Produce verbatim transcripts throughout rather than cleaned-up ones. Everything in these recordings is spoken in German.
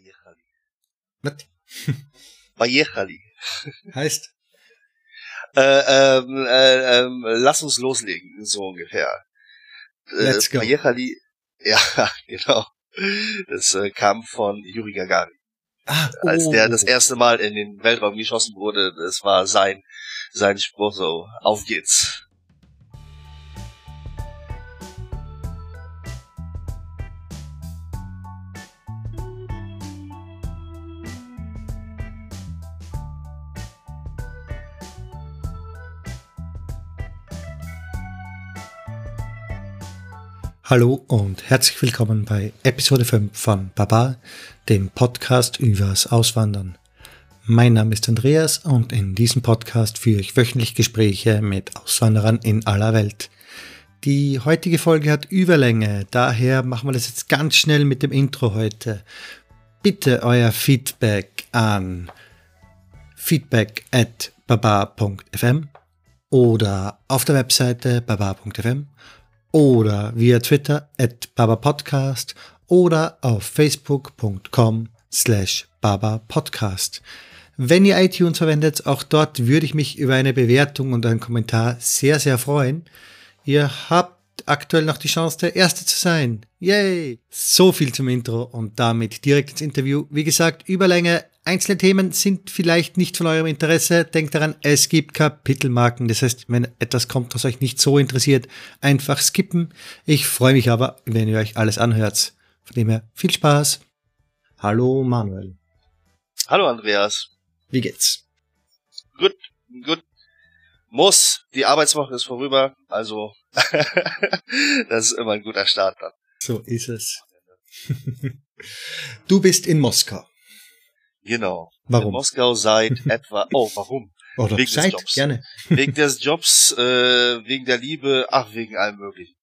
Bayechali. Was? Bayechali. Heißt? Äh, ähm, äh, ähm, lass uns loslegen, so ungefähr. Äh, Let's go. Bayechali, ja, genau. Das äh, kam von Juri Gagarin. Ah, oh. Als der das erste Mal in den Weltraum geschossen wurde, das war sein, sein Spruch so, auf geht's. Hallo und herzlich willkommen bei Episode fünf von Baba, dem Podcast übers Auswandern. Mein Name ist Andreas und in diesem Podcast führe ich wöchentlich Gespräche mit Auswanderern in aller Welt. Die heutige Folge hat Überlänge, daher machen wir das jetzt ganz schnell mit dem Intro heute. Bitte euer Feedback an feedback at baba punkt f m oder auf der Webseite baba punkt f m oder via Twitter at babapodcast oder auf facebook punkt com slash babapodcast. Wenn ihr iTunes verwendet, auch dort würde ich mich über eine Bewertung und einen Kommentar sehr, sehr freuen. Ihr habt aktuell noch die Chance, der Erste zu sein. Yay! So viel zum Intro und damit direkt ins Interview. Wie gesagt, Überlänge. Einzelne Themen sind vielleicht nicht von eurem Interesse. Denkt daran, es gibt Kapitelmarken. Das heißt, wenn etwas kommt, das euch nicht so interessiert, einfach skippen. Ich freue mich aber, wenn ihr euch alles anhört. Von dem her, viel Spaß. Hallo Manuel. Hallo Andreas. Wie geht's? Gut, gut. Muss. Die Arbeitswoche ist vorüber, also das ist immer ein guter Start dann. So ist es. Du bist in Moskau. Genau. Warum? In Moskau seit etwa, oh, warum? Oder wegen seit, des Jobs. Gerne. Wegen des Jobs, äh, wegen der Liebe, ach, wegen allem möglichen.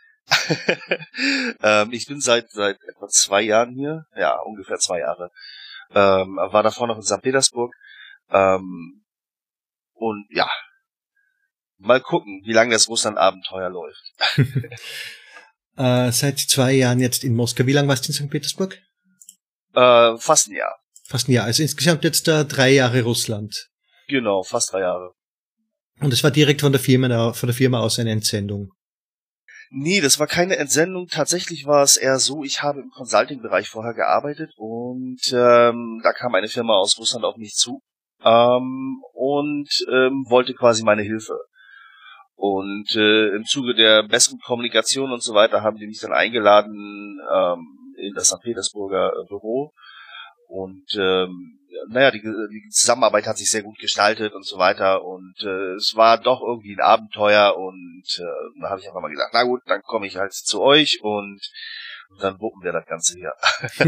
ähm, ich bin seit seit etwa zwei Jahren hier, ja, ungefähr zwei Jahre. Ähm, war davor noch in Sankt Petersburg. Ähm, und ja, mal gucken, wie lange das Russland-Abenteuer läuft. äh, seit zwei Jahren jetzt in Moskau. Wie lange warst du in Sankt Petersburg? Äh, fast ein Jahr. Fast ein Jahr. Also insgesamt jetzt äh, drei Jahre Russland. Genau, fast drei Jahre. Und es war direkt von der Firma, von der Firma aus eine Entsendung. Nee, das war keine Entsendung. Tatsächlich war es eher so, ich habe im Consulting-Bereich vorher gearbeitet und ähm, da kam eine Firma aus Russland auf mich zu ähm, und ähm, wollte quasi meine Hilfe. Und äh, im Zuge der besseren Kommunikation und so weiter haben die mich dann eingeladen ähm, in das Sankt Petersburger äh, Büro. Und ähm, naja, die, die Zusammenarbeit hat sich sehr gut gestaltet und so weiter. Und äh, es war doch irgendwie ein Abenteuer. Und äh, da habe ich einfach mal gesagt, na gut, dann komme ich halt zu euch und, und dann wuppen wir das Ganze hier.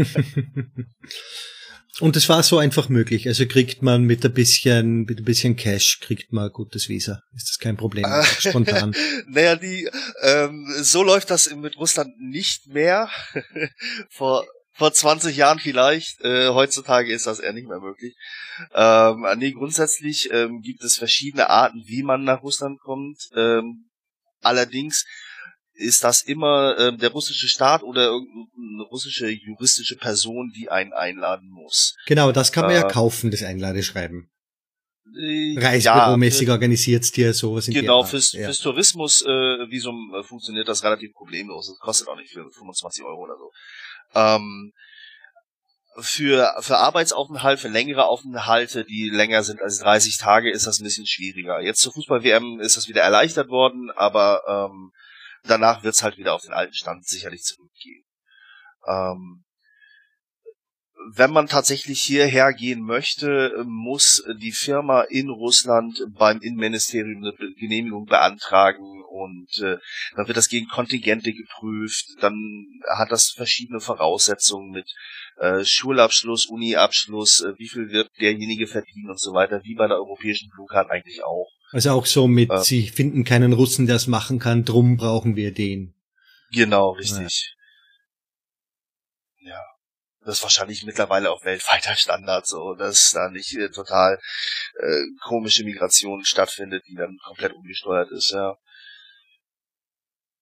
Und es war so einfach möglich. Also kriegt man mit ein bisschen, mit ein bisschen Cash, kriegt man ein gutes Visa. Ist das kein Problem? Spontan. Naja, die, ähm, so läuft das mit Russland nicht mehr. Vor, vor zwanzig Jahren vielleicht. Äh, heutzutage ist das eher nicht mehr möglich. Ähm, nee, grundsätzlich ähm, gibt es verschiedene Arten, wie man nach Russland kommt. Ähm, allerdings ist das immer äh, der russische Staat oder irgendeine russische juristische Person, die einen einladen muss. Genau, das kann man äh, ja kaufen, das Einladeschreiben. Äh, Reisebüromäßig ja, organisiert's dir sowas in Genau, die fürs, ja. fürs Tourismusvisum äh, funktioniert das relativ problemlos. Das kostet auch nicht für fünfundzwanzig Euro oder so. Ähm, für, für Arbeitsaufenthalt, für längere Aufenthalte, die länger sind als dreißig Tage, ist das ein bisschen schwieriger. Jetzt zur Fußball-W M ist das wieder erleichtert worden, aber ähm, danach wird's halt wieder auf den alten Stand sicherlich zurückgehen. Ähm, Wenn man tatsächlich hierher gehen möchte, muss die Firma in Russland beim Innenministerium eine Genehmigung beantragen und äh, dann wird das gegen Kontingente geprüft. Dann hat das verschiedene Voraussetzungen mit äh, Schulabschluss, Uniabschluss, äh, wie viel wird derjenige verdienen und so weiter, wie bei der europäischen Blue Card eigentlich auch. Also auch so mit, äh, sie finden keinen Russen, der es machen kann, drum brauchen wir den. Genau, richtig. Ja. ja. Das ist wahrscheinlich mittlerweile auch weltweiter Standard, so, dass da nicht äh, total äh, komische Migration stattfindet, die dann komplett ungesteuert ist, ja.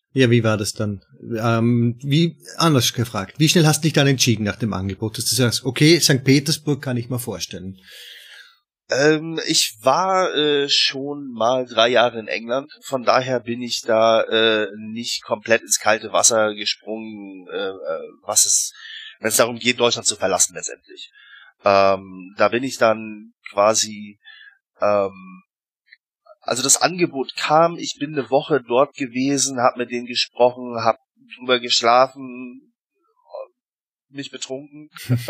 Ja, wie war das dann? Ähm, wie, anders gefragt, wie schnell hast du dich dann entschieden nach dem Angebot, dass du sagst, okay, Sankt Petersburg kann ich mir vorstellen? Ähm, ich war äh, schon mal drei Jahre in England, von daher bin ich da äh, nicht komplett ins kalte Wasser gesprungen, äh, äh, was es, wenn es darum geht, Deutschland zu verlassen letztendlich. Ähm, da bin ich dann quasi, ähm, also das Angebot kam, ich bin eine Woche dort gewesen, habe mit denen gesprochen, habe drüber geschlafen, mich betrunken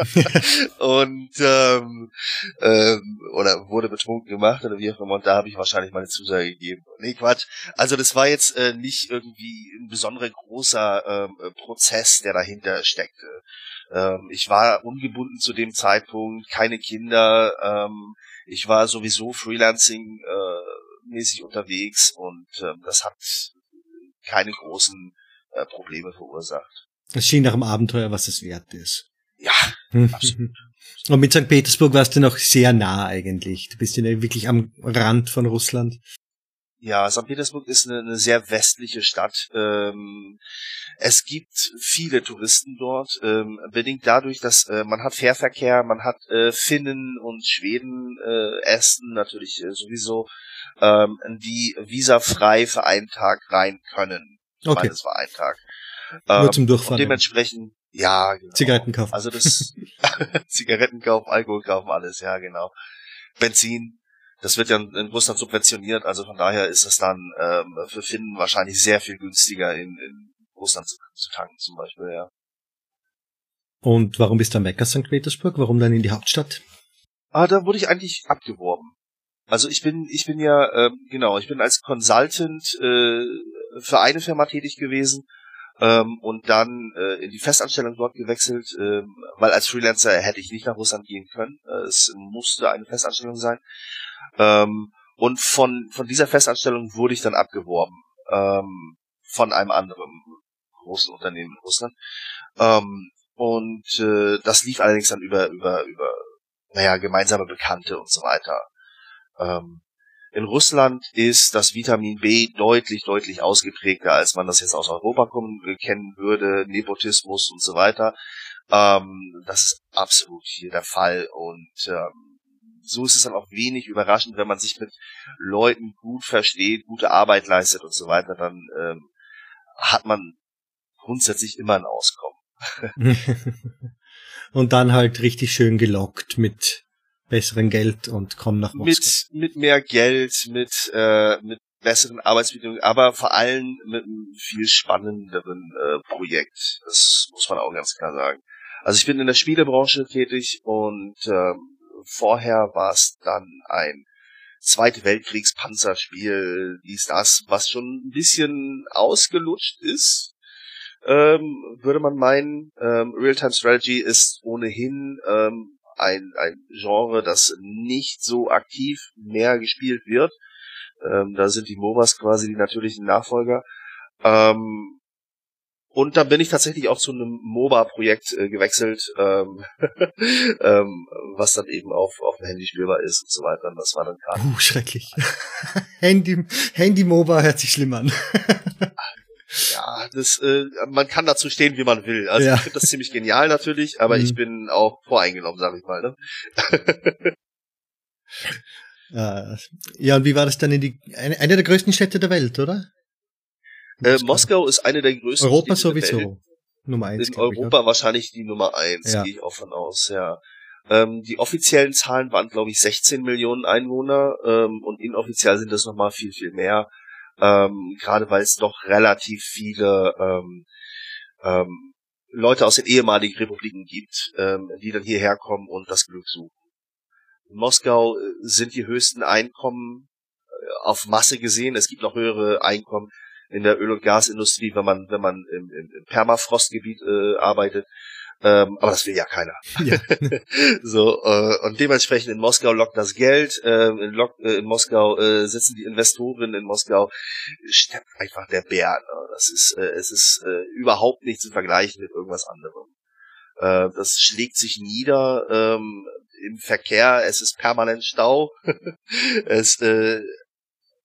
und ähm, ähm, oder wurde betrunken gemacht oder wie auch immer, und da habe ich wahrscheinlich meine Zusage gegeben. Nee, Quatsch. Also das war jetzt äh, nicht irgendwie ein besonderer großer ähm, Prozess, der dahinter steckte. Ähm, ich war ungebunden zu dem Zeitpunkt, keine Kinder, ähm, ich war sowieso Freelancing äh, mäßig unterwegs und ähm, das hat keine großen äh, Probleme verursacht. Es schien nach dem Abenteuer, was es wert ist. Ja, absolut. Und mit Sankt Petersburg warst du noch sehr nah eigentlich. Du bist ja wirklich am Rand von Russland. Ja, Sankt Petersburg ist eine, eine sehr westliche Stadt. Ähm, es gibt viele Touristen dort, ähm, bedingt dadurch, dass äh, man hat Fährverkehr, man hat äh, Finnen und Schweden, äh, Esten natürlich äh, sowieso, ähm, die visafrei für einen Tag rein können. Ich okay. meine, es war ein Tag. Nur Ähm, zum Durchfahren. Und dementsprechend, ja, genau. Zigaretten kaufen. Also das Zigaretten kaufen, Alkohol kaufen, alles, ja, genau. Benzin. Das wird ja in Russland subventioniert, also von daher ist es dann ähm, für Finnen wahrscheinlich sehr viel günstiger in, in Russland zu, zu tanken zum Beispiel, ja. Und warum bist du dann weg aus Sankt Petersburg? Warum dann in die Hauptstadt? Ah, da wurde ich eigentlich abgeworben. Also ich bin, ich bin ja, ähm, genau, ich bin als Consultant äh, für eine Firma tätig gewesen ähm, und dann äh, in die Festanstellung dort gewechselt, äh, weil als Freelancer hätte ich nicht nach Russland gehen können. Äh, es musste eine Festanstellung sein. Ähm, und von von dieser Festanstellung wurde ich dann abgeworben ähm, von einem anderen großen Unternehmen in Russland. Ähm, und äh, das lief allerdings dann über über über naja gemeinsame Bekannte und so weiter. Ähm, in Russland ist das Vitamin B deutlich deutlich ausgeprägter, als man das jetzt aus Europa kommen, kennen würde, Nepotismus und so weiter. Ähm, das ist absolut hier der Fall und ähm, so ist es dann auch wenig überraschend, wenn man sich mit Leuten gut versteht, gute Arbeit leistet und so weiter, dann ähm, hat man grundsätzlich immer ein Auskommen. Und dann halt richtig schön gelockt mit besserem Geld und komm nach Moskau. Mit mit mehr Geld, mit äh, mit besseren Arbeitsbedingungen, aber vor allem mit einem viel spannenderen äh, Projekt. Das muss man auch ganz klar sagen. Also ich bin in der Spielebranche tätig und ähm, vorher war es dann ein Zweite Weltkriegspanzerspiel, dies, das, was schon ein bisschen ausgelutscht ist, ähm, würde man meinen. Ähm, Real-Time Strategy ist ohnehin ähm, ein, ein Genre, das nicht so aktiv mehr gespielt wird. Ähm, da sind die M O B As quasi die natürlichen Nachfolger. Ähm, Und dann bin ich tatsächlich auch zu einem M O B A-Projekt äh, gewechselt, ähm, ähm, was dann eben auf, auf dem Handy spielbar ist und so weiter. Und das war dann gerade. Uh, schrecklich. Handy, Handy-M O B A hört sich schlimm an. Ja, das, äh, man kann dazu stehen, wie man will. Also ja. Ich finde das ziemlich genial natürlich, aber mhm. ich bin auch voreingenommen, sag ich mal. Ne? uh, ja, und wie war das dann in die eine, eine der größten Städte der Welt, oder? Äh, Moskau ist eine der größten Europa Städte sowieso. der Welt. Nummer eins. In Europa ich, wahrscheinlich die Nummer eins, ja. Gehe ich auch von aus, ja. Ähm, die offiziellen Zahlen waren, glaube ich, sechzehn Millionen Einwohner ähm, und inoffiziell sind das nochmal viel, viel mehr. Ähm, gerade weil es doch relativ viele ähm, ähm, Leute aus den ehemaligen Republiken gibt, ähm, die dann hierher kommen und das Glück suchen. In Moskau sind die höchsten Einkommen äh, auf Masse gesehen. Es gibt noch höhere Einkommen in der Öl- und Gasindustrie, wenn man wenn man im, im, im Permafrostgebiet äh, arbeitet. Ähm, aber das will ja keiner. Ja. So äh, und dementsprechend in Moskau lockt das Geld. Äh, in, Lock, äh, in Moskau äh, sitzen die Investoren. In Moskau steppt einfach der Bär. Ne? Das ist äh, es ist äh, überhaupt nicht zu vergleichen mit irgendwas anderem. Äh, das schlägt sich nieder ähm, im Verkehr. Es ist permanent Stau. es äh,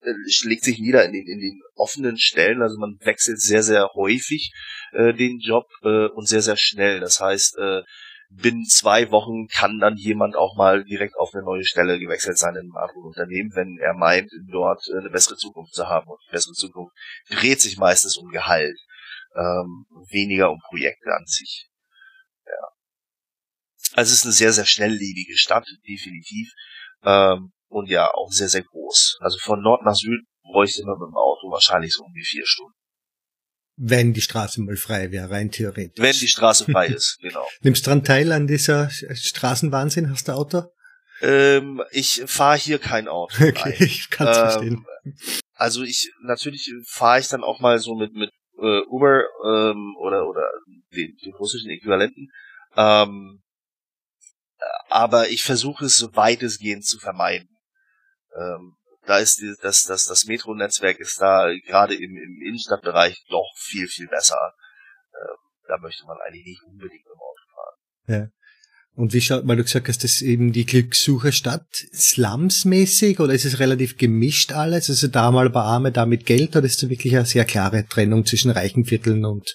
äh, schlägt sich nieder in den, in den offenen Stellen. Also man wechselt sehr, sehr häufig äh, den Job äh, und sehr, sehr schnell. Das heißt, äh, binnen zwei Wochen kann dann jemand auch mal direkt auf eine neue Stelle gewechselt sein in einem anderen Unternehmen, wenn er meint, dort eine bessere Zukunft zu haben. Und die bessere Zukunft dreht sich meistens um Gehalt, ähm, weniger um Projekte an sich. Ja. Also es ist eine sehr, sehr schnelllebige Stadt, definitiv. Ähm, und ja, auch sehr, sehr groß. Also von Nord nach Süd bräuchte man mit dem Auto wahrscheinlich so um die vier Stunden. Wenn die Straße mal frei wäre, rein theoretisch. Wenn die Straße frei ist, genau. Nimmst du dran teil an dieser Straßenwahnsinn? Hast du ein Auto? Ähm, ich fahre hier kein Auto. Okay, nein. ich kann es ähm, verstehen. Also ich, natürlich fahre ich dann auch mal so mit, mit äh, Uber ähm, oder oder den, den russischen Äquivalenten. Ähm, aber ich versuche es so weitestgehend zu vermeiden. Ähm, Da ist die, das, das, das Metro-Netzwerk ist da gerade im, im Innenstadtbereich doch viel, viel besser. Ähm, da möchte man eigentlich nicht unbedingt im Auto fahren. Ja. Und wie schaut, weil du gesagt hast, das ist eben die Glückssucherstadt, slumsmäßig, oder ist es relativ gemischt alles? Also da mal ein paar Arme, da mit Geld, oder ist da wirklich eine sehr klare Trennung zwischen reichen Vierteln und,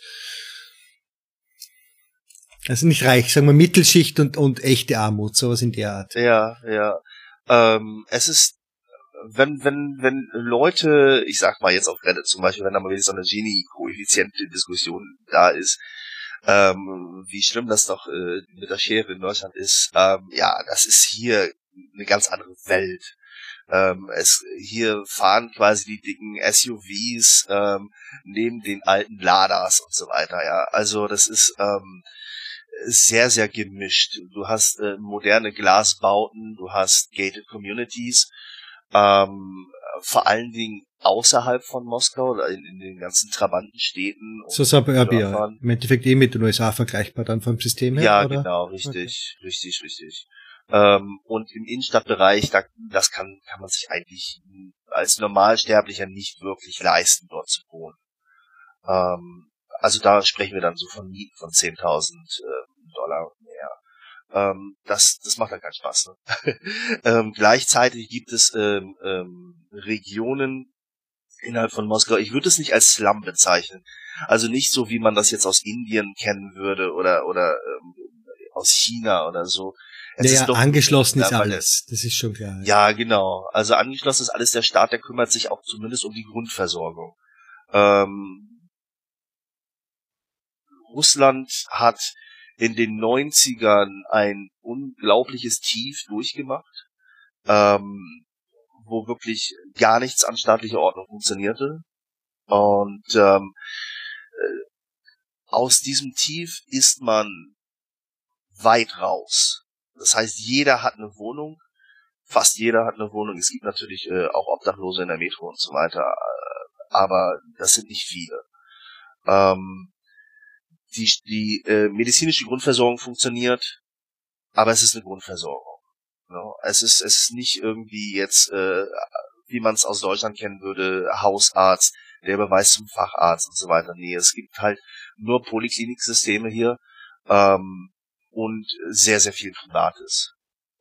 also nicht reich, sagen wir Mittelschicht und, und echte Armut, sowas in der Art. Ja, ja. Ähm, es ist Wenn, wenn, wenn Leute, ich sag mal jetzt auf Reddit zum Beispiel, wenn da mal wieder so eine Gini-Koeffizient-Diskussion da ist, ähm, wie schlimm das doch äh, mit der Schere in Deutschland ist, ähm, ja, das ist hier eine ganz andere Welt. Ähm, es, hier fahren quasi die dicken S U Vs ähm, neben den alten Ladas und so weiter, ja. Also das ist ähm, sehr, sehr gemischt. Du hast äh, moderne Glasbauten, du hast gated Communities, Ähm, vor allen Dingen außerhalb von Moskau oder in, in den ganzen Trabantenstädten. So Suburbia, im Endeffekt eh mit den U S A vergleichbar dann vom System her, ja, oder? Ja, genau, richtig, okay. richtig, richtig. Ähm, und im Innenstadtbereich, da, das kann, kann man sich eigentlich als Normalsterblicher nicht wirklich leisten, dort zu wohnen. Ähm, also da sprechen wir dann so von Mieten von zehntausend äh, Dollar und mehr. Ähm, das, das macht dann keinen Spaß. Ne? ähm, gleichzeitig gibt es ähm, ähm, Regionen innerhalb von Moskau. Ich würde es nicht als Slum bezeichnen. Also nicht so, wie man das jetzt aus Indien kennen würde oder oder ähm, aus China oder so. Es naja, ist doch angeschlossen ist ja, alles. Das ist schon klar. Ja, genau. Also angeschlossen ist alles. Der Staat, der kümmert sich auch zumindest um die Grundversorgung. Ähm, Russland hat in den neunzigern ein unglaubliches Tief durchgemacht, ähm, wo wirklich gar nichts an staatlicher Ordnung funktionierte. Und ähm, äh, aus diesem Tief ist man weit raus. Das heißt, jeder hat eine Wohnung, fast jeder hat eine Wohnung. Es gibt natürlich äh, auch Obdachlose in der Metro und so weiter, äh, aber das sind nicht viele. Ähm, Die, die äh, medizinische Grundversorgung funktioniert, aber es ist eine Grundversorgung. No? Es ist es ist nicht irgendwie jetzt, äh, wie man es aus Deutschland kennen würde, Hausarzt, der Beweis zum Facharzt und so weiter. Nee, es gibt halt nur Polikliniksysteme hier ähm, und sehr, sehr viel Privates.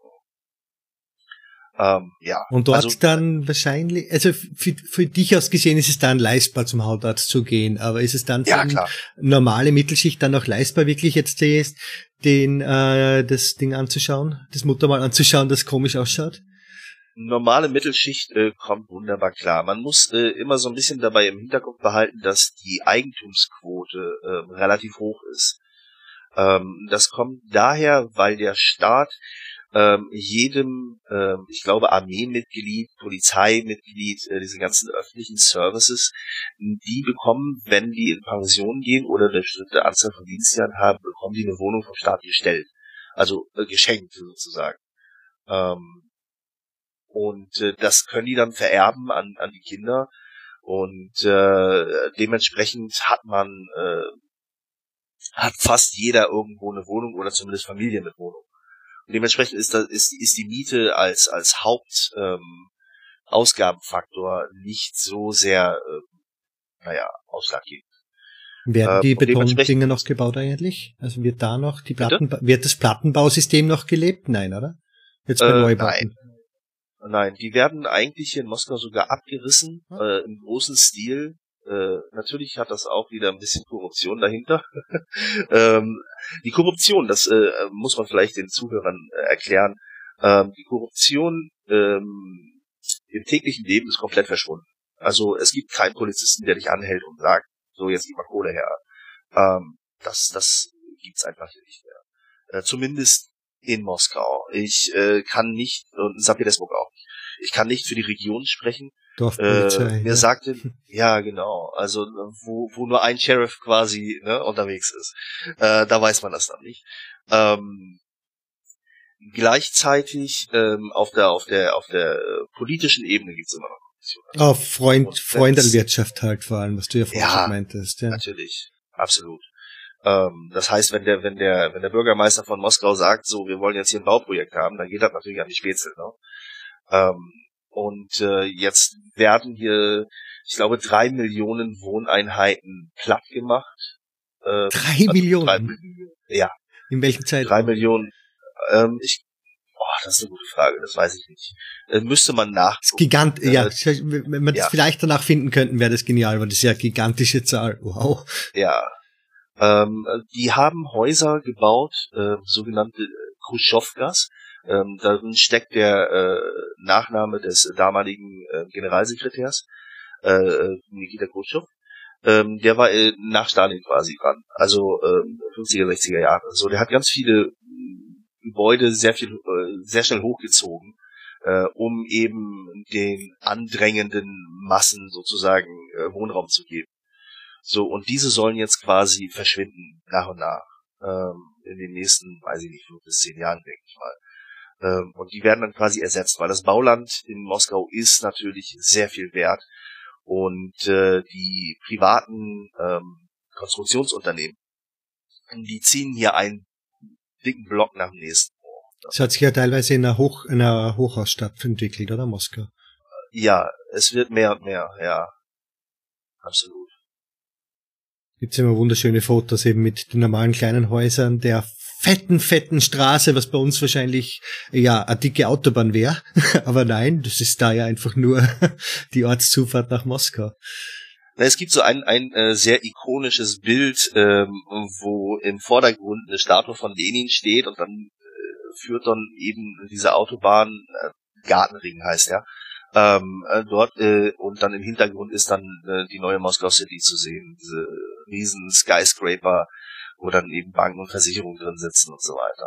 Ähm, ja. Und dort also, dann wahrscheinlich, also für, für dich aus gesehen ist es dann leistbar, zum Hautarzt zu gehen, aber ist es dann für ja, eine klar. normale Mittelschicht dann auch leistbar, wirklich jetzt den äh, das Ding anzuschauen, das Muttermal anzuschauen, das komisch ausschaut? Normale Mittelschicht äh, kommt wunderbar klar. Man muss äh, immer so ein bisschen dabei im Hinterkopf behalten, dass die Eigentumsquote äh, relativ hoch ist. Ähm, das kommt daher, weil der Staat ähm, jedem, ähm, ich glaube, Armeemitglied, Polizeimitglied, äh, diese ganzen öffentlichen Services, die bekommen, wenn die in Pension gehen oder eine bestimmte Anzahl von Dienstjahren haben, bekommen die eine Wohnung vom Staat gestellt. Also äh, geschenkt sozusagen. Ähm, und äh, das können die dann vererben an, an die Kinder. Und äh, dementsprechend hat man, äh, hat fast jeder irgendwo eine Wohnung oder zumindest Familie mit Wohnung. Und dementsprechend ist das, ist, ist die Miete als, als Haupt, ähm, Ausgabenfaktor nicht so sehr, äh, naja, ausschlaggebend. Werden die äh, Betondinger noch gebaut eigentlich? Also wird da noch die Platten, wird das Plattenbausystem noch gelebt? Nein, oder? Jetzt bei äh, Neubauten. Nein. Nein, die werden eigentlich hier in Moskau sogar abgerissen, hm. äh, im großen Stil. Äh, natürlich hat das auch wieder ein bisschen Korruption dahinter. ähm, die Korruption, das äh, muss man vielleicht den Zuhörern äh, erklären. Ähm, die Korruption ähm, im täglichen Leben ist komplett verschwunden. Also es gibt keinen Polizisten, der dich anhält und sagt, so jetzt gib mal Kohle her. Ähm, das, das gibt's einfach hier nicht mehr. Äh, zumindest in Moskau. Ich äh, kann nicht, und in Sankt Petersburg auch nicht, ich kann nicht für die Region sprechen. Dorfpolizei. Äh, mir ja. sagte, ja genau, also wo, wo nur ein Sheriff quasi ne, unterwegs ist. Äh, da weiß man das dann nicht. Ähm, gleichzeitig ähm, auf der auf der auf der äh, politischen Ebene gibt's immer noch Auf Freund, Freundelwirtschaft halt vor allem, was du ja vorhin ja, schon meintest. Ja, natürlich, absolut. Ähm, das heißt, wenn der wenn der wenn der Bürgermeister von Moskau sagt, so wir wollen jetzt hier ein Bauprojekt haben, dann geht das natürlich an die Spätzle. Ne? Ähm, und äh, jetzt werden hier, ich glaube, drei Millionen Wohneinheiten platt gemacht. Ähm, drei also Millionen? Drei, ja. In welchem Zeitraum? Drei Millionen. Ähm, ich, oh, das ist eine gute Frage, das weiß ich nicht. Äh, müsste man nachgucken. Gigant, äh, ja, äh, wenn wir das ja. vielleicht danach finden könnten, wäre das genial, weil das ist ja eine gigantische Zahl. Wow. Ja. Ähm, die haben Häuser gebaut, äh, sogenannte Khrushchevkas. Ähm, darin steckt der äh, Nachname des damaligen äh, Generalsekretärs, äh, Nikita Khrushchev. Ähm, der war äh, nach Stalin quasi dran, also äh, fünfziger, sechziger Jahre. So, der hat ganz viele äh, Gebäude sehr viel, äh, sehr schnell hochgezogen, äh, um eben den andrängenden Massen sozusagen äh, Wohnraum zu geben. So, und diese sollen jetzt quasi verschwinden, nach und nach, ähm, in den nächsten, weiß ich nicht, fünf bis zehn Jahren, denke ich mal. Ähm, und die werden dann quasi ersetzt, weil das Bauland in Moskau ist natürlich sehr viel wert und äh, die privaten ähm, Konstruktionsunternehmen, die ziehen hier einen dicken Block nach dem nächsten. Das hat sich ja teilweise in einer, Hoch, in einer Hochhausstadt entwickelt, oder Moskau? Ja, es wird mehr und mehr, ja, absolut. Gibt's immer wunderschöne Fotos eben mit den normalen kleinen Häusern, der fetten, fetten Straße, was bei uns wahrscheinlich, ja, eine dicke Autobahn wäre. Aber nein, das ist da ja einfach nur die Ortszufahrt nach Moskau. Es gibt so ein, ein äh, sehr ikonisches Bild, ähm, wo im Vordergrund eine Statue von Lenin steht und dann äh, führt dann eben diese Autobahn, äh, Gartenring heißt er, ähm, äh, dort äh, und dann im Hintergrund ist dann äh, die neue Moskau City zu sehen, diese riesen Skyscraper, wo dann eben Banken und Versicherungen drin sitzen und so weiter.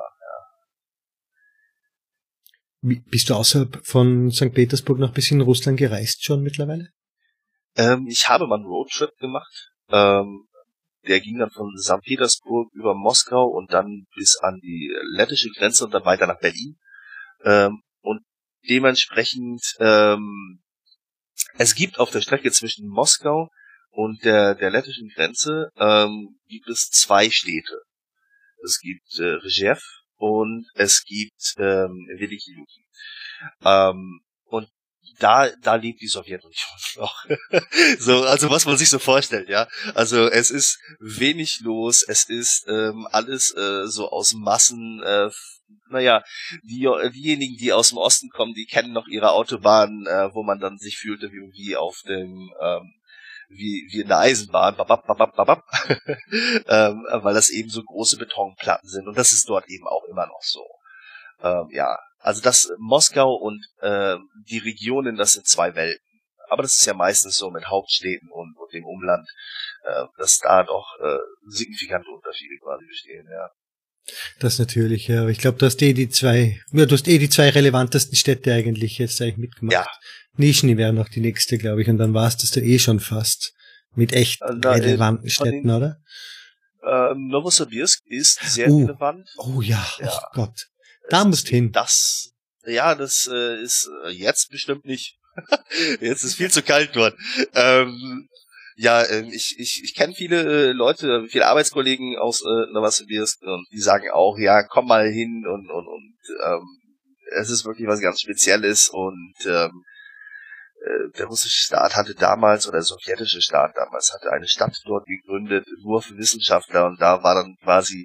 Ja. Bist du außerhalb von Sankt Petersburg noch bis in Russland gereist schon mittlerweile? Ähm, ich habe mal einen Roadtrip gemacht. Ähm, der ging dann von Sankt Petersburg über Moskau und dann bis an die lettische Grenze und dann weiter nach Berlin. Ähm, und dementsprechend, ähm, es gibt auf der Strecke zwischen Moskau und der, der lettischen Grenze ähm, gibt es zwei Städte. Es gibt äh, Rzew und es gibt ähm, Weliki Luki. Ähm, und da, da lebt die Sowjetunion noch. So, also was man sich so vorstellt, ja. Also es ist wenig los, es ist ähm, alles äh, so aus Massen. Äh, naja, die, diejenigen, die aus dem Osten kommen, die kennen noch ihre Autobahnen, äh, wo man dann sich fühlte wie, wie auf dem ähm, wie, wie in der Eisenbahn, babab, babab, babab. ähm, weil das eben so große Betonplatten sind und das ist dort eben auch immer noch so. Ähm, ja, also das Moskau und äh, die Regionen, das sind zwei Welten. Aber das ist ja meistens so mit Hauptstädten und, und dem Umland, äh, dass da doch äh, signifikante Unterschiede quasi bestehen, ja. Das natürlich, ja. Aber ich glaube, du hast eh die zwei, ja, du hast eh die zwei relevantesten Städte eigentlich jetzt eigentlich mitgemacht. Ja. Nizhny wäre noch die nächste, glaube ich, und dann war es das dann eh schon fast mit echt da, relevanten Städten, den, oder? Äh, Novosibirsk ist sehr uh, relevant. Oh ja, ja. Oh Gott. Da musst hin. Das, ja, das äh, ist äh, jetzt bestimmt nicht. Jetzt ist viel zu kalt dort. Ähm, ja, äh, ich ich ich kenne viele äh, Leute, viele Arbeitskollegen aus äh, Novosibirsk und die sagen auch, ja, komm mal hin und und und ähm, es ist wirklich was ganz Spezielles und ähm, äh, der russische Staat hatte damals oder der sowjetische Staat damals hatte eine Stadt dort gegründet, nur für Wissenschaftler und da war dann quasi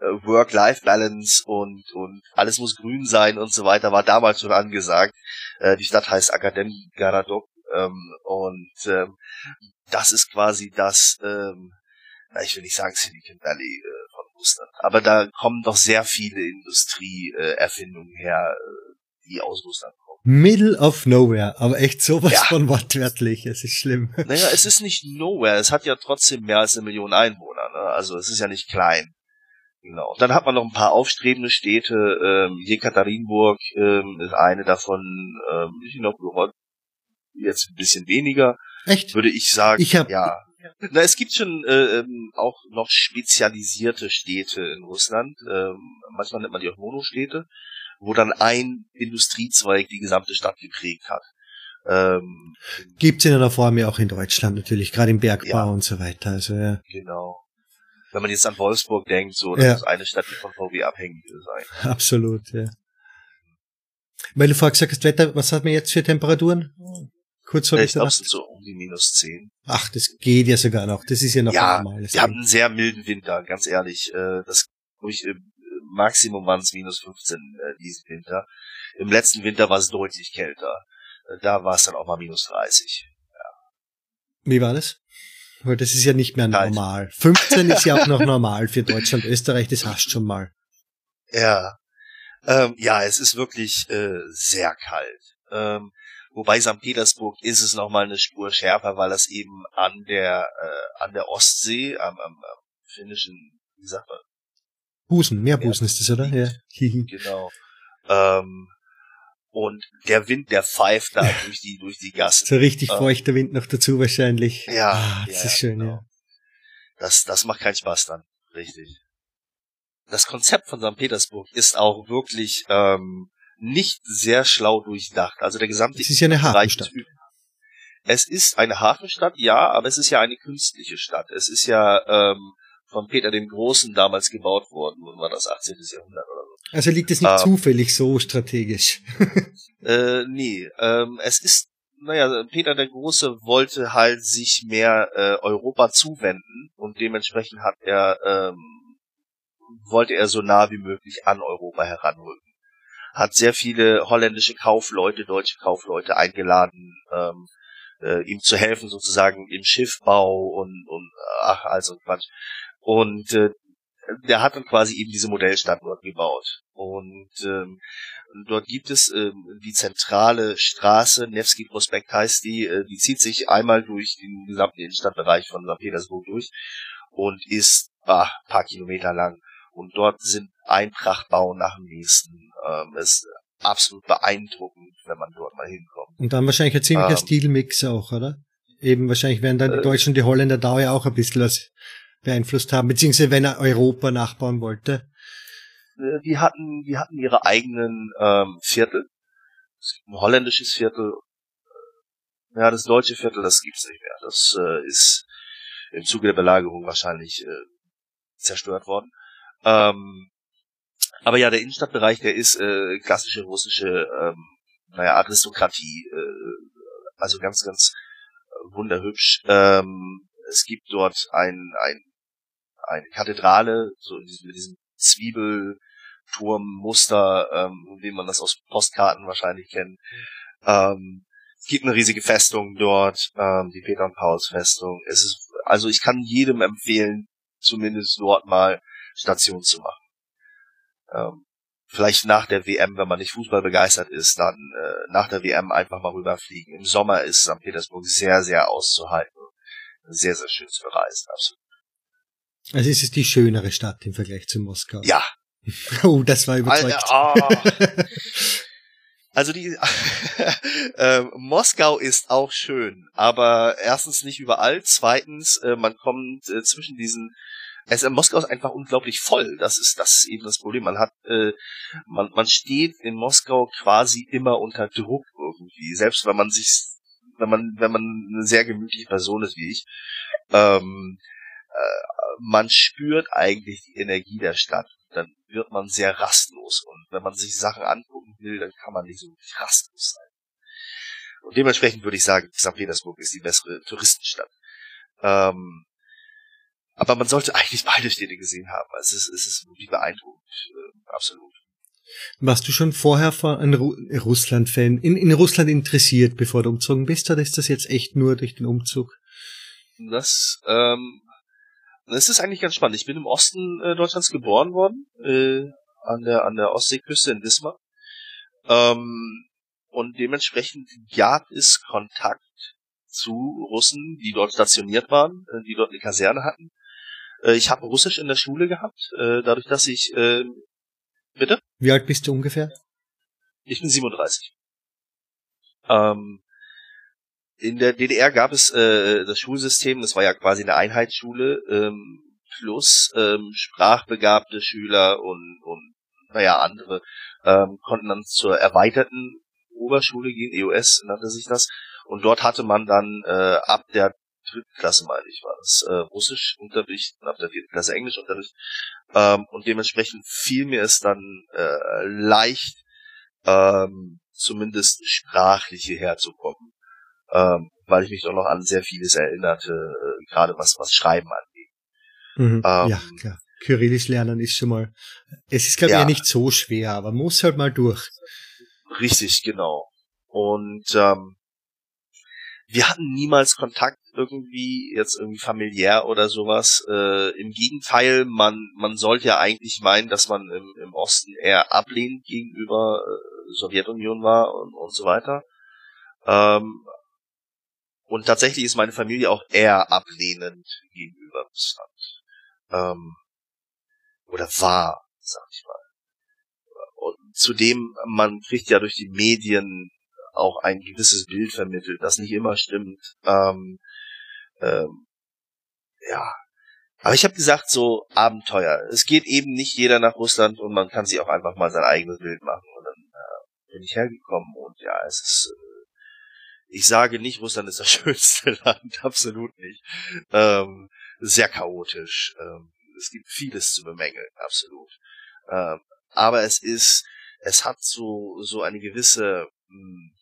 Work-Life-Balance und und alles muss grün sein und so weiter, war damals schon angesagt. Äh, die Stadt heißt Akademgaradok ähm, und ähm, das ist quasi das, ähm, na, ich will nicht sagen Silicon Valley äh, von Russland, aber da kommen doch sehr viele Industrieerfindungen äh, her, äh, die aus Russland kommen. Middle of nowhere, aber echt sowas Ja. von wortwörtlich, es ist schlimm. Naja, es ist nicht nowhere, es hat ja trotzdem mehr als eine Million Einwohner, ne? Also es ist ja nicht klein. Genau. Und dann hat man noch ein paar aufstrebende Städte, ähm, Jekaterinburg ähm, ist eine davon, ähm, ich glaube, jetzt ein bisschen weniger, Echt? würde ich sagen. Ich hab, ja. Na, es gibt schon äh, ähm, auch noch spezialisierte Städte in Russland, ähm, manchmal nennt man die auch Monostädte, wo dann ein Industriezweig die gesamte Stadt geprägt hat. Ähm, gibt's in einer Form ja auch in Deutschland natürlich, gerade im Bergbau ja. und so weiter. Also ja. Genau. Wenn man jetzt an Wolfsburg denkt, so, das Ja. ist eine Stadt, die von V W abhängig ist. Absolut, ja. Weil du vorher gesagt hast, Wetter, was hat man jetzt für Temperaturen? Kurz vor Äh, ich glaube, es Mitternacht. sind so um die minus zehn. Ach, das geht ja sogar noch. Das ist ja noch Ja, normal. wir hatten einen sehr milden Winter, ganz ehrlich. Äh, das durch äh, Maximum waren es minus fünfzehn äh, diesen Winter. Im letzten Winter war es deutlich kälter. Äh, da war es dann auch mal minus dreißig. Wie war das? Weil das ist ja nicht mehr Kalt. normal. fünfzehn ist ja auch noch normal für Deutschland, Österreich, das hast schon mal. Ja, ähm, ja, es ist wirklich äh, sehr kalt. Ähm, wobei Sankt Petersburg ist es noch mal eine Spur schärfer, weil das eben an der äh, an der Ostsee, am, am, am finnischen, wie sagt man? Busen, Meerbusen ist das, oder? Ja. Genau. Ähm, und der Wind, der pfeift da durch die durch die Gassen. So richtig ähm, feuchter Wind noch dazu wahrscheinlich. Ja, ah, das ja, ist schön, genau. ja. Das das macht keinen Spaß dann, richtig. Das Konzept von Sankt Petersburg ist auch wirklich ähm, nicht sehr schlau durchdacht. Also der gesamte Es ist ja eine Bereich Hafenstadt. ist, es ist eine Hafenstadt, ja, aber es ist ja eine künstliche Stadt. Es ist ja ähm, von Peter dem Großen damals gebaut worden, und war das achtzehnten. Jahrhundert oder so. Also liegt es nicht ähm, zufällig so strategisch. Äh, nee, ähm, es ist, naja, Peter der Große wollte halt sich mehr äh, Europa zuwenden und dementsprechend hat er, ähm, wollte er so nah wie möglich an Europa heranrücken. Hat sehr viele holländische Kaufleute, deutsche Kaufleute eingeladen, ähm, äh, ihm zu helfen sozusagen im Schiffbau und, und ach, also Quatsch. Und äh, der hat dann quasi eben diese Modellstadt dort gebaut. Und ähm, dort gibt es ähm, die zentrale Straße, Nevsky Prospekt heißt die, äh, die zieht sich einmal durch den gesamten Innenstadtbereich von Sankt Petersburg durch und ist ach, paar Kilometer lang. Und dort sind ein Prachtbau nach dem nächsten. Ähm, ist absolut beeindruckend, wenn man dort mal hinkommt. Und dann wahrscheinlich ein ziemlicher Ähm, Stilmix auch, oder? Eben wahrscheinlich werden dann die äh, Deutschen und die Holländer da ja auch ein bisschen was beeinflusst haben, beziehungsweise wenn er Europa nachbauen wollte. äh, die hatten, die hatten ihre eigenen ähm, Viertel. Es gibt ein holländisches Viertel. Ja, das deutsche Viertel, das gibt's nicht mehr. Das äh, ist im Zuge der Belagerung wahrscheinlich äh, zerstört worden. Ähm, aber ja, der Innenstadtbereich, der ist äh, klassische russische, ähm, naja, Aristokratie, äh, also ganz, ganz äh, wunderhübsch. Ähm, es gibt dort ein, ein, eine Kathedrale, so in diesem, mit diesem Zwiebelturmmuster, ähm, wie man das aus Postkarten wahrscheinlich kennt. Ähm, es gibt eine riesige Festung dort, ähm, die Peter und Pauls Festung. Es ist, also ich kann jedem empfehlen, zumindest dort mal Station zu machen. Ähm, vielleicht nach der W M, wenn man nicht Fußball begeistert ist, dann äh, nach der W M einfach mal rüberfliegen. Im Sommer ist Sankt Petersburg sehr, sehr auszuhalten. Sehr, sehr schön zu bereisen, absolut. Also es ist die schönere Stadt im Vergleich zu Moskau. Ja. Oh, das war überzeugt. Alter, oh. Also die äh, Moskau ist auch schön, aber erstens nicht überall, zweitens äh, man kommt äh, zwischen diesen es, Moskau ist einfach unglaublich voll. Das ist das ist eben das Problem. Man hat, äh, man, man steht in Moskau quasi immer unter Druck irgendwie. Selbst wenn man sich, wenn man, wenn man eine sehr gemütliche Person ist wie ich, ähm, äh, man spürt eigentlich die Energie der Stadt. Dann wird man sehr rastlos. Und wenn man sich Sachen angucken will, dann kann man nicht so wirklich rastlos sein. Und dementsprechend würde ich sagen, Sankt Petersburg ist die bessere Touristenstadt. Ähm, aber man sollte eigentlich beide Städte gesehen haben. Also es ist, es ist wirklich beeindruckend, äh, absolut. Warst du schon vorher von ein Ru- Russland-Fan, in, in Russland interessiert, bevor du umgezogen bist, oder ist das jetzt echt nur durch den Umzug? Das, ähm, das ist eigentlich ganz spannend. Ich bin im Osten äh, Deutschlands geboren worden, äh, an der an der Ostseeküste in Wismar. Ähm, und dementsprechend gab es Kontakt zu Russen, die dort stationiert waren, äh, die dort eine Kaserne hatten. Äh, ich habe Russisch in der Schule gehabt, äh, dadurch, dass ich, äh, bitte? Wie alt bist du ungefähr? Ich bin siebenunddreißig. Ähm, in der D D R gab es äh, das Schulsystem, das war ja quasi eine Einheitsschule, ähm, plus ähm, sprachbegabte Schüler und, und naja, andere ähm, konnten dann zur erweiterten Oberschule gehen, E O S nannte sich das, und dort hatte man dann äh, ab der dritten Klasse, meine ich, war das äh, Russischunterricht und ab der vierten Klasse Englischunterricht, ähm, und dementsprechend fiel mir es dann äh, leicht, ähm, zumindest sprachlich hierher zu kommen, ähm, weil ich mich doch noch an sehr vieles erinnerte, äh, gerade was was Schreiben angeht. Mhm. Ähm, Ja, klar. Kyrillisch lernen ist schon mal, es ist glaube ich ja, ja nicht so schwer, aber muss halt mal durch. richtig, genau. Und ähm, wir hatten niemals Kontakt irgendwie, jetzt irgendwie familiär oder sowas. Äh, im Gegenteil, man man sollte ja eigentlich meinen, dass man im, im Osten eher ablehnend gegenüber äh, Sowjetunion war und, und so weiter. Ähm, und tatsächlich ist meine Familie auch eher ablehnend gegenüber Russland. Ähm, oder war, sag ich mal. Und zudem, man kriegt ja durch die Medien auch ein gewisses Bild vermittelt, das nicht immer stimmt. Ähm, ähm, ja, aber ich habe gesagt, so Abenteuer. Es geht eben nicht jeder nach Russland und man kann sich auch einfach mal sein eigenes Bild machen. Und dann äh, bin ich hergekommen und ja, es ist, äh, ich sage nicht, Russland ist das schönste Land, absolut nicht. Ähm, sehr chaotisch. Ähm, es gibt vieles zu bemängeln, absolut. Ähm, aber es ist, es hat so so eine gewisse, mh,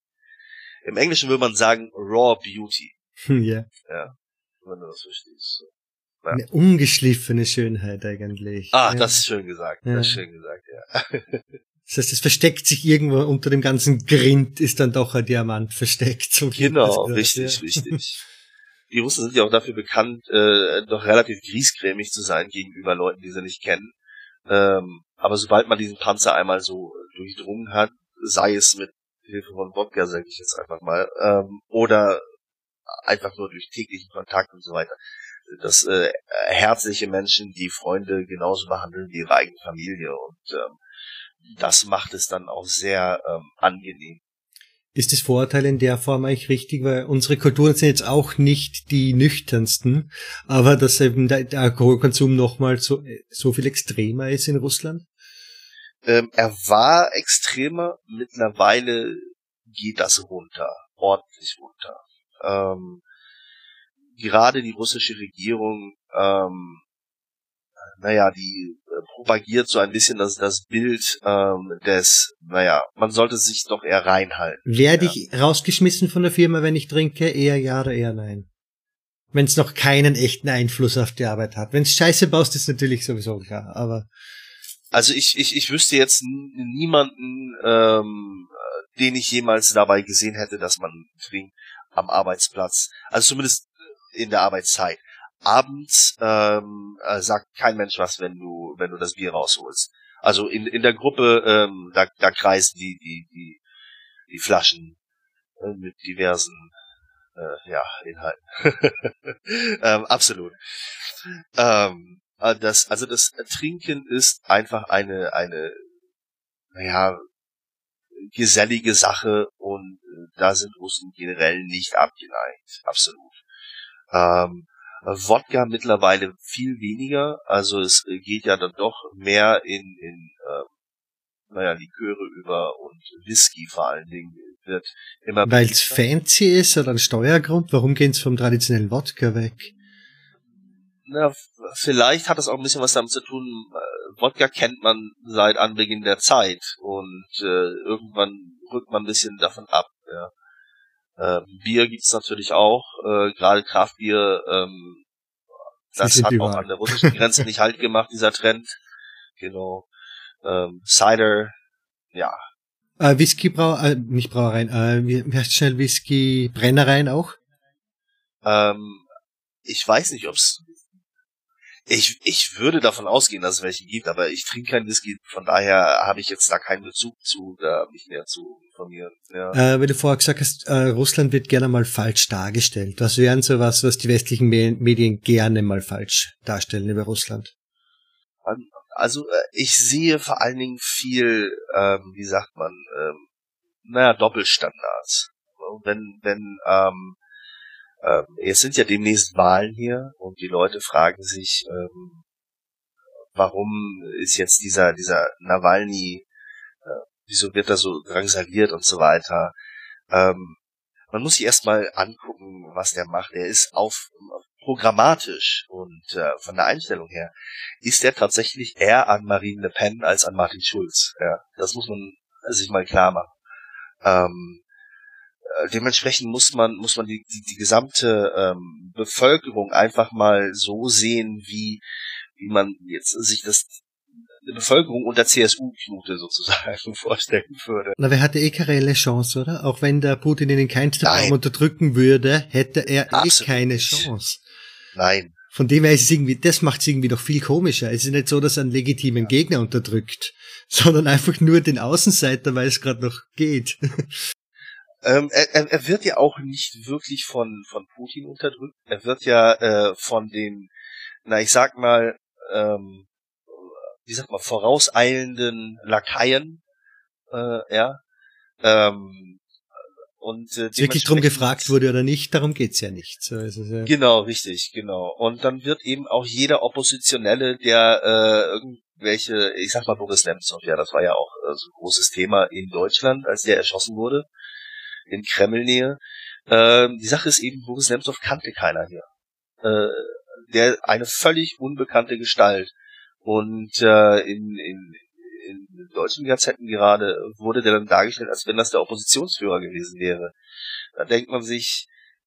im Englischen würde man sagen, raw beauty. Ja. Ja, wenn du das verstehst. So. Ja. Eine ungeschliffene Schönheit eigentlich. Ah, ja. das ist schön gesagt. Ja. Das ist schön gesagt, ja. Das heißt, es versteckt sich irgendwo unter dem ganzen Grind, ist dann doch ein Diamant versteckt. So Genau, das, richtig, ja. richtig. Die Russen sind ja auch dafür bekannt, äh, doch relativ griesgrämig zu sein gegenüber Leuten, die sie nicht kennen. Ähm, aber sobald man diesen Panzer einmal so durchdrungen hat, sei es mit Hilfe von Wodka, sage ich jetzt einfach mal, ähm, oder einfach nur durch täglichen Kontakt und so weiter, dass äh, herzliche Menschen die Freunde genauso behandeln wie ihre eigene Familie, und ähm, das macht es dann auch sehr ähm, angenehm. Ist das Vorurteil in der Form eigentlich richtig, weil unsere Kulturen sind jetzt auch nicht die nüchternsten, aber dass eben der, der Alkoholkonsum nochmal so, so viel extremer ist in Russland? Ähm, er war extremer, mittlerweile geht das runter, ordentlich runter. Ähm, gerade die russische Regierung, ähm, naja, die äh, propagiert so ein bisschen das, das Bild ähm, des, naja, man sollte sich doch eher reinhalten. Werde ja. ich rausgeschmissen von der Firma, wenn ich trinke? Eher ja oder eher nein? Wenn es noch keinen echten Einfluss auf die Arbeit hat. Wenn es Scheiße baust, ist natürlich sowieso klar, aber... Also ich, ich, ich wüsste jetzt n- niemanden, ähm, den ich jemals dabei gesehen hätte, dass man trinkt am Arbeitsplatz. Also zumindest in der Arbeitszeit. Abends ähm, äh, sagt kein Mensch was, wenn du wenn du das Bier rausholst. Also in in der Gruppe ähm, da da kreisen die die die die Flaschen äh, mit diversen äh, ja Inhalten. ähm, absolut. Ähm, äh, das also das Trinken ist einfach eine eine naja gesellige Sache, und äh, da sind Russen generell nicht abgeneigt. Absolut. Ähm, Wodka mittlerweile viel weniger, also es geht ja dann doch mehr in, in äh, naja, Liköre über, und Whisky vor allen Dingen wird immer Weil es beliebter. fancy ist oder ein Steuergrund? Warum gehen sie vom traditionellen Wodka weg? Na, f- vielleicht hat das auch ein bisschen was damit zu tun, äh, Wodka kennt man seit Anbeginn der Zeit, und äh, irgendwann rückt man ein bisschen davon ab. Ja. Ähm, Bier gibt's natürlich auch, äh, gerade Kraftbier ähm, das hat überall. Auch an der russischen Grenze nicht Halt gemacht, dieser Trend. Genau. Ähm, Cider, ja. Äh, Whisky Brau, äh, nicht Brauereien, äh, wie, wie heißt schnell Whisky Brennereien auch? Ähm, ich weiß nicht, ob's ich ich würde davon ausgehen, dass es welche gibt, aber ich trinke keinen Whisky, von daher habe ich jetzt da keinen Bezug zu, da mich mehr zu informieren. Ja. Äh, weil du vorher gesagt hast, äh, Russland wird gerne mal falsch dargestellt. Was wären so was, was die westlichen Me- Medien gerne mal falsch darstellen über Russland? Also ich sehe vor allen Dingen viel, ähm, wie sagt man, ähm, naja, Doppelstandards. Wenn, wenn, ähm, ähm, jetzt sind ja demnächst Wahlen hier und die Leute fragen sich, ähm, warum ist jetzt dieser, dieser Nawalny, äh, wieso wird er so drangsaliert und so weiter. Ähm, man muss sich erstmal angucken, was der macht. Er ist auf, auf programmatisch und äh, von der Einstellung her ist er tatsächlich eher an Marine Le Pen als an Martin Schulz. Ja, das muss man sich mal klar machen. Ähm, äh, dementsprechend muss man muss man die die, die gesamte ähm, Bevölkerung einfach mal so sehen, wie wie man jetzt sich das eine Bevölkerung unter C S U-Knute sozusagen vorstellen würde. Na, wer hatte eh keine reelle Chance, oder? Auch wenn der Putin ihn in keinster Form unterdrücken würde, hätte er Absolut eh keine nicht. Chance. Nein. Von dem her ist es irgendwie, das macht es irgendwie doch viel komischer. Es ist nicht so, dass er einen legitimen ja. Gegner unterdrückt, sondern einfach nur den Außenseiter, weil es gerade noch geht. Ähm, er, er wird ja auch nicht wirklich von von Putin unterdrückt. Er wird ja äh, von den, na ich sag mal, ähm, wie sagt man, vorauseilenden Lakaien, äh, ja, ähm, und äh, wirklich drum gefragt wurde oder nicht, darum geht's ja nicht. So ist es ja. Genau, richtig, genau. Und dann wird eben auch jeder Oppositionelle, der äh, irgendwelche, ich sag mal Boris Nemtsov, ja, das war ja auch äh, so ein großes Thema in Deutschland, als der erschossen wurde, in Kremlnähe. Äh, die Sache ist eben, Boris Nemtsov kannte keiner hier. Äh, der eine völlig unbekannte Gestalt. Und äh, in, in, in deutschen Gazetten gerade wurde der dann dargestellt, als wenn das der Oppositionsführer gewesen wäre. Da denkt man sich,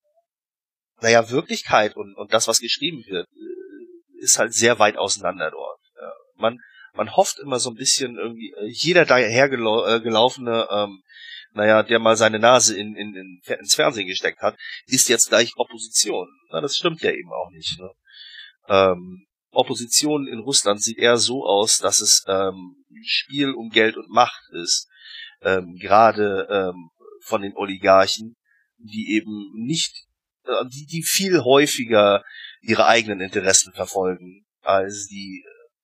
naja, Wirklichkeit und, und das, was geschrieben wird, ist halt sehr weit auseinander dort. Ja. Man, man hofft immer so ein bisschen irgendwie, jeder daher gelau- gelaufene, ähm, naja, der mal seine Nase in, in, in, ins Fernsehen gesteckt hat, ist jetzt gleich Opposition. Na, das stimmt ja eben auch nicht. Ne? Ähm, Opposition in Russland sieht eher so aus, dass es ähm, Spiel um Geld und Macht ist, ähm, gerade ähm, von den Oligarchen, die eben nicht, äh, die, die viel häufiger ihre eigenen Interessen verfolgen, als die.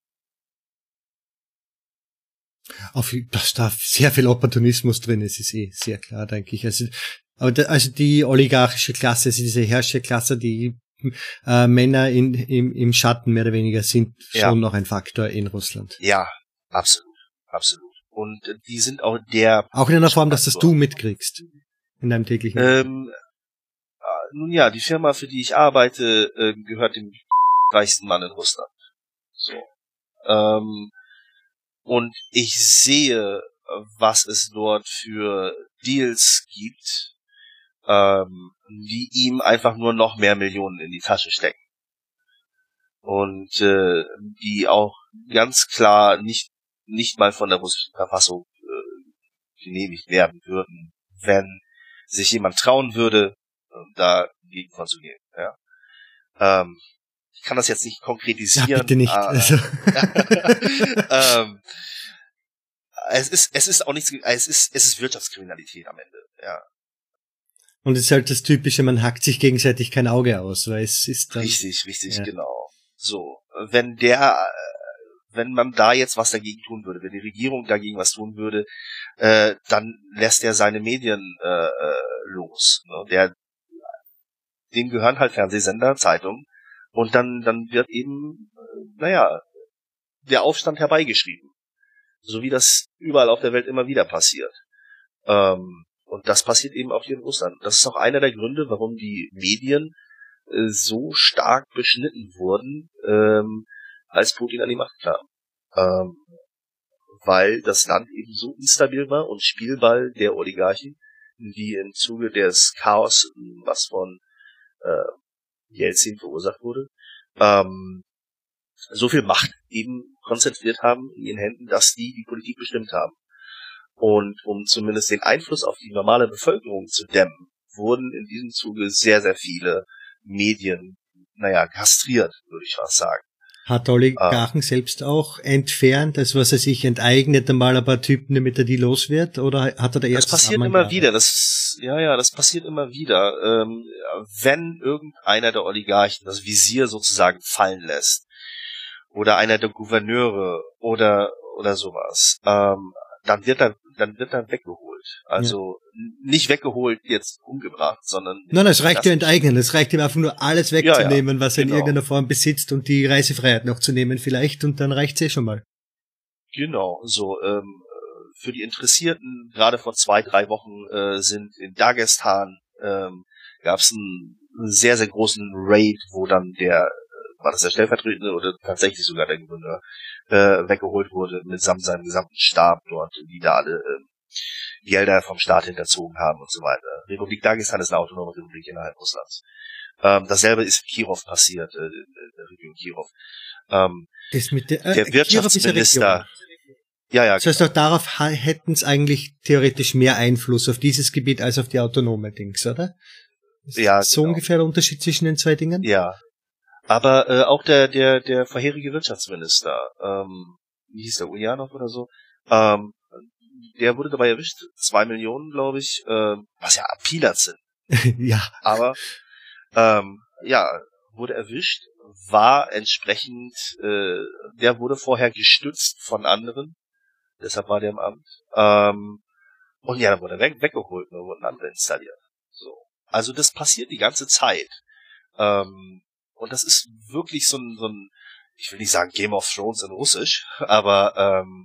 Auf, dass da sehr viel Opportunismus drin ist, ist eh sehr klar, denke ich. Also, aber da, also die oligarchische Klasse, also diese Herrscherklasse, die Äh, Männer in, im, im Schatten mehr oder weniger sind schon ja. noch ein Faktor in Russland. Ja, absolut, absolut. Und äh, die sind auch der... Auch in einer Form, dass das du mitkriegst in deinem täglichen ähm, äh, Nun ja, die Firma, für die ich arbeite, äh, gehört dem reichsten Mann in Russland. So. Ähm, und ich sehe, was es dort für Deals gibt, ähm, die ihm einfach nur noch mehr Millionen in die Tasche stecken. Und äh, die auch ganz klar nicht nicht mal von der russischen Verfassung äh, genehmigt werden würden, wenn sich jemand trauen würde, äh, dagegen vorzugehen. Ja. Ähm, ich kann das jetzt nicht konkretisieren. Ja, bitte nicht. Äh, also. ähm, es ist es ist auch nichts, es ist es ist Wirtschaftskriminalität am Ende. Ja. Und es ist halt das Typische, man hackt sich gegenseitig kein Auge aus, weil es ist dann... Richtig, richtig, ja. Genau. So, wenn der, wenn man da jetzt was dagegen tun würde, wenn die Regierung dagegen was tun würde, äh, dann lässt er seine Medien äh, los. Ne? Der, dem gehören halt Fernsehsender, Zeitungen, und dann, dann wird eben, äh, naja, der Aufstand herbeigeschrieben. So wie das überall auf der Welt immer wieder passiert. Ähm, Und das passiert eben auch hier in Russland. Das ist auch einer der Gründe, warum die Medien äh, so stark beschnitten wurden, ähm, als Putin an die Macht kam. Ähm, weil das Land eben so instabil war und Spielball der Oligarchen, die im Zuge des Chaos, was von äh, Jelzin verursacht wurde, ähm, so viel Macht eben konzentriert haben in ihren Händen, dass die die Politik bestimmt haben. Und um zumindest den Einfluss auf die normale Bevölkerung zu dämmen, wurden in diesem Zuge sehr, sehr viele Medien, naja, kastriert, würde ich fast sagen. Hat Oligarchen äh, selbst auch entfernt, also was er sich enteignet, einmal ein paar Typen, damit er die los wird, oder hat er da erst das passiert immer wieder, das, ja, ja, das passiert immer wieder, ähm, wenn irgendeiner der Oligarchen das Visier sozusagen fallen lässt, oder einer der Gouverneure, oder, oder sowas, ähm, dann wird er, dann wird er weggeholt. Also ja. nicht weggeholt, jetzt umgebracht, sondern... Nein, nein, es reicht ja enteignen. Es reicht ihm einfach nur alles wegzunehmen, ja, ja, was er genau. in irgendeiner Form besitzt und die Reisefreiheit noch zu nehmen vielleicht und dann reicht's eh schon mal. Genau, so ähm, für die Interessierten, gerade vor zwei, drei Wochen äh, sind in Dagestan ähm, gab's einen sehr, sehr großen Raid, wo dann der, war das der Stellvertretende oder tatsächlich sogar der Gouverneur, äh, weggeholt wurde mitsamt seinem gesamten Stab dort, die da alle äh, Gelder vom Staat hinterzogen haben und so weiter. Republik Dagestan ist eine autonome Republik innerhalb Russlands. Ähm, dasselbe ist in Kirov passiert, äh, in der Region Kirov. Ähm, das mit der, äh, der Wirtschaftsminister... Ja, ja. Das heißt, auch darauf hätten es eigentlich theoretisch mehr Einfluss auf dieses Gebiet als auf die autonome Dings, oder? Ist ja, so genau. ungefähr der Unterschied zwischen den zwei Dingen? Ja. Aber äh, auch der der der vorherige Wirtschaftsminister, ähm, wie hieß der, Ulyanov oder so, ähm, der wurde dabei erwischt, zwei Millionen, glaube ich, äh, was ja Peanuts sind. Ja. Aber ähm, ja, wurde erwischt, war entsprechend, äh, der wurde vorher gestützt von anderen, deshalb war der im Amt. Ähm, und ja, dann wurde er weg, weggeholt und wurden andere installiert. So, also das passiert die ganze Zeit. Ähm, und das ist wirklich so ein, so ein, ich will nicht sagen Game of Thrones in Russisch, aber ähm,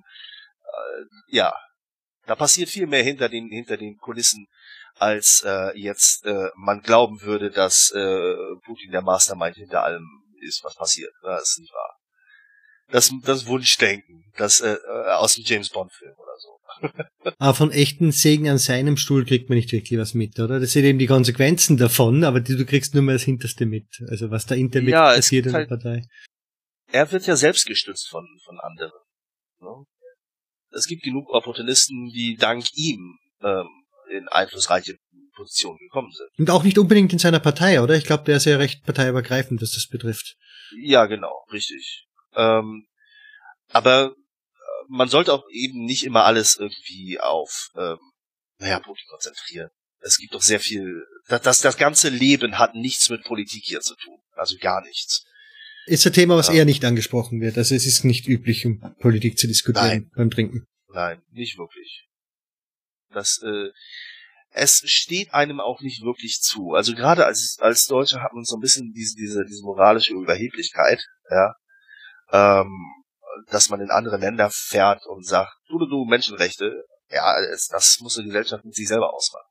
äh, ja, da passiert viel mehr hinter den hinter den Kulissen, als äh, jetzt äh, man glauben würde, dass äh, Putin der Mastermind hinter allem ist, was passiert. Das ist nicht wahr. Das, das Wunschdenken, das äh, aus dem James Bond Film oder so. Aber von echten Segen an seinem Stuhl kriegt man nicht wirklich was mit, oder? Das sind eben die Konsequenzen davon, aber die, du kriegst nur mal das Hinterste mit. Also was da intern ja, passiert in der halt, Partei. Er wird ja selbst gestützt von von anderen. Ne? Es gibt genug Opportunisten, die dank ihm ähm, in einflussreiche Positionen gekommen sind. Und auch nicht unbedingt in seiner Partei, oder? Ich glaube, der ist ja recht parteiübergreifend, was das betrifft. Ja, genau, richtig. Ähm, aber man sollte auch eben nicht immer alles irgendwie auf, ähm, naja, Putin konzentrieren. Es gibt doch sehr viel, das, das, das ganze Leben hat nichts mit Politik hier zu tun. Also gar nichts. Ist ein Thema, was ja. eher nicht angesprochen wird. Also es ist nicht üblich, um Politik zu diskutieren Nein. beim Trinken. Nein, nicht wirklich. Das, äh, es steht einem auch nicht wirklich zu. Also gerade als, als Deutsche hat man so ein bisschen diese, diese, diese moralische Überheblichkeit, ja, ähm, dass man in andere Länder fährt und sagt, du, du, du, Menschenrechte, ja, es, das muss eine Gesellschaft mit sich selber ausmachen.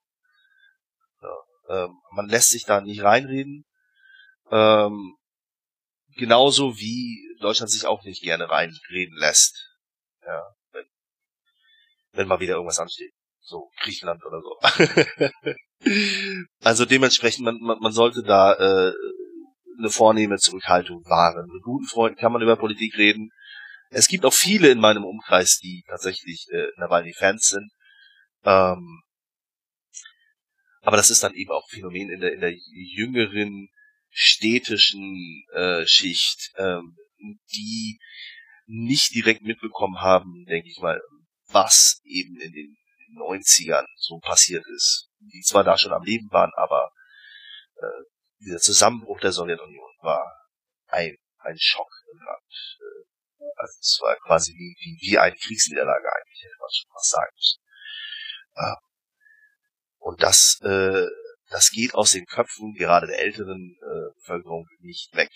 Ja, ähm, man lässt sich da nicht reinreden, ähm, genauso wie Deutschland sich auch nicht gerne reinreden lässt, ja, wenn, wenn mal wieder irgendwas ansteht. So, Griechenland oder so. Also dementsprechend, man, man, man sollte da äh, eine vornehme Zurückhaltung wahren. Mit guten Freunden kann man über Politik reden. Es gibt auch viele in meinem Umkreis, die tatsächlich äh, Nawalny-Fans sind. Ähm, aber das ist dann eben auch ein Phänomen in der, in der jüngeren städtischen äh, Schicht, ähm, die nicht direkt mitbekommen haben, denke ich mal, was eben in den neunzigern so passiert ist. Die zwar da schon am Leben waren, aber äh, dieser Zusammenbruch der Sowjetunion war ein, ein Schock im Land. Also es war quasi wie, wie, wie eine Kriegsniederlage eigentlich, hätte man schon fast sagen müssen. Ähm, und das, äh, das geht aus den Köpfen gerade der älteren äh, Bevölkerung nicht weg.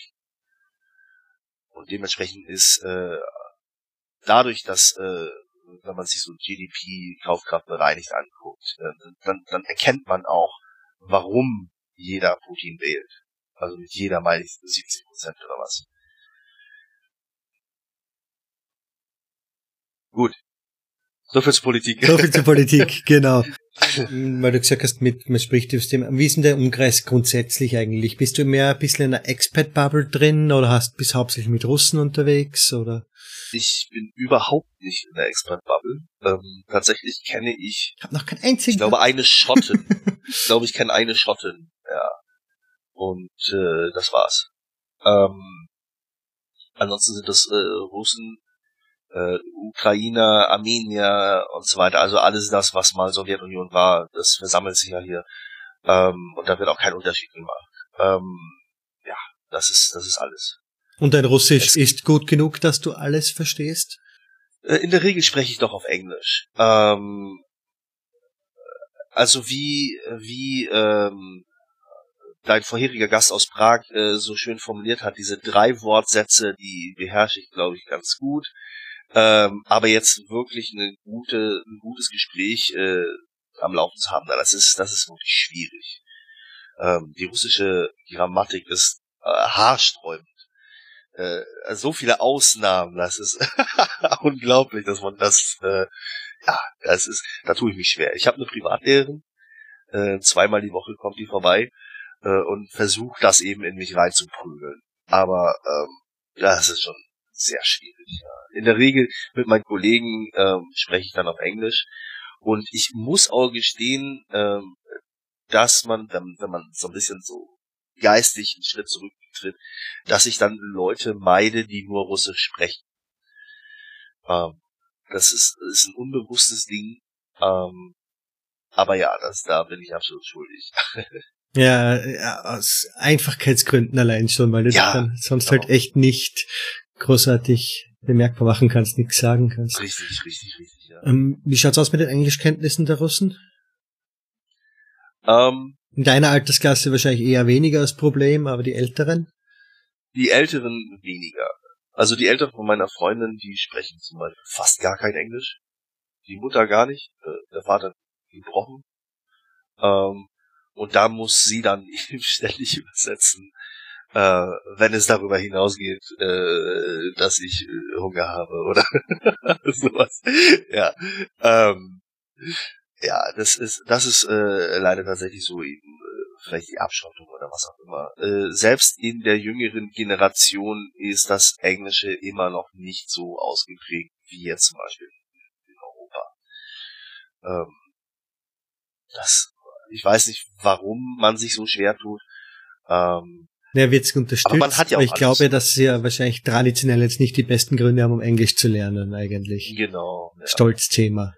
Und dementsprechend ist äh, dadurch, dass äh, wenn man sich so G D P, Kaufkraft bereinigt anguckt, äh, dann, dann erkennt man auch, warum jeder Putin wählt. Also mit jeder meine ich siebzig Prozent oder was. Gut. So viel zur Politik. So viel zur Politik, genau. Weil du gesagt hast, mit, man spricht über das Thema. Wie ist denn der Umkreis grundsätzlich eigentlich? Bist du mehr ein bisschen in einer Expat-Bubble drin oder hast, bist hauptsächlich mit Russen unterwegs, oder? Ich bin überhaupt nicht in der Expat-Bubble. Ähm, tatsächlich kenne ich, Ich habe noch keinen einzigen. Ich glaube, eine Schottin. ich glaube, ich kenne eine Schottin, ja. Und äh, das war's. Ähm, ansonsten sind das äh, Russen, äh, Ukrainer, Armenier und so weiter. Also alles das, was mal Sowjetunion war, das versammelt sich ja hier. Ähm, und da wird auch kein Unterschied gemacht. Ähm, ja, das ist, das ist alles. Und dein Russisch es ist gut genug, dass du alles verstehst? Äh, in der Regel spreche ich doch auf Englisch. Ähm, also wie, wie, ähm, dein vorheriger Gast aus Prag äh, so schön formuliert hat, diese drei Wortsätze, die beherrsche ich, glaube ich, ganz gut. Ähm, aber jetzt wirklich eine gute, ein gutes Gespräch äh, am Laufen zu haben, das ist, das ist wirklich schwierig. Ähm, die russische Grammatik ist äh, haarsträubend. Äh, so viele Ausnahmen, das ist unglaublich, dass man das, äh, ja, das ist, da tue ich mich schwer. Ich habe eine Privatlehrerin, äh, zweimal die Woche kommt die vorbei äh, und versucht das eben in mich reinzuprügeln. Aber ähm, ja, das ist schon sehr schwierig. Ja. In der Regel mit meinen Kollegen ähm, spreche ich dann auf Englisch und ich muss auch gestehen, ähm, dass man, wenn, wenn man so ein bisschen so geistig einen Schritt zurücktritt, dass ich dann Leute meide, die nur Russisch sprechen. Ähm, das ist, ist ein unbewusstes Ding, ähm, aber ja, das, da bin ich absolut schuldig. Ja, ja, aus Einfachkeitsgründen allein schon, weil du ja, dann sonst genau. halt echt nicht großartig bemerkbar machen kannst, nichts sagen kannst. Richtig, richtig, richtig, ja. Ähm, wie schaut's aus mit den Englischkenntnissen der Russen? Ähm, In deiner Altersklasse wahrscheinlich eher weniger als Problem, aber die Älteren? Die Älteren weniger. Also die Eltern von meiner Freundin, die sprechen zum Beispiel fast gar kein Englisch. Die Mutter gar nicht, äh, der Vater gebrochen. Ähm, und da muss sie dann eben ständig übersetzen, äh, wenn es darüber hinausgeht, äh, dass ich äh, Hunger habe oder sowas. Ja, ähm, ja, das ist, das ist äh, leider tatsächlich so eben äh, vielleicht die Abschottung oder was auch immer. Äh, selbst in der jüngeren Generation ist das Englische immer noch nicht so ausgeprägt wie jetzt zum Beispiel in Europa. Ähm, das, ich weiß nicht, warum man sich so schwer tut. Ähm, Wer wird's unterstützt? Aber man hat ja auch ich alles. glaube, dass sie ja wahrscheinlich traditionell jetzt nicht die besten Gründe haben, um Englisch zu lernen, eigentlich. Genau. Ja. Stolzthema.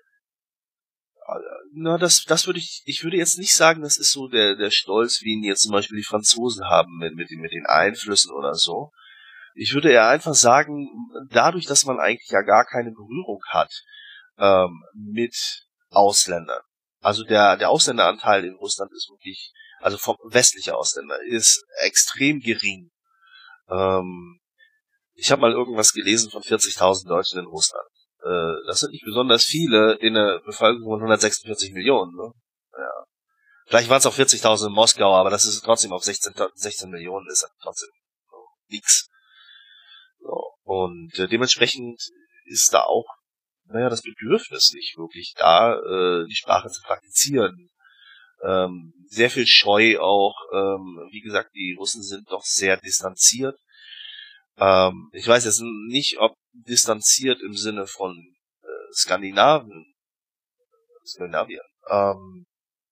Na, das, das würde ich, ich würde jetzt nicht sagen, das ist so der, der Stolz, wie ihn jetzt zum Beispiel die Franzosen haben mit, mit, mit den Einflüssen oder so. Ich würde eher einfach sagen, dadurch, dass man eigentlich ja gar keine Berührung hat ähm, mit Ausländern. Also der, der Ausländeranteil in Russland ist wirklich, also vom westlicher Ausländer, ist extrem gering. Ähm, ich habe mal irgendwas gelesen von vierzigtausend Deutschen in Russland. Äh, das sind nicht besonders viele in einer Bevölkerung von hundertsechsundvierzig Millionen. Ne? Ja. Vielleicht waren es auch vierzigtausend in Moskau, aber das ist trotzdem auf sechzehn, sechzehn Millionen, ist trotzdem so, nix. So. Und äh, dementsprechend ist da auch, naja, das Bedürfnis nicht wirklich da, äh, die Sprache zu praktizieren. Ähm, sehr viel Scheu auch. Ähm, wie gesagt, die Russen sind doch sehr distanziert. Ähm, ich weiß jetzt nicht, ob distanziert im Sinne von äh, Skandinavien, Skandinavien, ähm,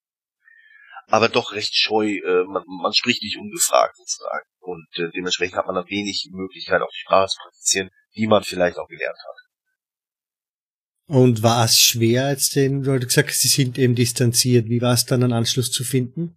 aber doch recht scheu. Äh, man, man spricht nicht ungefragt sozusagen und äh, dementsprechend hat man dann wenig Möglichkeit, auch die Sprache zu praktizieren, die man vielleicht auch gelernt hat. Und war es schwer, als den, weil du gesagt hast, sie sind eben distanziert. Wie war es dann, einen Anschluss zu finden?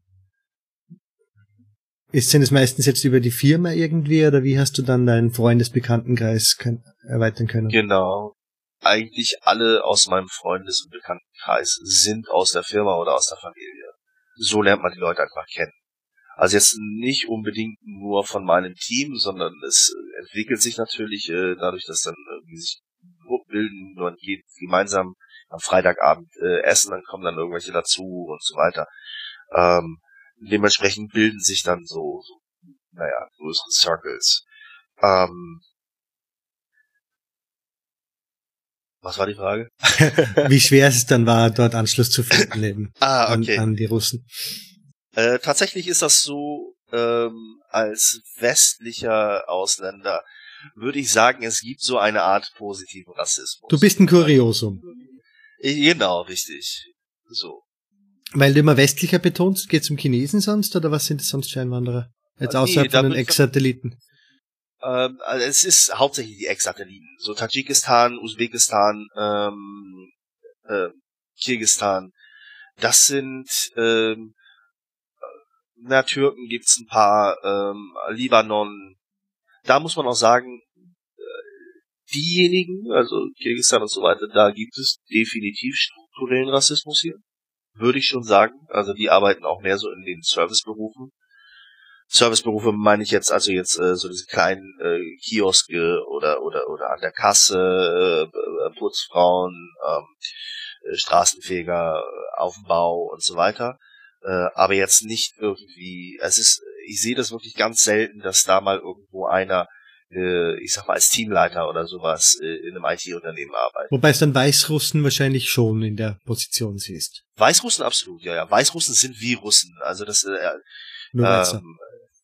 Ist denn es meistens jetzt über die Firma irgendwie oder wie hast du dann deinen Freundesbekanntenkreis erweitern können? Genau. Eigentlich alle aus meinem Freundes- und Bekanntenkreis sind aus der Firma oder aus der Familie. So lernt man die Leute einfach kennen. Also jetzt nicht unbedingt nur von meinem Team, sondern es entwickelt sich natürlich äh, dadurch, dass dann irgendwie sich Gruppen bilden, man geht gemeinsam am Freitagabend äh, essen, dann kommen dann irgendwelche dazu und so weiter. Ähm, dementsprechend bilden sich dann so, so naja, größere Circles. Ähm, Was war die Frage? Wie schwer es dann war, dort Anschluss zu finden eben ah, okay. an, an die Russen. Äh, tatsächlich ist das so, ähm, als westlicher Ausländer würde ich sagen, es gibt so eine Art positiven Rassismus. Du bist ein Kuriosum. Genau, richtig. So. Weil du immer westlicher betonst, geht's um Chinesen sonst, oder was sind es sonst für Einwanderer? Jetzt außerhalb nee, von den Ex-Satelliten. Ähm, also es ist hauptsächlich die Ex-Satelliten. So Tadschikistan, Usbekistan, ähm, äh, Kirgisistan. Das sind, ähm, na, Türken gibt's ein paar, ähm, Libanon. Da muss man auch sagen, diejenigen, also Kirgisistan und so weiter, da gibt es definitiv strukturellen Rassismus hier. Würde ich schon sagen. Also die arbeiten auch mehr so in den Serviceberufen. Serviceberufe meine ich jetzt, also jetzt äh, so diese kleinen äh, Kioske oder oder oder an der Kasse, äh, Putzfrauen, ähm, äh, Straßenfeger, äh, auf dem Bau und so weiter. Äh, aber jetzt nicht irgendwie, es ist, ich sehe das wirklich ganz selten, dass da mal irgendwo einer, äh, ich sag mal als Teamleiter oder sowas äh, in einem I T-Unternehmen arbeitet. Wobei es dann Weißrussen wahrscheinlich schon in der Position siehst. Weißrussen absolut, ja, ja. Weißrussen sind wie Russen, also das äh, Nur ähm,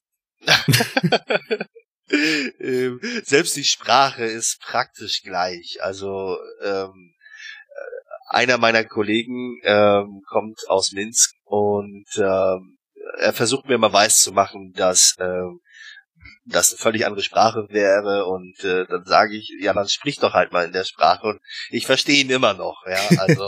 ähm, selbst die Sprache ist praktisch gleich. Also ähm, einer meiner Kollegen ähm, kommt aus Minsk und ähm, er versucht mir immer weiß zu machen, dass ähm, das eine völlig andere Sprache wäre und äh, dann sage ich, ja, dann sprich doch halt mal in der Sprache und ich verstehe ihn immer noch, ja, also.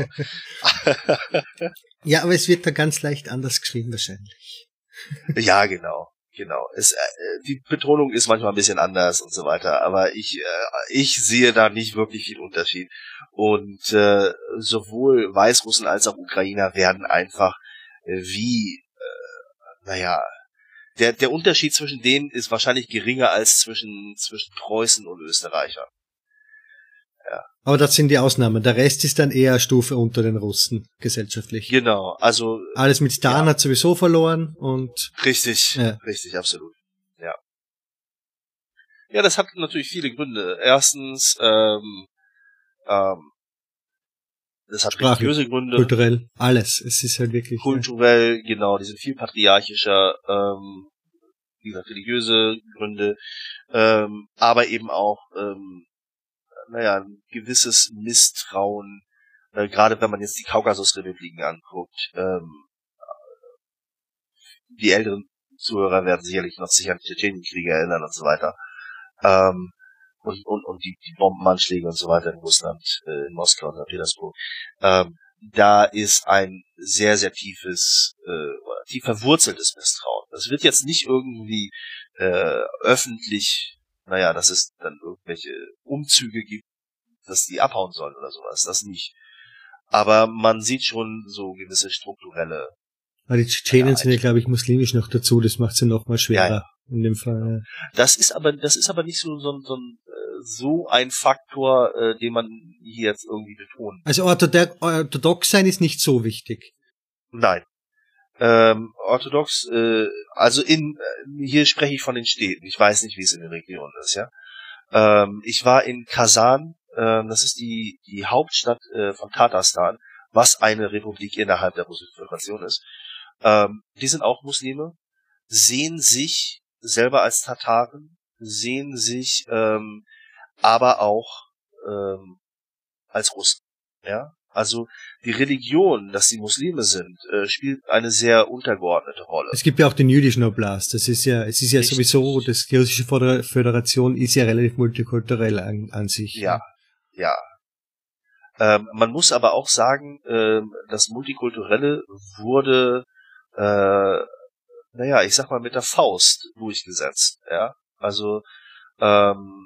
Ja, aber es wird da ganz leicht anders geschrieben wahrscheinlich. Ja, genau. Genau, es, äh, die Betonung ist manchmal ein bisschen anders und so weiter, aber ich äh, ich sehe da nicht wirklich viel Unterschied. Und äh, sowohl Weißrussen als auch Ukrainer werden einfach äh, wie, äh, naja, der der Unterschied zwischen denen ist wahrscheinlich geringer als zwischen zwischen Preußen und Österreicher. Ja. Aber das sind die Ausnahmen. Der Rest ist dann eher Stufe unter den Russen gesellschaftlich. Genau, also alles mit Stalin ja. hat sowieso verloren und richtig, ja. richtig, absolut. Ja. Ja, das hat natürlich viele Gründe. Erstens, ähm, ähm, das hat Sprachlich, religiöse Gründe. Kulturell, alles. Es ist halt wirklich. Kulturell, ja. Genau, die sind viel patriarchischer, ähm, wie gesagt, religiöse Gründe, ähm, aber eben auch, ähm, naja, ein gewisses Misstrauen, äh, gerade wenn man jetzt die Kaukasusrepubliken anguckt. Ähm, die älteren Zuhörer werden sicherlich noch sich an die Tschetschenienkriege erinnern und so weiter. Ähm, und, und, und die, die Bombenanschläge und so weiter in Russland, äh, in Moskau und in Petersburg. Ähm, da ist ein sehr, sehr tiefes, äh, tief verwurzeltes Misstrauen. Das wird jetzt nicht irgendwie äh, öffentlich, naja, dass es dann irgendwelche Umzüge gibt, dass die abhauen sollen oder sowas, das nicht. Aber man sieht schon so gewisse strukturelle. Aber die Tschetschenen ja, sind ja, glaube ich, muslimisch noch dazu, das macht sie noch mal schwerer ja, ja. in dem Fall. Ja. Das ist aber, das ist aber nicht so, so, so, so ein Faktor, äh, den man hier jetzt irgendwie betont. Also orthodox, orthodox sein ist nicht so wichtig. Nein. Ähm, orthodox, äh, also in, hier spreche ich von den Städten. Ich weiß nicht, wie es in der Region ist, ja. Ähm, ich war in Kasan, ähm, das ist die, die Hauptstadt äh, von Tatarstan, was eine Republik innerhalb der Russischen Föderation ist. Ähm, die sind auch Muslime, sehen sich selber als Tataren, sehen sich ähm, aber auch ähm, als Russen, ja. Also die Religion, dass sie Muslime sind, äh, spielt eine sehr untergeordnete Rolle. Es gibt ja auch den jüdischen Oblast. Das ist ja, es ist ja Richtig. sowieso, das, die Russische Föderation ist ja relativ multikulturell an, an sich. Ja, ja. Ähm, man muss aber auch sagen, ähm, das Multikulturelle wurde, äh, naja, ich sag mal mit der Faust durchgesetzt. Ja, also ähm,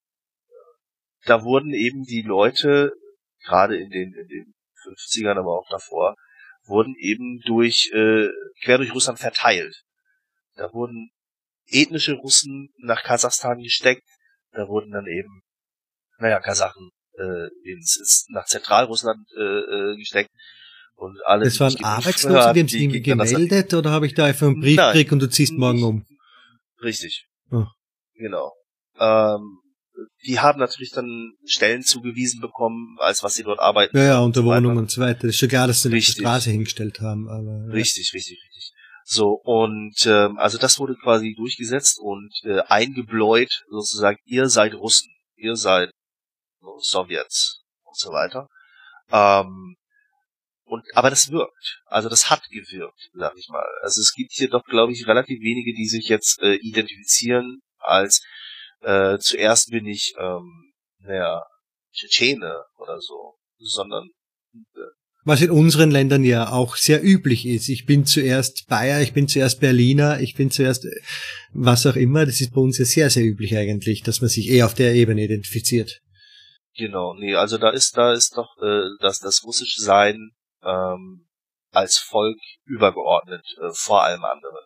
da wurden eben die Leute gerade in den, in den fünfzigern, aber auch davor, wurden eben durch, äh, quer durch Russland verteilt. Da wurden ethnische Russen nach Kasachstan gesteckt, da wurden dann eben, naja, Kasachen äh, ins, ins, nach Zentralrussland äh, äh, gesteckt. Und alle, das waren Arbeitslose, die haben sich irgendwie gemeldet, oder habe ich da einfach einen Brief gekriegt und du ziehst morgen um? Richtig. Oh. Genau. Ähm, die haben natürlich dann Stellen zugewiesen bekommen, als was sie dort arbeiten. Ja, ja, unter Wohnungen und so weiter. Das ist schon klar, dass sie nicht die Richtig. Straße hingestellt haben. Aber, ja. Richtig, richtig, richtig. So, und ähm, also das wurde quasi durchgesetzt und äh, eingebläut, sozusagen, ihr seid Russen, ihr seid Sowjets und so weiter. Ähm, und aber das wirkt. Also das hat gewirkt, sag ich mal. Also es gibt hier doch, glaube ich, relativ wenige, die sich jetzt äh, identifizieren als äh, zuerst bin ich ähm, naja, Tschetschene oder so, sondern äh, was in unseren Ländern ja auch sehr üblich ist. Ich bin zuerst Bayer, ich bin zuerst Berliner, ich bin zuerst was auch immer. Das ist bei uns ja sehr, sehr üblich eigentlich, dass man sich eher auf der Ebene identifiziert. Genau, nee, also da ist, da ist doch äh, das, das russische Sein ähm, als Volk übergeordnet äh, vor allem andere.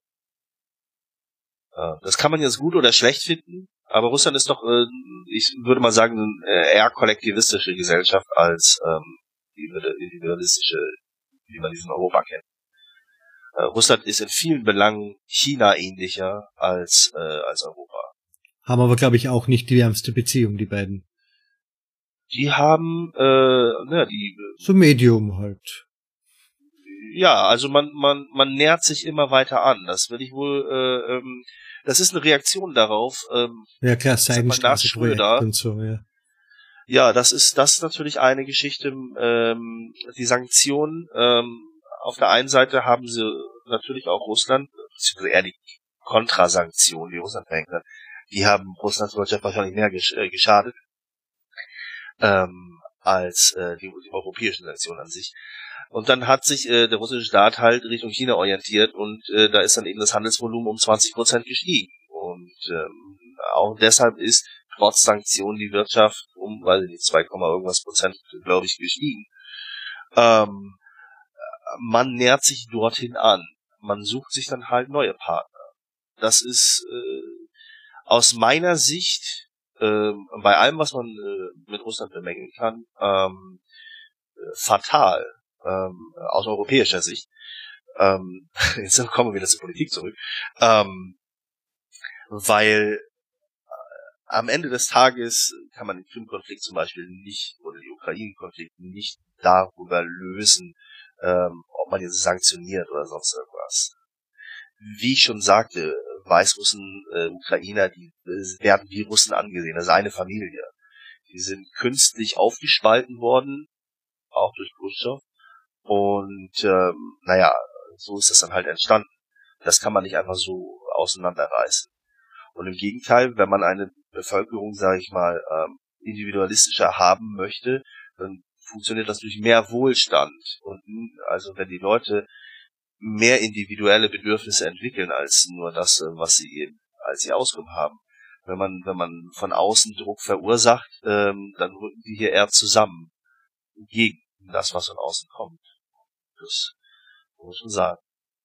Äh, das kann man jetzt gut oder schlecht finden, aber Russland ist doch, äh, ich würde mal sagen, eine eher kollektivistische Gesellschaft als ähm, die individualistische, wie man diesen Europa kennt. Äh, Russland ist in vielen Belangen China ähnlicher als äh, als Europa. Haben aber, glaube ich, auch nicht die wärmste Beziehung, die beiden. Die haben, äh, na, die... So Medium halt. Ja, also man man man nähert sich immer weiter an. Das will ich wohl... Äh, ähm, das ist eine Reaktion darauf. Ähm, ja klar, Seidenstraße-Projekt und so, ja. Ja, das ist das ist natürlich eine Geschichte. Ähm, die Sanktionen, ähm, auf der einen Seite haben sie natürlich auch Russland, beziehungsweise eher die Kontrasanktionen, die Russland verhängt hat, die haben Russlands Wirtschaft wahrscheinlich mehr gesch äh, geschadet ähm, als äh, die, die europäischen Sanktionen an sich. Und dann hat sich äh, der russische Staat halt Richtung China orientiert und äh, da ist dann eben das Handelsvolumen um zwanzig Prozent gestiegen. Und ähm, auch deshalb ist trotz Sanktionen die Wirtschaft um, weiß ich nicht, zwei, irgendwas Prozent, glaube ich, gestiegen. Ähm, man nähert sich dorthin an. Man sucht sich dann halt neue Partner. Das ist äh, aus meiner Sicht, äh, bei allem, was man äh, mit Russland bemängeln kann, ähm, äh, fatal, ähm, aus europäischer Sicht. Ähm, jetzt kommen wir wieder zur Politik zurück. Ähm, weil am Ende des Tages kann man den Krim-Konflikt zum Beispiel nicht, oder den Ukraine-Konflikt nicht darüber lösen, ähm, ob man jetzt sanktioniert oder sonst irgendwas. Wie ich schon sagte, Weißrussen, äh, Ukrainer, die äh, werden wie Russen angesehen. Das ist eine Familie. Die sind künstlich aufgespalten worden, auch durch Khrushchev. Und ähm, naja, so ist das dann halt entstanden. Das kann man nicht einfach so auseinanderreißen. Und im Gegenteil, wenn man eine Bevölkerung, sage ich mal, ähm, individualistischer haben möchte, dann funktioniert das durch mehr Wohlstand. Und also wenn die Leute mehr individuelle Bedürfnisse entwickeln als nur das, was sie eben als ihr Auskommen haben. Wenn man wenn man von außen Druck verursacht, ähm, dann rücken die hier eher zusammen gegen das, was von außen kommt. Das muss man schon sagen.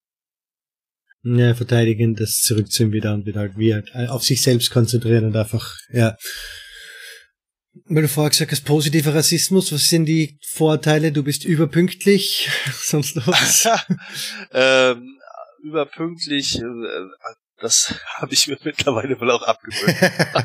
Ja, verteidigen, das zurückziehen wieder und wieder halt wie halt auf sich selbst konzentrieren und einfach, ja. Weil du vorher gesagt hast, positiver Rassismus, was sind die Vorteile? Du bist überpünktlich, sonst noch was? ähm, überpünktlich, äh, das habe ich mir mittlerweile wohl auch abgewöhnt.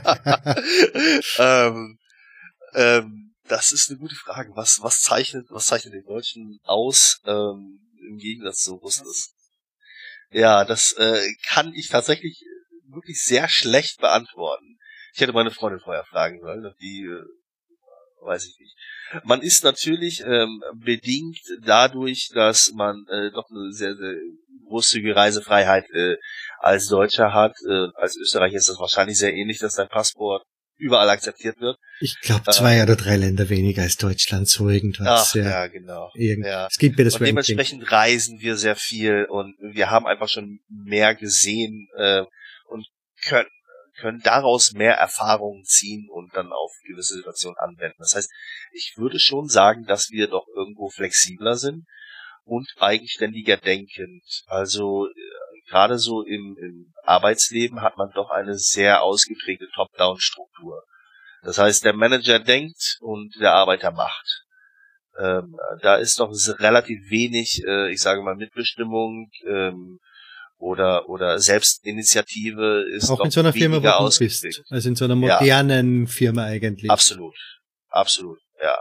ähm, ähm, das ist eine gute Frage. Was, was zeichnet, was zeichnet den Deutschen aus, ähm, im Gegensatz zu Russland? Ja, das äh, kann ich tatsächlich wirklich sehr schlecht beantworten. Ich hätte meine Freundin vorher fragen sollen, die äh, weiß ich nicht. Man ist natürlich ähm, bedingt dadurch, dass man äh, doch eine sehr, sehr großzügige Reisefreiheit äh, als Deutscher hat. Äh, als Österreicher ist das wahrscheinlich sehr ähnlich, dass dein Passport überall akzeptiert wird. Ich glaube zwei äh, oder drei Länder weniger als Deutschland, so irgendwas. Ach, ja, ja genau. Irgend ja. Es gibt mir das und dementsprechend reisen wir sehr viel und wir haben einfach schon mehr gesehen äh, und können können daraus mehr Erfahrungen ziehen und dann auf gewisse Situationen anwenden. Das heißt, ich würde schon sagen, dass wir doch irgendwo flexibler sind und eigenständiger denkend. Also äh, gerade so im, im Arbeitsleben hat man doch eine sehr ausgeprägte Top-Down-Struktur. Das heißt, der Manager denkt und der Arbeiter macht. Ähm, da ist doch relativ wenig, äh, ich sage mal, Mitbestimmung ähm, oder oder Selbstinitiative ist auch in so einer Firma, wo du bist, also in so einer modernen ja. Firma eigentlich. Absolut, absolut, ja.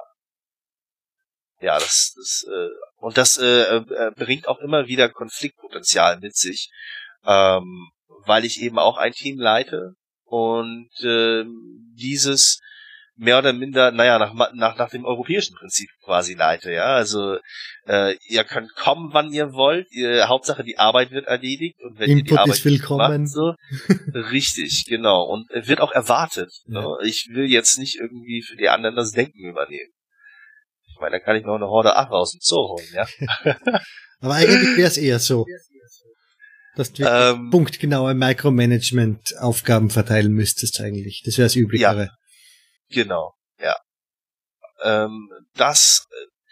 Ja, das, das äh, und das äh, äh, bringt auch immer wieder Konfliktpotenzial mit sich, ähm, weil ich eben auch ein Team leite und äh, dieses mehr oder minder, naja, nach, nach, nach dem europäischen Prinzip quasi leite, ja, also äh, ihr könnt kommen, wann ihr wollt, ihr, Hauptsache die Arbeit wird erledigt und wenn Input ihr die Arbeit ist willkommen. macht, so, richtig, genau, und wird auch erwartet. Ja. Ne? Ich will jetzt nicht irgendwie für die anderen das Denken übernehmen. Ich meine, da kann ich noch eine Horde Affen aus dem Zoo holen, ja. Aber eigentlich wäre es eher so, dass du ähm, punktgenaue Micromanagement-Aufgaben verteilen müsstest eigentlich. Das wäre das Üblichere. Ja. Genau, ja. Ähm, das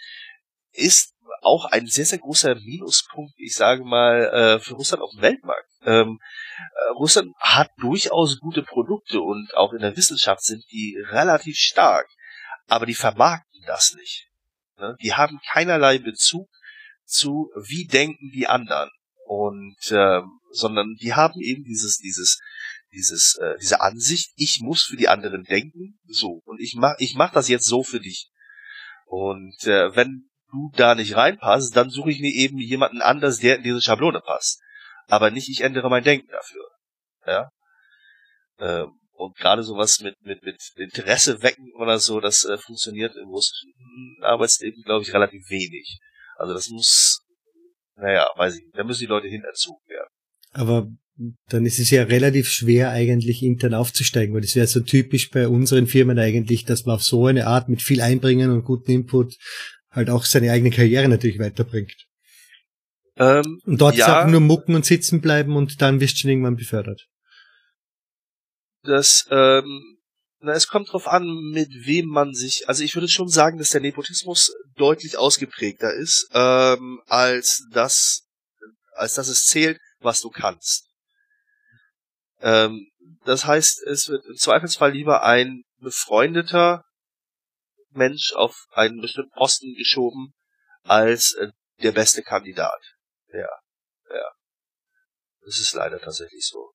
ist auch ein sehr, sehr großer Minuspunkt, ich sage mal, äh, für Russland auf dem Weltmarkt. Ähm, äh, Russland hat durchaus gute Produkte und auch in der Wissenschaft sind die relativ stark, aber die vermarkten das nicht. Ne? Die haben keinerlei Bezug zu, wie denken die anderen, und ähm, sondern die haben eben dieses, dieses dieses äh, diese Ansicht, ich muss für die anderen denken, so, und ich mach ich mach das jetzt so für dich. Und äh, wenn du da nicht reinpasst, dann suche ich mir eben jemanden anders, der in diese Schablone passt. Aber nicht, ich ändere mein Denken dafür. Ja. Ähm, und gerade sowas mit mit mit Interesse wecken oder so, das äh, funktioniert im russischen Arbeitsleben, glaube ich, relativ wenig. Also das muss, naja, weiß ich nicht, da müssen die Leute hinerzogen werden. Aber dann ist es ja relativ schwer eigentlich intern aufzusteigen, weil das wäre so typisch bei unseren Firmen eigentlich, dass man auf so eine Art mit viel Einbringen und guten Input halt auch seine eigene Karriere natürlich weiterbringt. Ähm, und dort ja, ist auch nur mucken und sitzen bleiben und dann wirst du schon irgendwann befördert. Das, ähm, na, es kommt drauf an, mit wem man sich, also ich würde schon sagen, dass der Nepotismus deutlich ausgeprägter ist, ähm, als das, als dass es zählt, was du kannst. Ähm, das heißt, es wird im Zweifelsfall lieber ein befreundeter Mensch auf einen bestimmten Posten geschoben, als äh, der beste Kandidat. Ja, ja. Das ist leider tatsächlich so.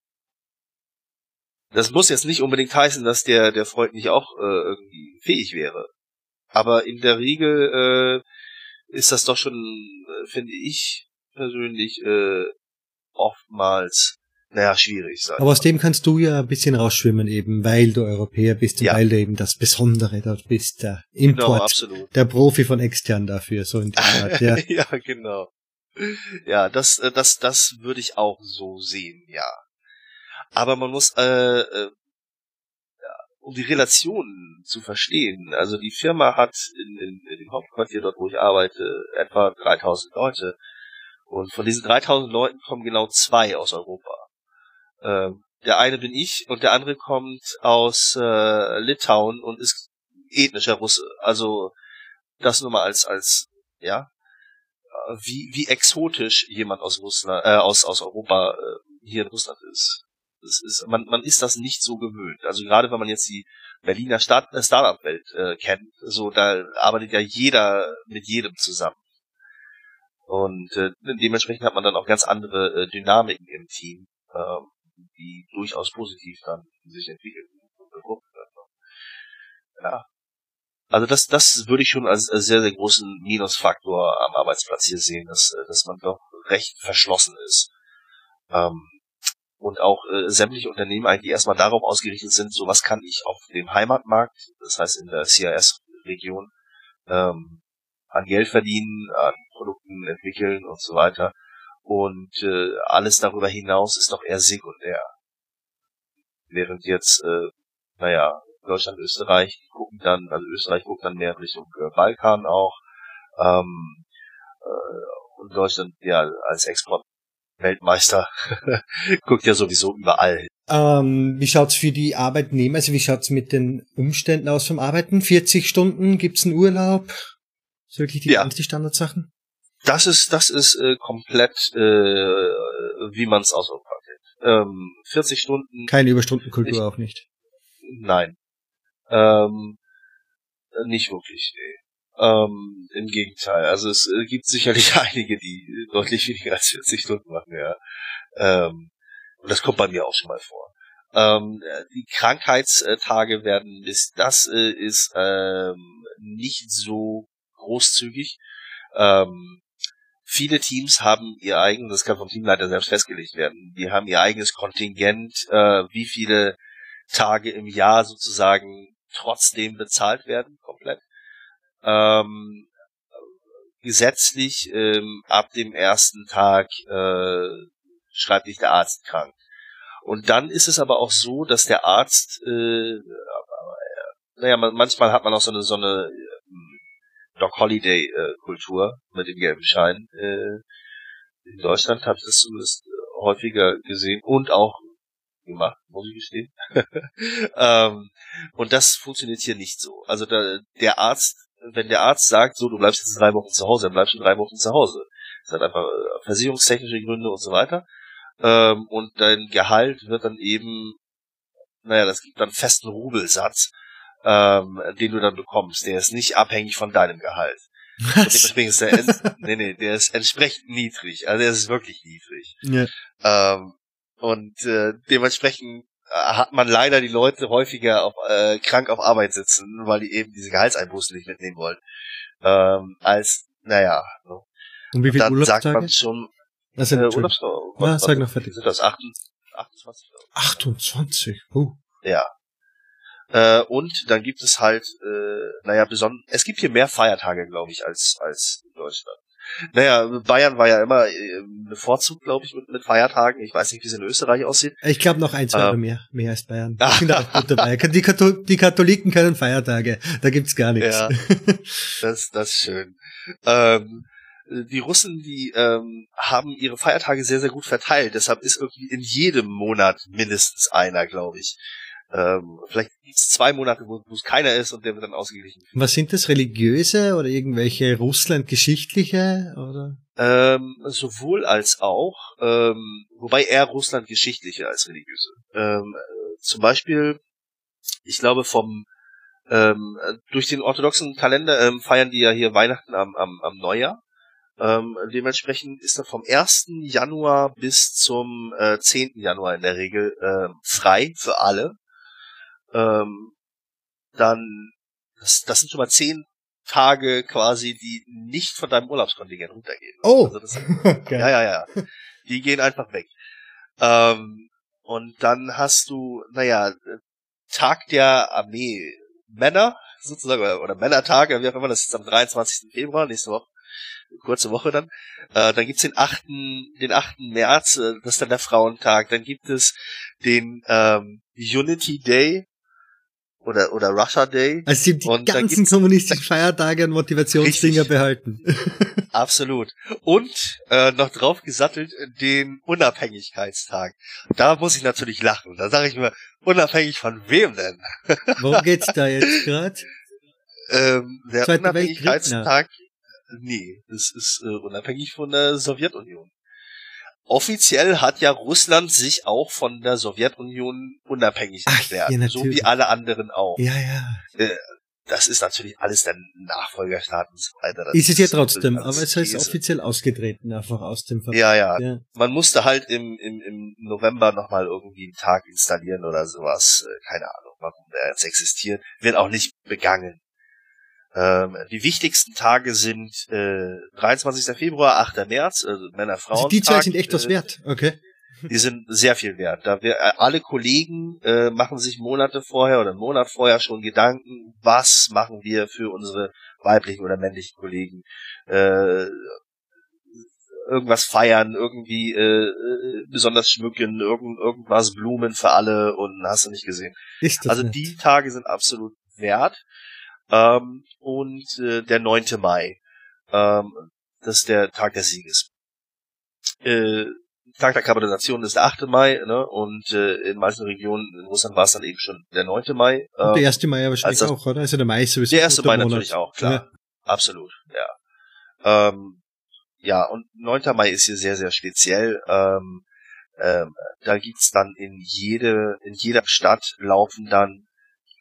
Das muss jetzt nicht unbedingt heißen, dass der der Freund nicht auch äh, irgendwie fähig wäre. Aber in der Regel äh, ist das doch schon, äh, finde ich persönlich, äh, oftmals, naja, schwierig sein. Aber aus dem kannst du ja ein bisschen rausschwimmen eben, weil du Europäer bist und ja. weil du eben das Besondere dort bist, der Import, genau, absolut. Der Profi von extern dafür, so in der Art. Ja. Ja, genau. Ja, das, das, das würde ich auch so sehen, ja. Aber man muss, äh, äh, ja, um die Relationen zu verstehen, also die Firma hat in, in, in dem Hauptquartier dort, wo ich arbeite, etwa dreitausend Leute. Und von diesen dreitausend Leuten kommen genau zwei aus Europa. Ähm, der eine bin ich und der andere kommt aus äh, Litauen und ist ethnischer Russe. Also das nur mal als als ja wie wie exotisch jemand aus Russland äh, aus aus Europa äh, hier in Russland ist. Das ist man man ist das nicht so gewöhnt. Also gerade wenn man jetzt die Berliner Start, äh, Startup-Welt äh, kennt, so da arbeitet ja jeder mit jedem zusammen. Und äh, dementsprechend hat man dann auch ganz andere äh, Dynamiken im Team, äh, die durchaus positiv dann sich entwickeln. Ja. Also das, das würde ich schon als, als sehr, sehr großen Minusfaktor am Arbeitsplatz hier sehen, dass, dass man doch recht verschlossen ist. Ähm, und auch äh, sämtliche Unternehmen eigentlich erstmal darauf ausgerichtet sind, so was kann ich auf dem Heimatmarkt, das heißt in der C I S-Region, ähm, an Geld verdienen, an Produkten entwickeln und so weiter. Und äh, alles darüber hinaus ist doch eher sekundär. Während jetzt, äh, naja, Deutschland, Österreich gucken dann, also Österreich guckt dann mehr Richtung äh, Balkan auch, ähm, äh, und Deutschland ja als Exportweltmeister guckt ja sowieso überall hin. Ähm, wie schaut's für die Arbeitnehmer, also wie schaut's mit den Umständen aus vom Arbeiten? vierzig Stunden, gibt's einen Urlaub? Das sind wirklich die, ja. die Standardsachen? Das ist, das ist äh, komplett, äh, wie man es aus Europa kennt. Ähm, vierzig Stunden. Keine Überstundenkultur ich, auch nicht. Nein. Ähm, nicht wirklich, nee. Ähm, im Gegenteil. Also es äh, gibt sicherlich einige, die deutlich weniger als vierzig Stunden machen, ja. Ähm, und das kommt bei mir auch schon mal vor. Ähm, die Krankheitstage werden, ist, das äh, ist ähm, nicht so großzügig. Ähm, viele Teams haben ihr eigenes, das kann vom Teamleiter selbst festgelegt werden, die haben ihr eigenes Kontingent, äh, wie viele Tage im Jahr sozusagen trotzdem bezahlt werden, komplett. Ähm, gesetzlich ähm, ab dem ersten Tag äh, schreibt dich der Arzt krank. Und dann ist es aber auch so, dass der Arzt, äh, naja, manchmal hat man auch so eine so eine Doc Holiday äh, Kultur mit dem gelben Schein. Äh, in Deutschland habe ich das zumindest häufiger gesehen und auch gemacht, muss ich gestehen. ähm, und das funktioniert hier nicht so. Also da, der Arzt, wenn der Arzt sagt, so, du bleibst jetzt drei Wochen zu Hause, dann bleibst du drei Wochen zu Hause. Das hat einfach äh, versicherungstechnische Gründe und so weiter. Ähm, und dein Gehalt wird dann eben, naja, das gibt dann einen festen Rubelsatz, ähm, den du dann bekommst. Der ist nicht abhängig von deinem Gehalt. Und dementsprechend ist der, en- nee, nee, der ist entsprechend niedrig. Also der ist wirklich niedrig. Ja. Ähm, und äh, dementsprechend äh, hat man leider die Leute häufiger auf, äh, krank auf Arbeit sitzen, weil die eben diese Gehaltseinbußen nicht mitnehmen wollen. Ähm, als, naja, so. Und wie viele Dann sagt Urlaubstage? man schon, Also, äh, Entschuldigung. Urlaubstage. Ja, was- sag noch was- fertig. Sind das achtundzwanzig? achtundzwanzig. Oh. Ja. Äh, und dann gibt es halt, äh, naja, beson es gibt hier mehr Feiertage, glaube ich, als als in Deutschland. Naja, Bayern war ja immer äh, bevorzugt, glaube ich, mit, mit Feiertagen. Ich weiß nicht, wie es in Österreich aussieht. Ich glaube noch ein, zwei Ähm. oder mehr. Mehr als Bayern. Ich bin da auch gut dabei. Die, Kathol die Katholiken können Feiertage. Da gibt's gar nichts. Ja, das, das ist schön. Ähm, die Russen, die ähm, haben ihre Feiertage sehr, sehr gut verteilt. Deshalb ist irgendwie in jedem Monat mindestens einer, glaube ich. Ähm, vielleicht gibt's zwei Monate, wo wo es keiner ist und der wird dann ausgeglichen. Was sind das? Religiöse oder irgendwelche Russland-geschichtliche? Oder? Ähm, sowohl als auch, ähm, wobei eher Russland geschichtliche als religiöse. Ähm, äh, zum Beispiel, ich glaube vom ähm, durch den orthodoxen Kalender ähm, feiern die ja hier Weihnachten am, am, am Neujahr. Ähm, dementsprechend ist dann vom ersten Januar bis zum äh, zehnten Januar in der Regel äh, frei für alle. Ähm, dann, das, das sind schon mal zehn Tage quasi, die nicht von deinem Urlaubskontingent runtergehen. Oh! Also das, Geil. ja, ja, ja. Die gehen einfach weg. Ähm, und dann hast du, naja, Tag der Armee Männer, sozusagen, oder, oder Männertag, wie auch immer, das ist am dreiundzwanzigsten Februar, nächste Woche, kurze Woche dann. Äh, dann gibt's den achten den achten März, äh, das ist dann der Frauentag. Dann gibt es den ähm, Unity Day, oder oder Russia Day. Also sie haben die Und da ganzen gibt's- kommunistischen Feiertage und Motivationsdinger Richtig. behalten. Absolut. Und äh, noch drauf gesattelt äh, den Unabhängigkeitstag. Da muss ich natürlich lachen. Da sage ich mir, unabhängig von wem denn? Worum geht's da jetzt gerade? Ähm, der Zweiter Unabhängigkeitstag, nee, das ist äh, unabhängig von der Sowjetunion. Offiziell hat ja Russland sich auch von der Sowjetunion unabhängig Ach, erklärt. ja, so natürlich. wie alle anderen auch. Ja, ja. Das ist natürlich alles dann Nachfolgerstaat und so weiter. Das Ist es ja trotzdem, alles aber es heißt Käse. offiziell ausgetreten, einfach aus dem Verband. Ja, ja. Ja. Man musste halt im, im, im November nochmal irgendwie einen Tag installieren oder sowas. Äh, Keine Ahnung, warum der jetzt existiert. Wird auch nicht begangen. Ähm, die wichtigsten Tage sind äh, dreiundzwanzigsten Februar, achter März, also Männer, Frauen. Also die zwei sind echt was äh, wert, okay. Die sind sehr viel wert. Da wir äh, alle Kollegen äh, machen sich Monate vorher oder einen Monat vorher schon Gedanken, was machen wir für unsere weiblichen oder männlichen Kollegen. Äh, irgendwas feiern, irgendwie äh, äh, besonders schmücken, irgend, irgendwas, Blumen für alle und hast du nicht gesehen. Ist das Also nett. die Tage sind absolut wert. Ähm, und äh, der neunte Mai, ähm, das ist der Tag des Sieges. Äh, Tag der Kapitulation ist der achte Mai, ne? Und äh, in manchen Regionen in Russland war es dann eben schon der neunte Mai. Und Ähm, der erste Mai ja wahrscheinlich als das- auch, oder? Also der Mai ist sowieso der erste guter Mai Monat. natürlich auch, klar. Ja. Absolut, ja. Ähm, ja, und neunter Mai ist hier sehr, sehr speziell. Ähm, ähm, da gibt's dann in jede, in jeder Stadt laufen dann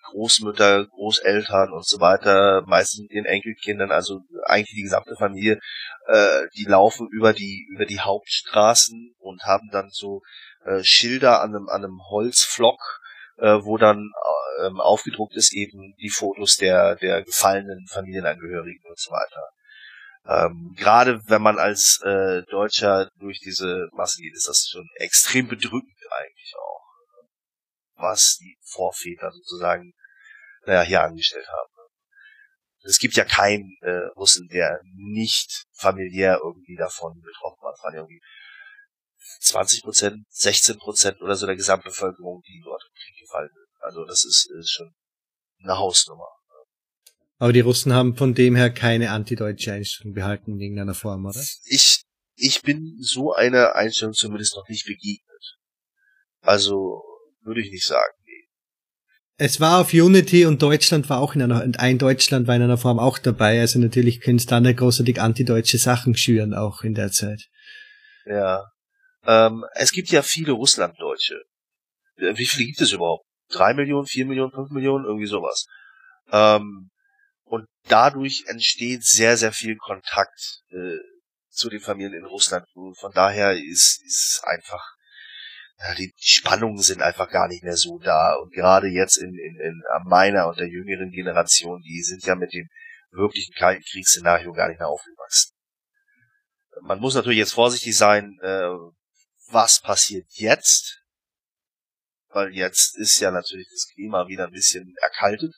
Großmütter, Großeltern und so weiter, meistens mit ihren Enkelkindern, also eigentlich die gesamte Familie, äh, die laufen über die über die Hauptstraßen und haben dann so äh, Schilder an einem an einem Holzpflock, äh, wo dann äh, aufgedruckt ist eben die Fotos der der gefallenen Familienangehörigen und so weiter. Ähm, gerade wenn man als äh, Deutscher durch diese Masse geht, ist das schon extrem bedrückend eigentlich auch, was die Vorväter sozusagen naja, hier angestellt haben. Es gibt ja keinen äh, Russen, der nicht familiär irgendwie davon betroffen war. Es waren ja irgendwie zwanzig Prozent, sechzehn Prozent oder so der Gesamtbevölkerung, die dort im Krieg gefallen sind. Also das ist, ist schon eine Hausnummer. Aber die Russen haben von dem her keine antideutsche Einstellung behalten in irgendeiner Form, oder? Ich, ich bin so einer Einstellung zumindest noch nicht begegnet. Also würde ich nicht sagen. Nee. Es war auf Unity und Deutschland war auch in einer, und ein Deutschland war in einer Form auch dabei. Also natürlich können es da nicht großartig antideutsche Sachen schüren, auch in der Zeit. Ja. Ähm, es gibt ja viele Russlanddeutsche. Wie viele gibt es überhaupt? Drei Millionen, vier Millionen, fünf Millionen, irgendwie sowas. Ähm, Und dadurch entsteht sehr, sehr viel Kontakt äh, zu den Familien in Russland. Und von daher ist, ist einfach, ja, die Spannungen sind einfach gar nicht mehr so da. Und gerade jetzt in, in, in meiner und der jüngeren Generation, die sind ja mit dem wirklichen Kalten Kriegsszenario gar nicht mehr aufgewachsen. Man muss natürlich jetzt vorsichtig sein, äh, was passiert jetzt? Weil jetzt ist ja natürlich das Klima wieder ein bisschen erkaltet.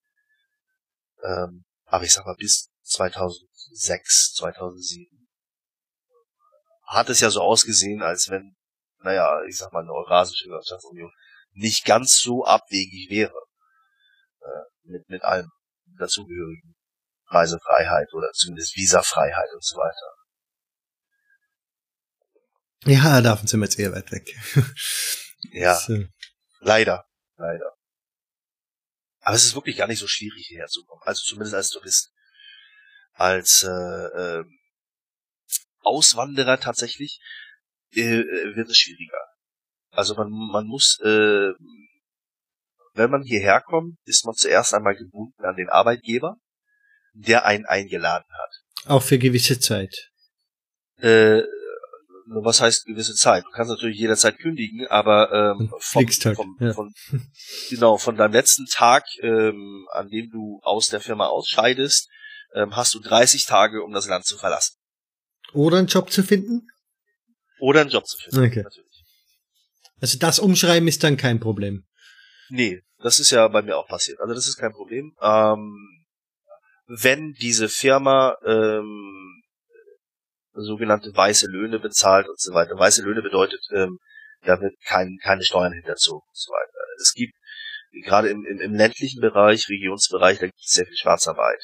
Ähm, aber ich sag mal, bis zweitausendsechs, zweitausendsieben hat es ja so ausgesehen, als wenn, naja, ich sag mal, eine Eurasische Wirtschaftsunion nicht ganz so abwegig wäre. Äh, mit, mit allem dazugehörigen. Reisefreiheit oder zumindest Visafreiheit und so weiter. Ja, davon sind wir jetzt eher weit weg. Ja, so. leider, leider. Aber es ist wirklich gar nicht so schwierig, hierher zu kommen. Also zumindest als Tourist. Als äh, äh, Auswanderer tatsächlich äh, wird es schwieriger. Also man, man muss, äh, wenn man hierher kommt, ist man zuerst einmal gebunden an den Arbeitgeber, der einen eingeladen hat. Auch für gewisse Zeit. Äh, was heißt gewisse Zeit? Du kannst natürlich jederzeit kündigen, aber ähm, vom, halt, vom, ja. von, genau, von deinem letzten Tag, ähm, an dem du aus der Firma ausscheidest, ähm, hast du dreißig Tage, um das Land zu verlassen. Oder einen Job zu finden? Oder einen Job zu finden, okay. Natürlich. Also das Umschreiben ist dann kein Problem. Nee, das ist ja bei mir auch passiert. Also das ist kein Problem. Ähm, wenn diese Firma ähm, sogenannte weiße Löhne bezahlt und so weiter. Weiße Löhne bedeutet, ähm, da wird kein, keine Steuern hinterzogen und so weiter. Es gibt, gerade im, im, im ländlichen Bereich, Regionsbereich, da gibt es sehr viel Schwarzarbeit.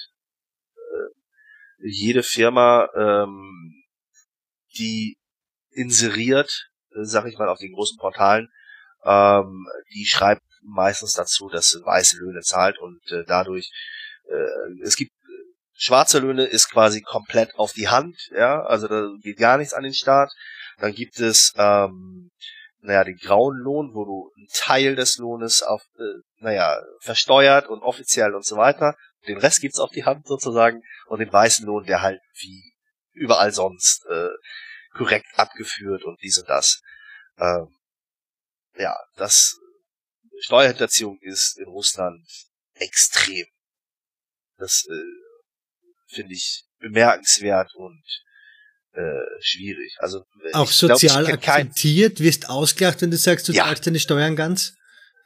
Äh, jede Firma, ähm, die inseriert, äh, sag ich mal, auf den großen Portalen, ähm, die schreibt meistens dazu, dass sie weiße Löhne zahlt und äh, dadurch, äh, es gibt schwarze Löhne ist quasi komplett auf die Hand, ja, also da geht gar nichts an den Staat. Dann gibt es, ähm, naja, den grauen Lohn, wo du einen Teil des Lohnes auf, äh, naja, versteuert und offiziell und so weiter. Den Rest gibt's auf die Hand sozusagen und den weißen Lohn, der halt wie überall sonst äh, korrekt abgeführt und dies und das. Ähm, ja, das Steuerhinterziehung ist in Russland extrem. Das äh, finde ich bemerkenswert und äh, schwierig. Also auch ich sozial glaub, ich akzeptiert, wirst ausgelacht, wenn du sagst, du ja. zahlst deine Steuern ganz?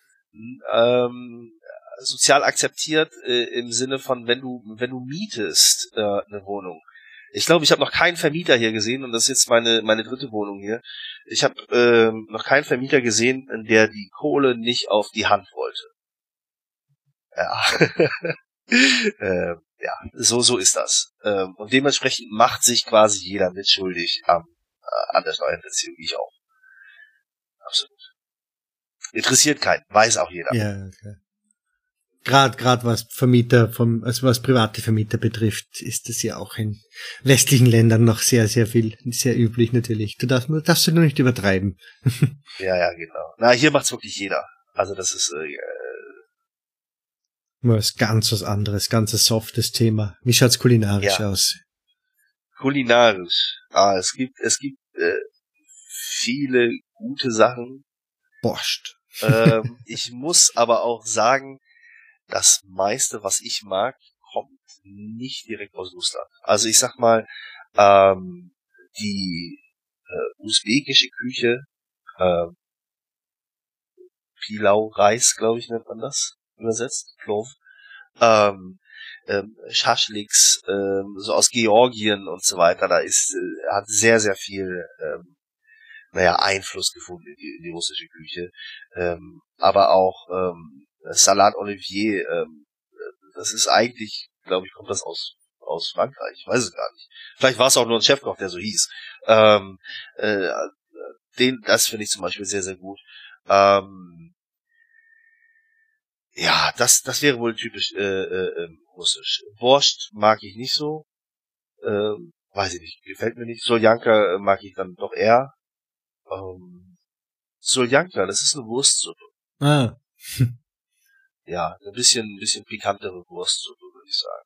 Ähm, sozial akzeptiert äh, im Sinne von, wenn du wenn du mietest äh, eine Wohnung. Ich glaube, ich habe noch keinen Vermieter hier gesehen und das ist jetzt meine meine dritte Wohnung hier. Ich habe ähm, noch keinen Vermieter gesehen, der die Kohle nicht auf die Hand wollte. Ja. ähm, ja, so so ist das. Ähm, und dementsprechend macht sich quasi jeder mitschuldig am, äh, an der Steuerhinterziehung, ich auch. Absolut. Interessiert keinen, weiß auch jeder. Ja, okay. Gerade gerade was Vermieter vom, also was private Vermieter betrifft, ist das ja auch in westlichen Ländern noch sehr sehr viel, sehr üblich natürlich. Du darfst darfst du nur nicht übertreiben. Ja, ja, genau. Na, hier macht's wirklich jeder. Also das ist äh, Was ganz was anderes, ganz ein softes Thema. Wie schaut's kulinarisch Ja. aus? Kulinarisch. Ah, es gibt, es gibt äh, viele gute Sachen. Borscht. Ähm, ich muss aber auch sagen, das meiste, was ich mag, kommt nicht direkt aus Russland. Also ich sag mal, ähm, die äh, usbekische Küche, äh, Pilau, Reis, glaube ich, nennt man das, übersetzt, Plov, ähm, ähm, Schaschliks, ähm, so aus Georgien und so weiter, da ist, äh, hat sehr, sehr viel, ähm, naja, Einfluss gefunden in die, in die russische Küche, ähm, aber auch ähm, Salat Olivier, ähm, das ist eigentlich, glaube ich, kommt das aus aus Frankreich, ich weiß es gar nicht. Vielleicht war es auch nur ein Chefkoch, der so hieß. Ähm, äh, den, das finde ich zum Beispiel sehr, sehr gut. Ähm, ja, das, das wäre wohl typisch äh, äh, ähm, russisch. Borscht mag ich nicht so. Ähm, weiß ich nicht, gefällt mir nicht. Soljanka äh, mag ich dann doch eher. Ähm, Soljanka, das ist eine Wurstsuppe. Ah. Ja, ein bisschen, ein bisschen pikantere Wurstsuppe, würde ich sagen.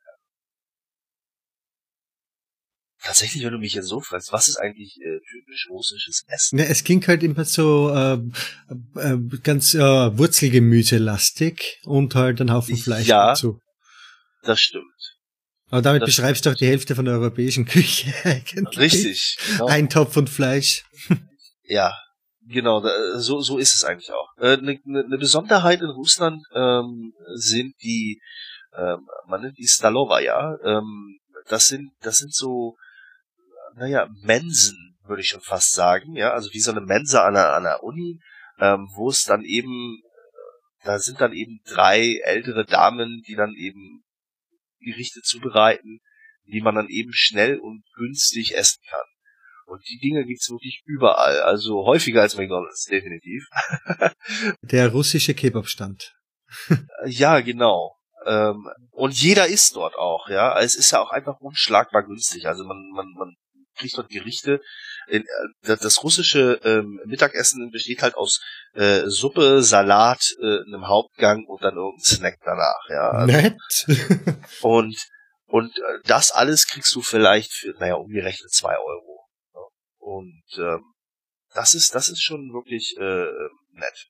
Tatsächlich, wenn du mich jetzt so fragst, was ist eigentlich äh, typisch russisches Essen? Ja, es ging halt immer so äh, äh, ganz äh, Wurzelgemüse-lastig und halt ein Haufen Fleisch Ja, dazu. Das stimmt. Aber damit Das beschreibst du auch die Hälfte von der europäischen Küche eigentlich. Richtig, genau. Ein Topf und Fleisch. Ja, genau, da- so so ist es eigentlich auch. Eine äh, ne, ne Besonderheit in Russland ähm, sind die, ähm, man nennt die Stalova, ja. Ähm, das sind das sind so, naja, Mensen, würde ich schon fast sagen, ja, also wie so eine Mensa an einer, an einer Uni, ähm, wo es dann eben, da sind dann eben drei ältere Damen, die dann eben Gerichte zubereiten, die man dann eben schnell und günstig essen kann. Und die Dinge gibt's wirklich überall, also häufiger als McDonald's, definitiv. Der russische Kebabstand. Ja, genau. Ähm, und jeder isst dort auch, ja. Es ist ja auch einfach unschlagbar günstig. Also man, man, man kriegt dort Gerichte. In, äh, das russische ähm, Mittagessen besteht halt aus äh, Suppe, Salat, äh, einem Hauptgang und dann irgendein Snack danach, ja. Also, Nett. und und äh, das alles kriegst du vielleicht für, naja, umgerechnet zwei Euro. Ja. Und ähm, das ist, das ist schon wirklich äh, nett.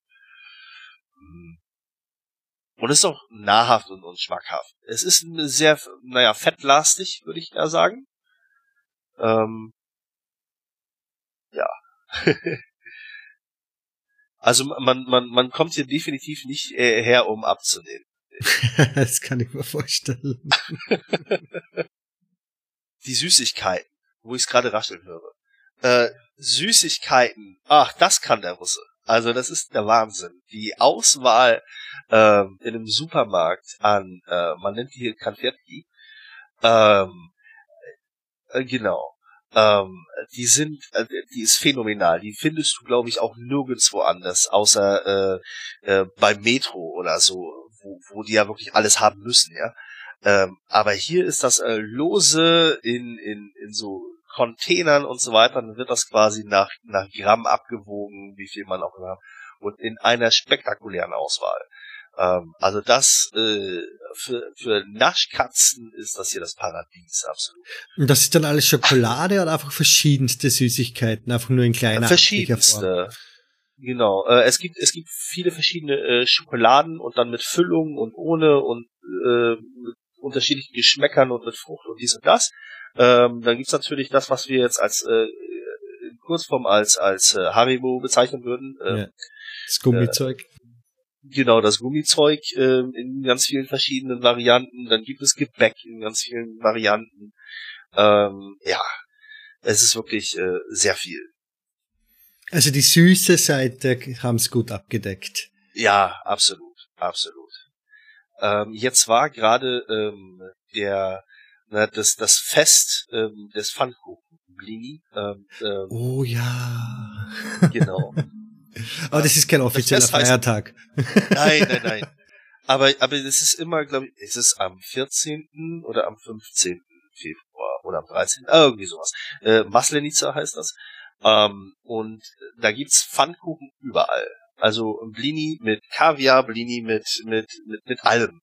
Und es ist auch nahrhaft und, und schmackhaft. Es ist sehr, naja, fettlastig, würde ich da sagen. Ähm, ja. Also man, man, man kommt hier definitiv nicht äh, her, um abzunehmen. Das kann ich mir vorstellen. Die Süßigkeiten, wo ich es gerade rascheln höre. Äh, Süßigkeiten, ach, das kann der Russe. Also das ist der Wahnsinn. Die Auswahl ähm, in einem Supermarkt an, äh, man nennt die hier Konfetti, ähm, äh, genau, ähm, die sind, äh, die ist phänomenal. Die findest du, glaube ich, auch nirgendwo anders, außer äh, äh, beim Metro oder so, wo, wo die ja wirklich alles haben müssen, ja. Ähm, aber hier ist das äh, lose in, in, in so Containern und so weiter, dann wird das quasi nach, nach Gramm abgewogen, wie viel man auch immer hat, und in einer spektakulären Auswahl. Ähm, also das, äh, für, für Naschkatzen ist das hier das Paradies, absolut. Und das ist dann alles Schokolade oder einfach verschiedenste Süßigkeiten, einfach nur in kleiner Verschiedenste. Genau. Äh, es gibt, es gibt viele verschiedene äh, Schokoladen und dann mit Füllung und ohne und äh, mit unterschiedlichen Geschmäckern und mit Frucht und dies und das. Ähm, dann gibt's natürlich das, was wir jetzt als äh, in Kurzform als als äh, Haribo bezeichnen würden. Ähm, ja. Das Gummizeug. Äh, genau, das Gummizeug äh, in ganz vielen verschiedenen Varianten. Dann gibt es Gebäck in ganz vielen Varianten. Ähm, ja, es ist wirklich äh, sehr viel. Also die süße Seite haben es gut abgedeckt. Ja, absolut, absolut. Ähm, jetzt war gerade ähm, der na, das das Fest ähm, des Pfannkuchen, Blini. Ähm, ähm, oh ja. Genau. Aber das ist kein offizieller das heißt, Feiertag. Nein, nein, nein. Aber aber das ist immer, glaube ich, ist es am vierzehnten oder am fünfzehnten Februar oder am dreizehnten Ah, irgendwie sowas. Äh, Maslenica heißt das. Ähm, und da gibt's Pfannkuchen überall. Also Blini mit Kaviar, Blini mit mit mit mit allem.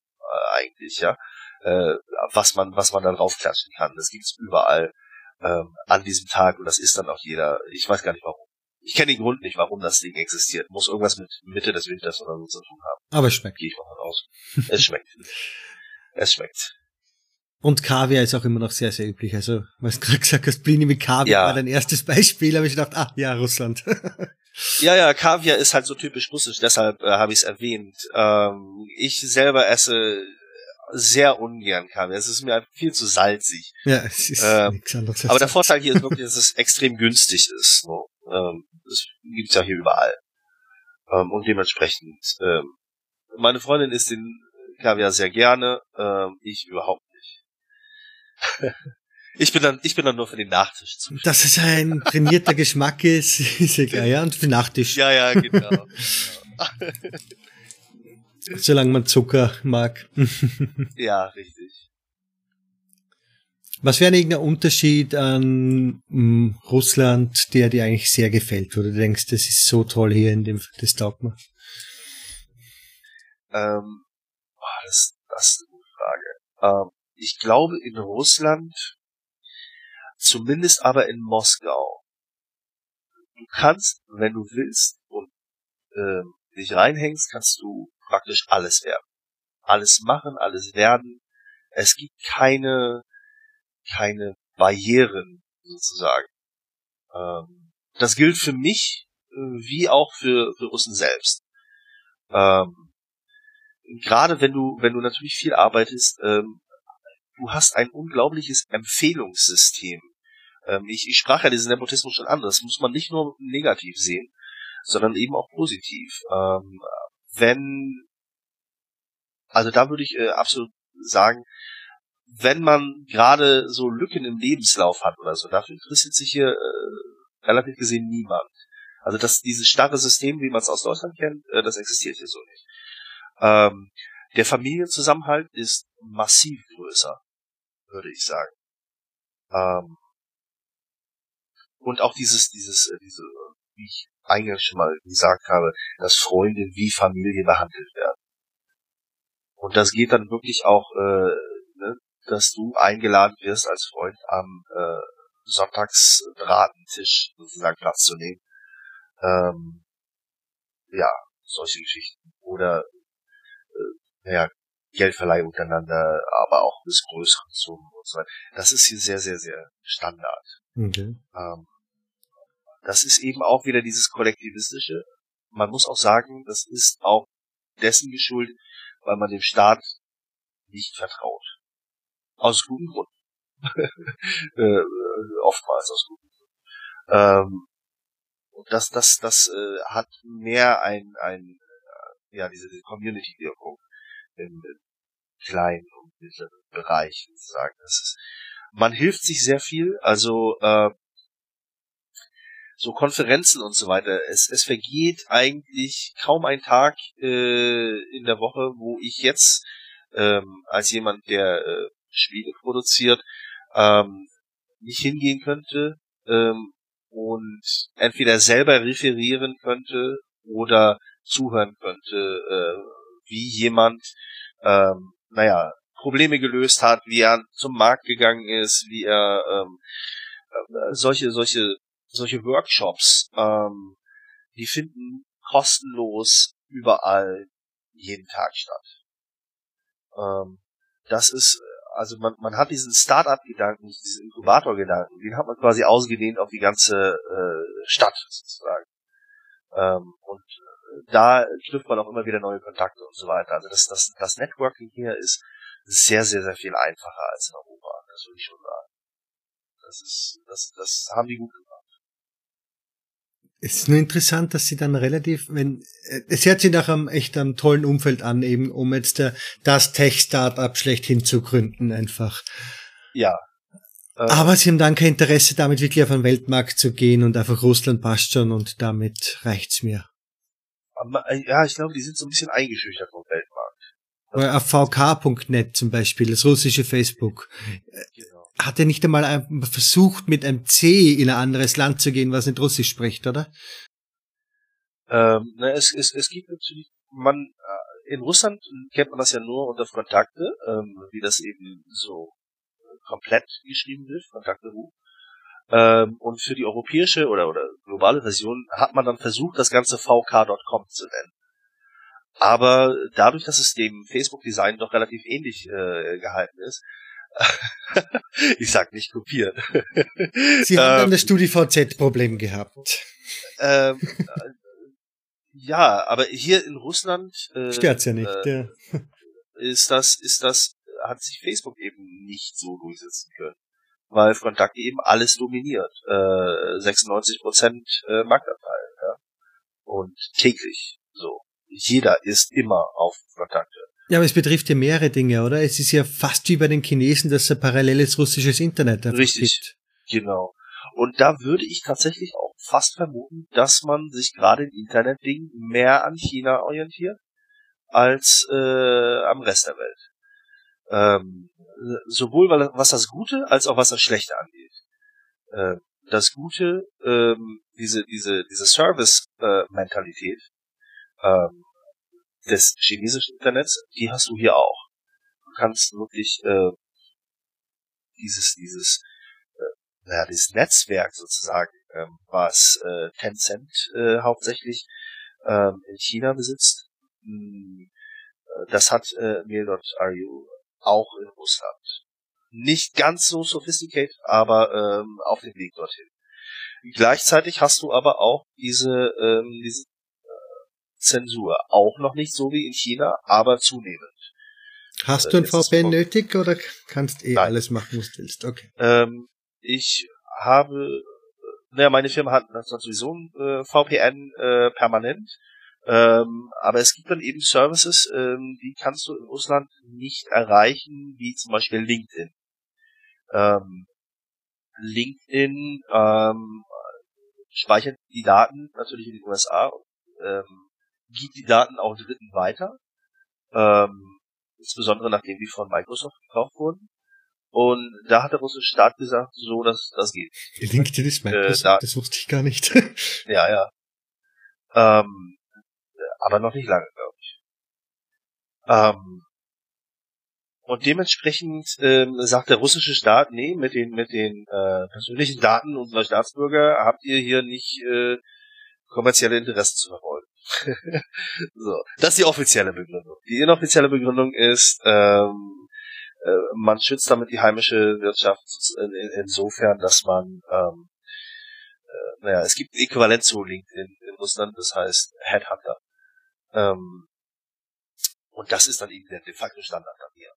eigentlich, ja, äh, was man, was man da draufklatschen kann. Das gibt's überall ähm, an diesem Tag und das ist dann auch jeder. Ich weiß gar nicht warum. Ich kenne den Grund nicht, warum das Ding existiert. Muss irgendwas mit Mitte des Winters oder so zu tun haben. Aber es schmeckt. Gehe ich mal von aus. Es schmeckt. Es schmeckt. Und Kaviar ist auch immer noch sehr, sehr üblich. Also, was du gerade gesagt hast, Blini mit Kaviar Ja. war dein erstes Beispiel, habe ich gedacht, ah, ja, Russland. Ja, ja, Kaviar ist halt so typisch russisch, deshalb äh, habe ich es erwähnt. Ähm, ich selber esse sehr ungern Kaviar. Es ist mir einfach viel zu salzig. Ja, es ist Ähm, nichts anderes. als Aber der Salz. Vorteil hier ist wirklich, dass es extrem günstig ist. So. Ähm, das gibt's ja hier überall. Ähm, und dementsprechend, ähm, meine Freundin isst den Kaviar sehr gerne, ähm, ich überhaupt nicht. Ich bin dann, ich bin dann nur für den Nachtisch zuständig. Dass es ein trainierter Geschmack ist, ist egal, ja, und für Nachtisch. Ja, ja, genau. Solange man Zucker mag. Ja, richtig. Was wäre denn irgendein Unterschied an mh, Russland, der dir eigentlich sehr gefällt, wo du denkst, das ist so toll hier in dem, das taugt mir? Ähm, boah, das, das ist eine gute Frage. Ähm, ich glaube in Russland, zumindest aber in Moskau, du kannst, wenn du willst und ähm, dich reinhängst, kannst du praktisch alles werden. Alles machen, alles werden. Es gibt keine, keine Barrieren, sozusagen. Ähm, das gilt für mich, äh, wie auch für, für Russen selbst. Ähm, gerade wenn du, wenn du natürlich viel arbeitest, ähm, du hast ein unglaubliches Empfehlungssystem. Ähm, ich, ich sprach ja diesen Nepotismus schon an. Das muss man nicht nur negativ sehen, sondern eben auch positiv. Ähm, wenn, also da würde ich äh, absolut sagen, wenn man gerade so Lücken im Lebenslauf hat oder so, dafür interessiert sich hier äh, relativ gesehen niemand. Also das, dieses starre System, wie man es aus Deutschland kennt, äh, das existiert hier so nicht. Ähm, der Familienzusammenhalt ist massiv größer, würde ich sagen. Ähm, und auch dieses, dieses, äh, diese, wie ich eingangs schon mal gesagt habe, dass Freunde wie Familie behandelt werden. Und das geht dann wirklich auch, äh, ne, dass du eingeladen wirst als Freund am äh, Sonntagsbratentisch sozusagen Platz zu nehmen. Ähm, ja, solche Geschichten. Oder äh, ja, Geldverleih untereinander, aber auch bis größeren Summen und so weiter. Das ist hier sehr, sehr, sehr Standard. Okay. Ähm, das ist eben auch wieder dieses Kollektivistische. Man muss auch sagen, das ist auch dessen geschuldet, weil man dem Staat nicht vertraut. Aus gutem Grund. äh, oftmals aus gutem Grund. Ähm, und das, das, das äh, hat mehr ein, ein äh, ja, diese, diese Community-Wirkung im, im kleinen und mittleren Bereich sozusagen. Das ist, man hilft sich sehr viel, also äh, so Konferenzen und so weiter. Es, es vergeht eigentlich kaum ein Tag äh, in der Woche, wo ich jetzt ähm, als jemand, der äh, Spiele produziert, ähm, nicht hingehen könnte ähm, und entweder selber referieren könnte oder zuhören könnte, äh, wie jemand, ähm, naja, Probleme gelöst hat, wie er zum Markt gegangen ist, wie er ähm, äh, solche, solche, solche Workshops, ähm, die finden kostenlos überall jeden Tag statt. Ähm, das ist, also man, man hat diesen Start-up-Gedanken, diesen Inkubator-Gedanken, den hat man quasi ausgedehnt auf die ganze äh, Stadt sozusagen. Ähm, und da knüpft man auch immer wieder neue Kontakte und so weiter. Also das, das, das Networking hier ist sehr, sehr, sehr viel einfacher als in Europa. Das würde ich schon sagen. Das ist, das, das haben die gut gemacht. Es ist nur interessant, dass sie dann relativ, wenn, es hört sich nach einem echt einem tollen Umfeld an, eben, um jetzt der, das Tech-Startup schlechthin zu gründen, einfach. Ja. Äh, Aber sie haben dann kein Interesse, damit wirklich auf den Weltmarkt zu gehen und einfach Russland passt schon und damit reicht's mir. aber, ja, ich glaube, die sind so ein bisschen eingeschüchtert vom Weltmarkt. Weil auf V K Punkt net zum Beispiel, das russische Facebook, Genau. hat er nicht einmal ein- versucht, mit einem C in ein anderes Land zu gehen, was nicht Russisch spricht, oder? Ähm, ne, es, es, es gibt natürlich, man, in Russland kennt man das ja nur unter Kontakte, ähm, wie das eben so komplett geschrieben wird, Kontakte.ru. Ähm, und für die europäische oder, oder globale Version hat man dann versucht, das Ganze v k Punkt com zu nennen. Aber dadurch, dass es dem Facebook-Design doch relativ ähnlich äh, gehalten ist, ich sag nicht kopieren. Sie haben dann das StudiVZ-Problem gehabt. Ähm, äh, ja, aber hier in Russland äh, Stört's ja nicht. Äh, Ja. ist das, ist das, hat sich Facebook eben nicht so durchsetzen können, weil Kontakte eben alles dominiert, äh, sechsundneunzig Prozent äh, Marktanteil, ja, und täglich, so. Jeder ist immer auf Kontakte. Ja, aber es betrifft ja mehrere Dinge, oder? Es ist ja fast wie bei den Chinesen, dass es ein paralleles russisches Internet einfach Richtig, gibt. genau. Und da würde ich tatsächlich auch fast vermuten, dass man sich gerade im Internetding mehr an China orientiert als äh, am Rest der Welt. Ähm, sowohl was das Gute als auch was das Schlechte angeht. Äh, das Gute, ähm, diese diese diese Service-Mentalität ähm, des chinesischen Internets, die hast du hier auch. Du kannst wirklich äh, dieses dieses äh, naja, dieses Netzwerk sozusagen, ähm, was äh, Tencent äh, hauptsächlich ähm, in China besitzt, mh, das hat äh, mail Punkt ru auch in Russland. Nicht ganz so sophisticated, aber ähm, auf dem Weg dorthin. Gleichzeitig hast du aber auch diese, ähm, diese äh, Zensur. Auch noch nicht so wie in China, aber zunehmend. Hast Äh, du ein jetzt ist V P N vor- nötig oder kannst eh Nein. alles machen, was du willst? Okay. Ähm, ich habe, äh, naja, meine Firma hat hat sowieso ein äh, V P N äh, permanent. Ähm, aber es gibt dann eben Services, ähm, die kannst du in Russland nicht erreichen, wie zum Beispiel LinkedIn. Ähm, LinkedIn ähm, speichert die Daten natürlich in den U S A und ähm, gibt die Daten auch Dritten weiter, ähm, insbesondere nachdem die von Microsoft gekauft wurden. Und da hat der russische Staat gesagt, so, dass das geht. LinkedIn ist Microsoft, Äh, da- das wusste ich gar nicht. Ja, ja. Ähm, aber noch nicht lange, glaube ich. Ähm, Und dementsprechend ähm, sagt der russische Staat, nee, mit den mit den äh, persönlichen Daten unserer Staatsbürger habt ihr hier nicht äh, kommerzielle Interessen zu verfolgen. So, das ist die offizielle Begründung. Die inoffizielle Begründung ist, ähm, äh, man schützt damit die heimische Wirtschaft in, in, insofern, dass man, ähm, äh, naja, es gibt ein Äquivalent zu LinkedIn in Russland, das heißt Headhunter. Ähm, und das ist dann eben der de facto Standard dann hier.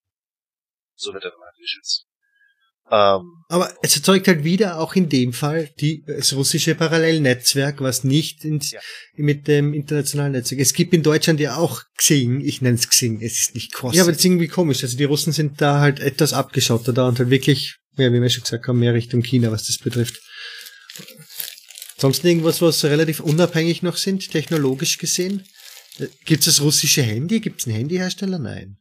So wird er dann halt geschützt. Ähm, Aber es erzeugt halt wieder auch in dem Fall die, das russische Parallelnetzwerk, was nicht ins, Ja. mit dem internationalen Netzwerk. Es gibt in Deutschland ja auch Xing, ich nenne es Xing, es ist nicht Cross. Ja, aber das ist irgendwie komisch. Also die Russen sind da halt etwas abgeschottet da und halt wirklich, ja, wie wir schon gesagt haben, mehr Richtung China, was das betrifft. Sonst irgendwas, was relativ unabhängig noch sind, technologisch gesehen? Gibt es das russische Handy? Gibt es einen Handyhersteller? Nein.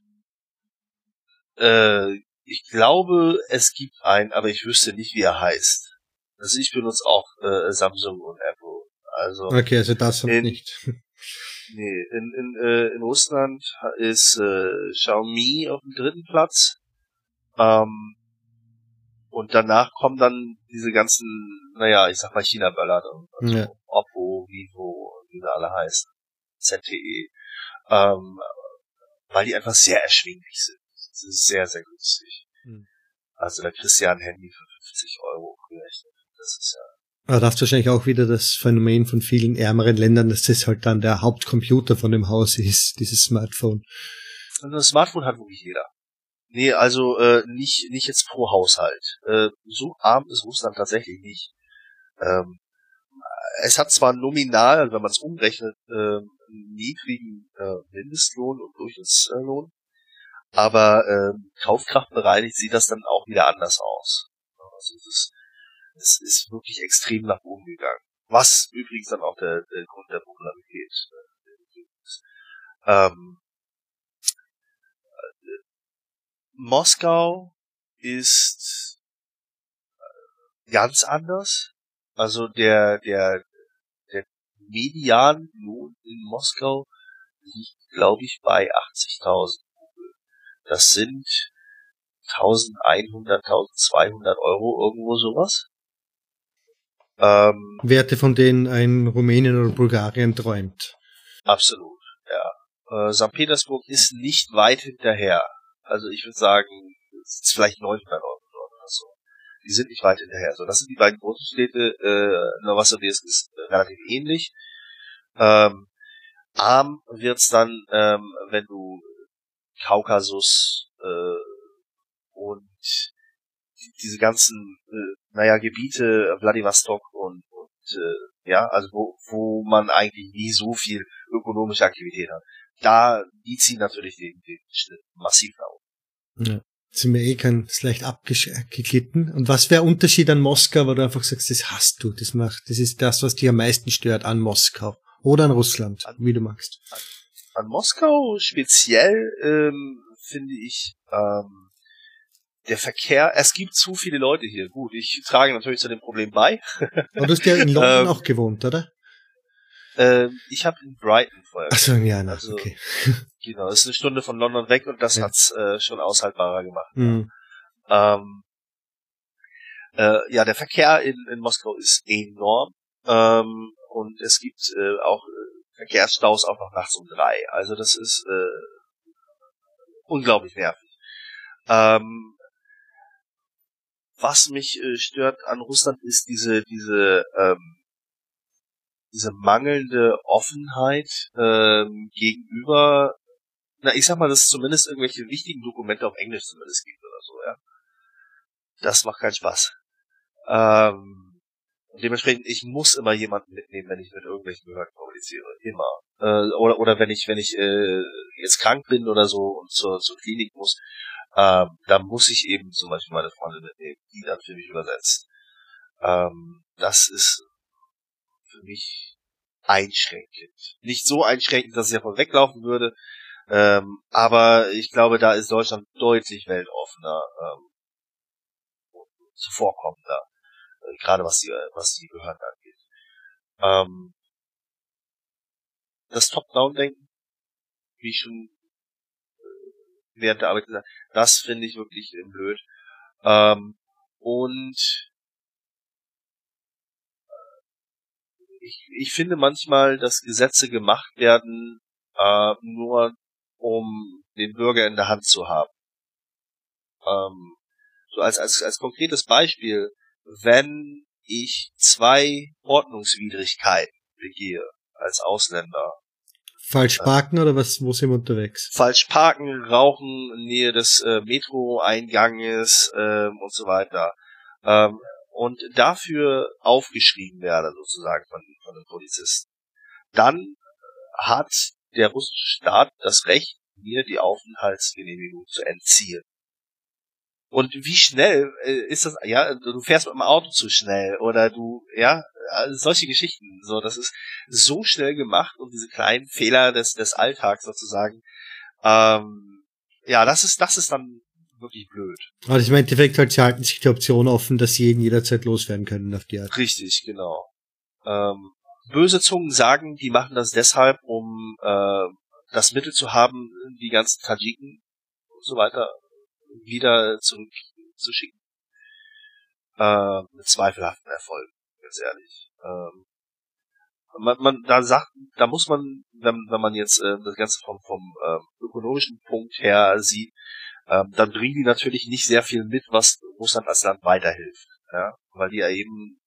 Äh, ich glaube, es gibt einen, aber ich wüsste nicht, wie er heißt. Also ich benutze auch äh, Samsung und Apple. Also Okay, also das in, nicht. nee, in in, äh, in Russland ist äh, Xiaomi auf dem dritten Platz. Ähm, und danach kommen dann diese ganzen, naja, ich sag mal China-Böller, also Ja. Oppo, Vivo, wie sie alle heißen, Z T E, ähm, weil die einfach sehr erschwinglich sind. Das ist sehr, sehr günstig. Hm. Also da kriegst du ja ein Handy für fünfzig Euro gerechnet. Das ist ja... Aber da hast du wahrscheinlich auch wieder das Phänomen von vielen ärmeren Ländern, dass das halt dann der Hauptcomputer von dem Haus ist, dieses Smartphone. Und das Smartphone hat wirklich jeder. Nee, also äh, nicht nicht jetzt pro Haushalt. Äh, so arm ist Russland tatsächlich nicht. Ähm, es hat zwar nominal, wenn man es umrechnet, äh, einen niedrigen äh, Mindestlohn und Durchschnittslohn, aber äh, kaufkraftbereinigt sieht das dann auch wieder anders aus. Also es ist, es ist wirklich extrem nach oben gegangen. Was übrigens dann auch der, der Grund der Popularität äh, ist. Ähm, Moskau ist ganz anders. Also der der der Medianlohn in Moskau liegt, glaube ich, bei achtzigtausend Rubel. Das sind eintausendeinhundert, eintausendzweihundert Euro, irgendwo sowas. Ähm, Werte, von denen ein Rumänien oder Bulgarien träumt. Absolut, ja. Äh, Sankt Petersburg ist nicht weit hinterher. Also ich würde sagen, es ist vielleicht neunhundert Euro oder so. Die sind nicht weit hinterher. So, das sind die beiden großen Städte. Äh, Novosibirsk ist äh, relativ ähnlich. Ähm, arm wird's dann, ähm, wenn du Kaukasus äh, und diese ganzen, äh, naja, Gebiete, Wladiwostok und, und äh, ja, also wo, wo man eigentlich nie so viel ökonomische Aktivität hat. Da, die ziehen natürlich den, den Schnitt massiv nach oben. Ja. Sind wir eh kein leicht abgeglitten. Und was wäre Unterschied an Moskau, wo du einfach sagst, das hast du, das macht, das ist das, was dich am meisten stört an Moskau oder an Russland, an, wie du magst. An, an Moskau speziell ähm, finde ich ähm, der Verkehr, es gibt zu viele Leute hier. Gut, ich trage natürlich zu dem Problem bei. Aber du hast ja in London auch gewohnt, oder? Ähm, ich habe in Brighton vorher. Ach so, ja, na, also, okay. Genau, es ist eine Stunde von London weg und das ja. hat's äh, schon aushaltbarer gemacht. Mhm. Ähm, äh, ja, der Verkehr in, in Moskau ist enorm ähm, und es gibt äh, auch äh, Verkehrsstaus auch noch nachts um drei. Also das ist äh, unglaublich nervig. Ähm, was mich äh, stört an Russland ist diese diese ähm, diese mangelnde Offenheit ähm, gegenüber, na, ich sag mal, dass es zumindest irgendwelche wichtigen Dokumente auf Englisch zumindest gibt oder so, ja. Das macht keinen Spaß. Ähm, und dementsprechend, ich muss immer jemanden mitnehmen, wenn ich mit irgendwelchen Behörden kommuniziere. Immer. Äh, oder, oder wenn ich, wenn ich äh, jetzt krank bin oder so und zur, zur Klinik muss, ähm, dann muss ich eben zum Beispiel meine Freundin mitnehmen, die dann für mich übersetzt. Ähm, das ist für mich einschränkend. Nicht so einschränkend, dass ich davon weglaufen würde, ähm, aber ich glaube, da ist Deutschland deutlich weltoffener ähm, und zuvorkommender, äh, gerade was die, was die Behörden angeht. Ähm, das Top-Down-Denken, wie ich schon während der Arbeit gesagt habe, das finde ich wirklich blöd. Ähm, und ich, ich finde manchmal, dass Gesetze gemacht werden, äh, nur um den Bürger in der Hand zu haben. Ähm, so als, als, als konkretes Beispiel, wenn ich zwei Ordnungswidrigkeiten begehe als Ausländer. Falsch parken äh, oder was, wo sind wir unterwegs? Falsch parken, rauchen in Nähe des äh, Metro-Einganges ähm, und so weiter. Ähm, und dafür aufgeschrieben werde, sozusagen von, von den Polizisten. Dann hat der russische Staat das Recht, mir die Aufenthaltsgenehmigung zu entziehen. Und wie schnell äh, ist das, ja, du fährst mit dem Auto zu schnell oder du, ja, also solche Geschichten, so, das ist so schnell gemacht und diese kleinen Fehler des, des Alltags sozusagen, ähm, ja, das ist, das ist dann wirklich blöd. Also im Endeffekt halt, sie halten sich die Option offen, dass sie jeden jederzeit loswerden können auf die Art. Richtig, genau. Ähm, böse Zungen sagen, die machen das deshalb, um äh, das Mittel zu haben, die ganzen Tadschiken und so weiter wieder zurückzuschicken. Äh, mit zweifelhaften Erfolgen, ganz ehrlich. Ähm, man, man, da sagt, da muss man, wenn, wenn man jetzt äh, das Ganze vom, vom äh, ökonomischen Punkt her sieht, ähm, dann bringen die natürlich nicht sehr viel mit, was Russland als Land weiterhilft, ja, weil die ja eben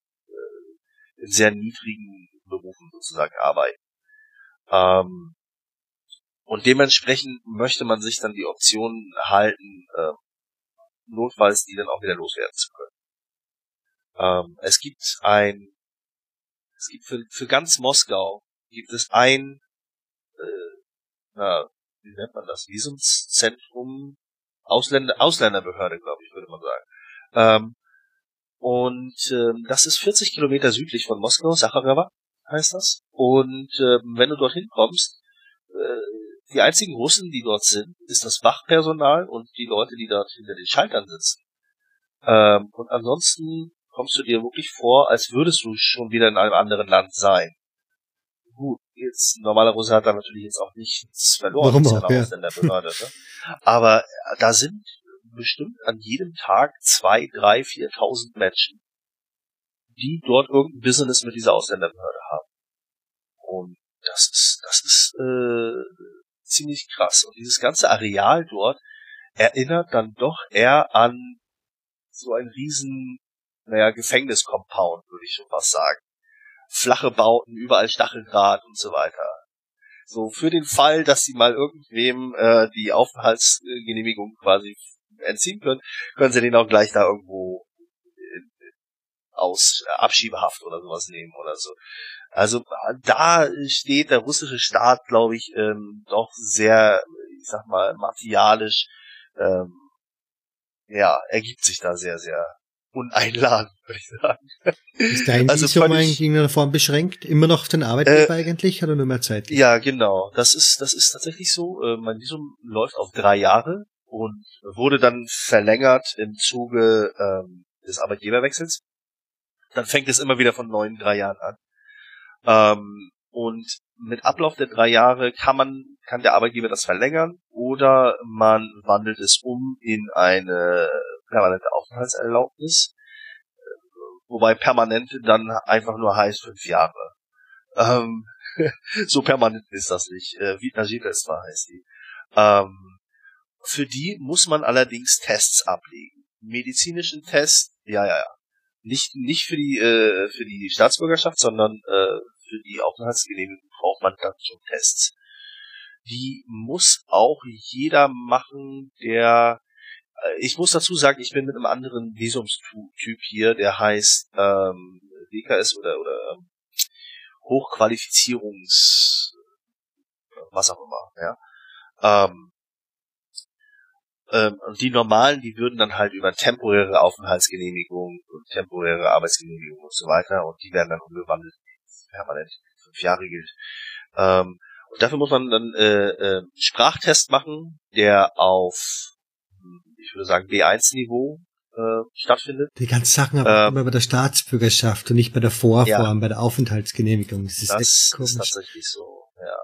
äh, in sehr niedrigen Berufen sozusagen arbeiten. Ähm, und dementsprechend möchte man sich dann die Option halten, äh, notfalls die dann auch wieder loswerden zu können. Ähm, es gibt ein, es gibt für, für ganz Moskau gibt es ein, äh, na, wie nennt man das? Visumszentrum, Ausländer, Ausländerbehörde, glaube ich, würde man sagen. Ähm, und ähm, das ist vierzig Kilometer südlich von Moskau, Sacharowa heißt das. Und ähm, wenn du dorthin kommst, äh, die einzigen Russen, die dort sind, ist das Wachpersonal und die Leute, die dort hinter den Schaltern sitzen. Ähm, und ansonsten kommst du dir wirklich vor, als würdest du schon wieder in einem anderen Land sein. gut, jetzt, normaler Russe hat da natürlich jetzt auch nichts verloren. Warum ist auch, ja ja. Ausländerbehörde, ne? Aber da sind bestimmt an jedem Tag zwei, drei, viertausend Menschen, die dort irgendein Business mit dieser Ausländerbehörde haben. Und das ist, das ist äh, ziemlich krass. Und dieses ganze Areal dort erinnert dann doch eher an so einen riesen, naja, Gefängnis-Compound, würde ich schon fast sagen. Flache Bauten, überall Stacheldraht und so weiter. So, für den Fall, dass sie mal irgendwem äh, die Aufenthaltsgenehmigung quasi entziehen können, können sie den auch gleich da irgendwo aus äh, Abschiebehaft oder sowas nehmen oder so. Also da steht der russische Staat, glaube ich, ähm, doch sehr, ich sag mal, martialisch, ähm, ja, ergibt sich da sehr, sehr uneinladend, würde ich sagen. Ist dein Also Visum völlig- eigentlich in irgendeiner Form beschränkt? Immer noch auf den Arbeitgeber Äh, eigentlich oder nur mehr zeitlich? Ja, genau. Das ist, das ist tatsächlich so. Äh, mein Visum läuft auf drei Jahre und wurde dann verlängert im Zuge ähm, des Arbeitgeberwechsels. Dann fängt es immer wieder von neuen drei Jahren an. Ähm, und mit Ablauf der drei Jahre kann man, kann der Arbeitgeber das verlängern oder man wandelt es um in eine permanente Aufenthaltserlaubnis, wobei permanent dann einfach nur heißt fünf Jahre. Ähm, so permanent ist das nicht. Äh, Vita Živesva heißt die. Ähm, für die muss man allerdings Tests ablegen. Medizinischen Test, ja, ja, ja. Nicht, nicht für die, äh, für die Staatsbürgerschaft, sondern äh, für die Aufenthaltsgenehmigung braucht man dann schon Tests. Die muss auch jeder machen, der, äh, ich muss dazu sagen, ich bin mit einem anderen Visumstyp hier, der heißt ähm, W K S oder, oder ähm, Hochqualifizierungs, was auch immer, ja. Ähm, ähm, und die normalen, die würden dann halt über temporäre Aufenthaltsgenehmigung und temporäre Arbeitsgenehmigung und so weiter, und die werden dann umgewandelt, permanent fünf Jahre gilt. Ähm, und dafür muss man dann äh, äh, einen Sprachtest machen, der auf, ich würde sagen, B eins Niveau äh, stattfindet. Die ganzen Sachen aber Ähm, immer bei der Staatsbürgerschaft und nicht bei der Vorform, Ja. bei der Aufenthaltsgenehmigung. Das ist Das echt ist komisch. tatsächlich so,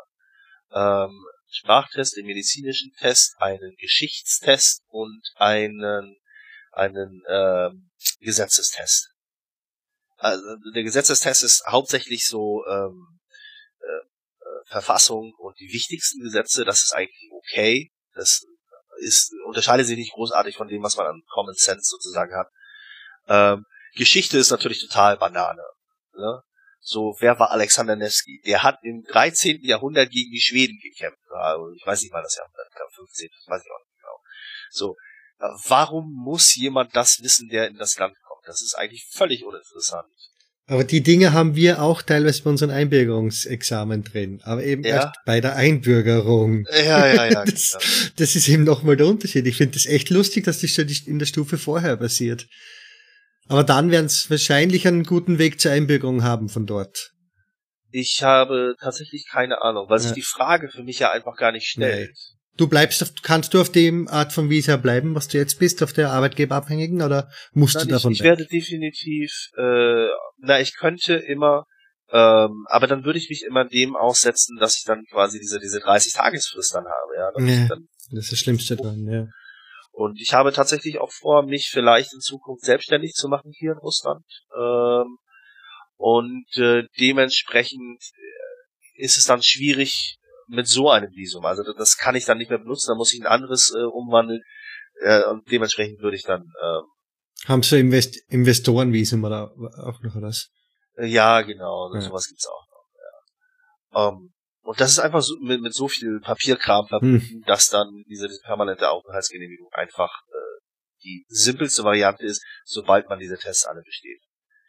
ja. Ähm, Sprachtest, den medizinischen Test, einen Geschichtstest und einen einen ähm, Gesetzestest. Also der Gesetzestest ist hauptsächlich so ähm, äh, äh, Verfassung und die wichtigsten Gesetze. Das ist eigentlich okay. Das ist unterscheidet sich nicht großartig von dem, was man an Common Sense sozusagen hat. Ähm, Geschichte ist natürlich total Banane. Ne? So, wer war Alexander Nevsky? Der hat im dreizehnten Jahrhundert gegen die Schweden gekämpft. Also, ich weiß nicht mal das Jahrhundert, ich glaube fünfzehnten, das weiß ich auch nicht genau. So, äh, warum muss jemand das wissen, der in das Land kommt? Das ist eigentlich völlig uninteressant. Aber die Dinge haben wir auch teilweise bei unseren Einbürgerungsexamen drin. Aber eben Ja. erst bei der Einbürgerung. Ja, ja, ja. das, genau. das ist eben nochmal der Unterschied. Ich finde das echt lustig, dass das schon in der Stufe vorher passiert. Aber dann werden es wahrscheinlich einen guten Weg zur Einbürgerung haben von dort. Ich habe tatsächlich keine Ahnung, weil sich Ja. die Frage für mich ja einfach gar nicht stellt. Du bleibst auf, kannst du auf dem Art von Visa bleiben, was du jetzt bist, auf der arbeitgeberabhängigen, oder musst Nein, du davon ich, ich weg? werde definitiv, äh, na, ich könnte immer, ähm, aber dann würde ich mich immer dem aussetzen, dass ich dann quasi diese diese dreißig-Tagesfrist dann habe, ja. Dass Ja. ich dann, Das ist das Schlimmste dran, ja. und ich habe tatsächlich auch vor, mich vielleicht in Zukunft selbstständig zu machen hier in Russland. Ähm, und äh, dementsprechend äh, ist es dann schwierig mit so einem Visum. Also das, das kann ich dann nicht mehr benutzen, dann muss ich ein anderes äh, umwandeln. Äh, und dementsprechend würde ich dann ähm, Haben sie Invest Investorenvisum oder auch noch was? ja, genau, Ja. sowas gibt's auch noch. Ja. Ähm, und das ist einfach so, mit, mit so viel Papierkram verbunden, dass dann diese, diese permanente Aufenthaltsgenehmigung einfach äh, die simpelste Variante ist, sobald man diese Tests alle besteht.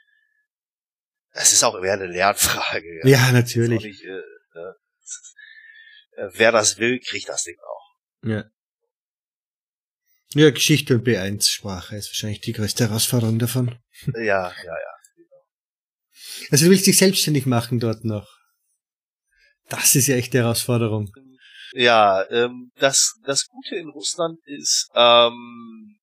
Es ist auch eher eine Lernfrage. Ja, Ist auch natürlich. nicht, äh, äh, äh, wer das will, kriegt das Ding auch. Ja. Ja, Geschichte und B eins Sprache ist wahrscheinlich die größte Herausforderung davon. Ja, ja, ja. Also du willst dich selbstständig machen dort noch. Das ist ja echt die Herausforderung. Ja, ähm, das, das Gute in Russland ist, ähm,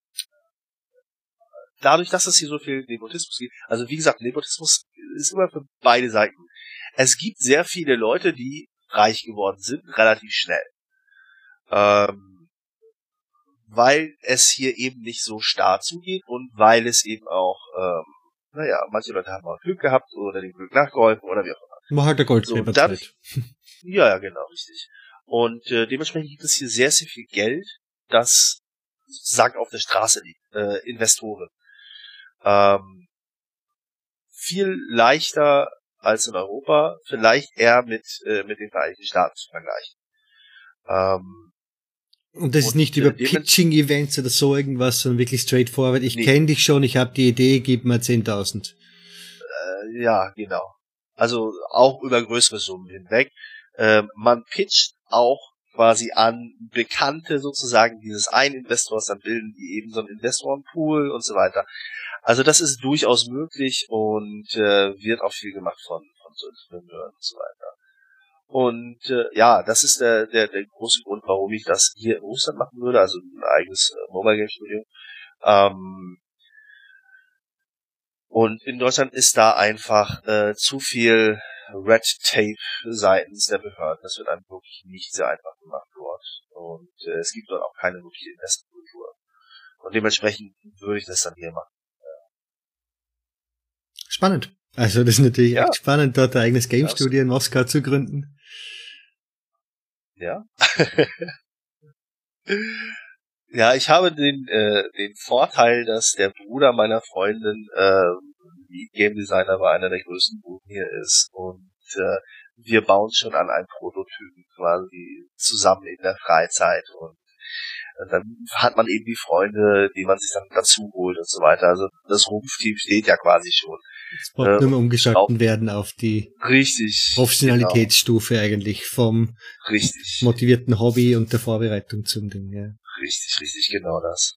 dadurch, dass es hier so viel Nepotismus gibt, also wie gesagt, Nepotismus ist immer für beide Seiten. es gibt sehr viele Leute, die reich geworden sind, relativ schnell. Ähm, weil es hier eben nicht so starr zugeht und weil es eben auch, ähm, naja, manche Leute haben auch Glück gehabt oder dem Glück nachgeholfen oder wie auch immer. War halt der Goldgräberzeit. So, ja, ja, genau, richtig. Und äh, dementsprechend gibt es hier sehr, sehr viel Geld, das sozusagen auf der Straße liegt, äh, Investoren. Ähm, viel leichter als in Europa, vielleicht eher mit äh, mit den Vereinigten Staaten zu vergleichen. Ähm, Und das und, ist nicht äh, über demen- Pitching-Events oder so irgendwas, sondern wirklich straightforward. Ich Nee. kenne dich schon, ich habe die Idee, gib mir zehntausend. Äh, ja, genau. Also auch über größere Summen hinweg. Ähm, man pitcht auch quasi an Bekannte sozusagen dieses einen Investors, dann bilden die eben so einen Investorenpool und so weiter. Also das ist durchaus möglich und äh, wird auch viel gemacht von von so Entrepreneuren und so weiter. Und äh, ja, das ist der, der der große Grund, warum ich das hier in Russland machen würde, also ein eigenes äh, Mobile Game Studio. Ähm, und in Deutschland ist da einfach äh, zu viel Red Tape seitens der Behörden. Das wird einem wirklich nicht sehr einfach gemacht dort. Und äh, es gibt dort auch keine wirkliche Investmentkultur. Und dementsprechend würde ich das dann hier machen. Spannend. Also das ist natürlich Ja. echt spannend, dort ein eigenes Game Ja, Studio in Moskau zu gründen. Ja. Ja, ich habe den äh, den Vorteil, dass der Bruder meiner Freundin äh, Game Designer war, einer der größten Buden hier ist und äh, wir bauen schon an einem Prototypen quasi zusammen in der Freizeit und äh, dann hat man eben die Freunde, die man sich dann dazu holt und so weiter. Also das Rumpfteam steht ja quasi schon. Es braucht Äh, nur mehr umgeschalten werden auf die Richtig. Professionalitätsstufe eigentlich vom Genau, richtig. motivierten Hobby und der Vorbereitung zum Ding. Ja. Richtig, richtig, genau das.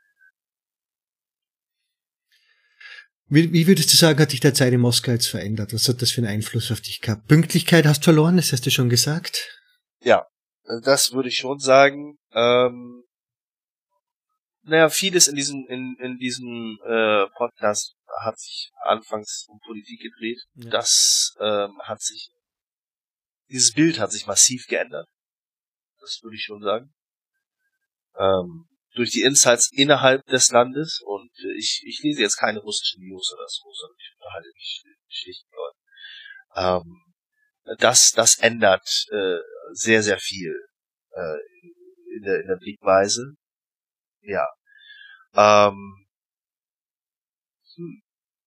Wie, wie würdest du sagen, hat dich der Zeit in Moskau jetzt verändert? Was hat das für einen Einfluss auf dich gehabt? Pünktlichkeit hast du verloren, das hast du schon gesagt. Ja, das würde ich schon sagen. Ähm, naja, vieles in diesem in, in diesem äh, Podcast hat sich anfangs um Politik gedreht. Ja. Das ähm, hat sich, dieses Bild hat sich massiv geändert. Das würde ich schon sagen. Ähm, durch die Insights innerhalb des Landes und äh, ich, ich lese jetzt keine russischen News oder so, sondern ich unterhalte mich schlicht mit Leuten. Ähm, das, das ändert äh, sehr, sehr viel äh, in der, in der Blickweise. Ja. Ähm, hm.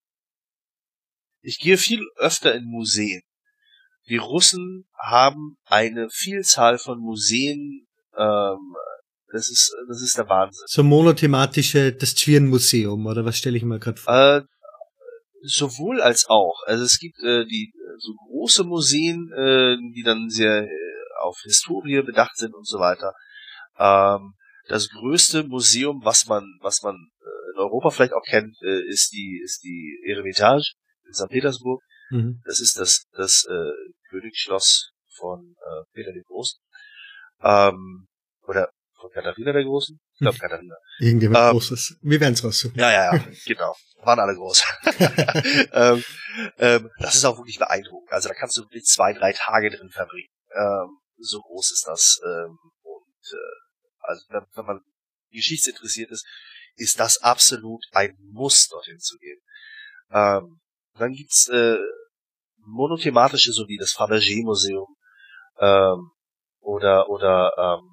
Ich gehe viel öfter in Museen. Die Russen haben eine Vielzahl von Museen, ähm, das ist, das ist der Wahnsinn. So monothematische, das Zwirn-Museum, oder was stelle ich mir gerade vor? Äh, sowohl als auch. Also es gibt äh, die so große Museen, äh, die dann sehr äh, auf Historie bedacht sind und so weiter. Ähm, das größte Museum, was man, was man äh, in Europa vielleicht auch kennt, äh, ist die, ist die Eremitage in Sankt Petersburg. Mhm. Das ist das, das äh, Königsschloss von äh, Peter dem Großen. Ähm, oder von Katharina der Großen. Ich glaube Katharina. Irgendjemand Ähm, Großes. Wir werden es raussuchen. Ja, ja, ja, genau. Waren alle groß. ähm, ähm, das ist auch wirklich beeindruckend. Also da kannst du wirklich zwei, drei Tage drin verbringen. Ähm, so groß ist das. Ähm, und äh, also wenn, wenn man geschichtsinteressiert ist, ist das absolut ein Muss, dorthin zu gehen. Ähm, dann gibt's äh, monothematische, so wie das Fabergé-Museum ähm, oder oder ähm,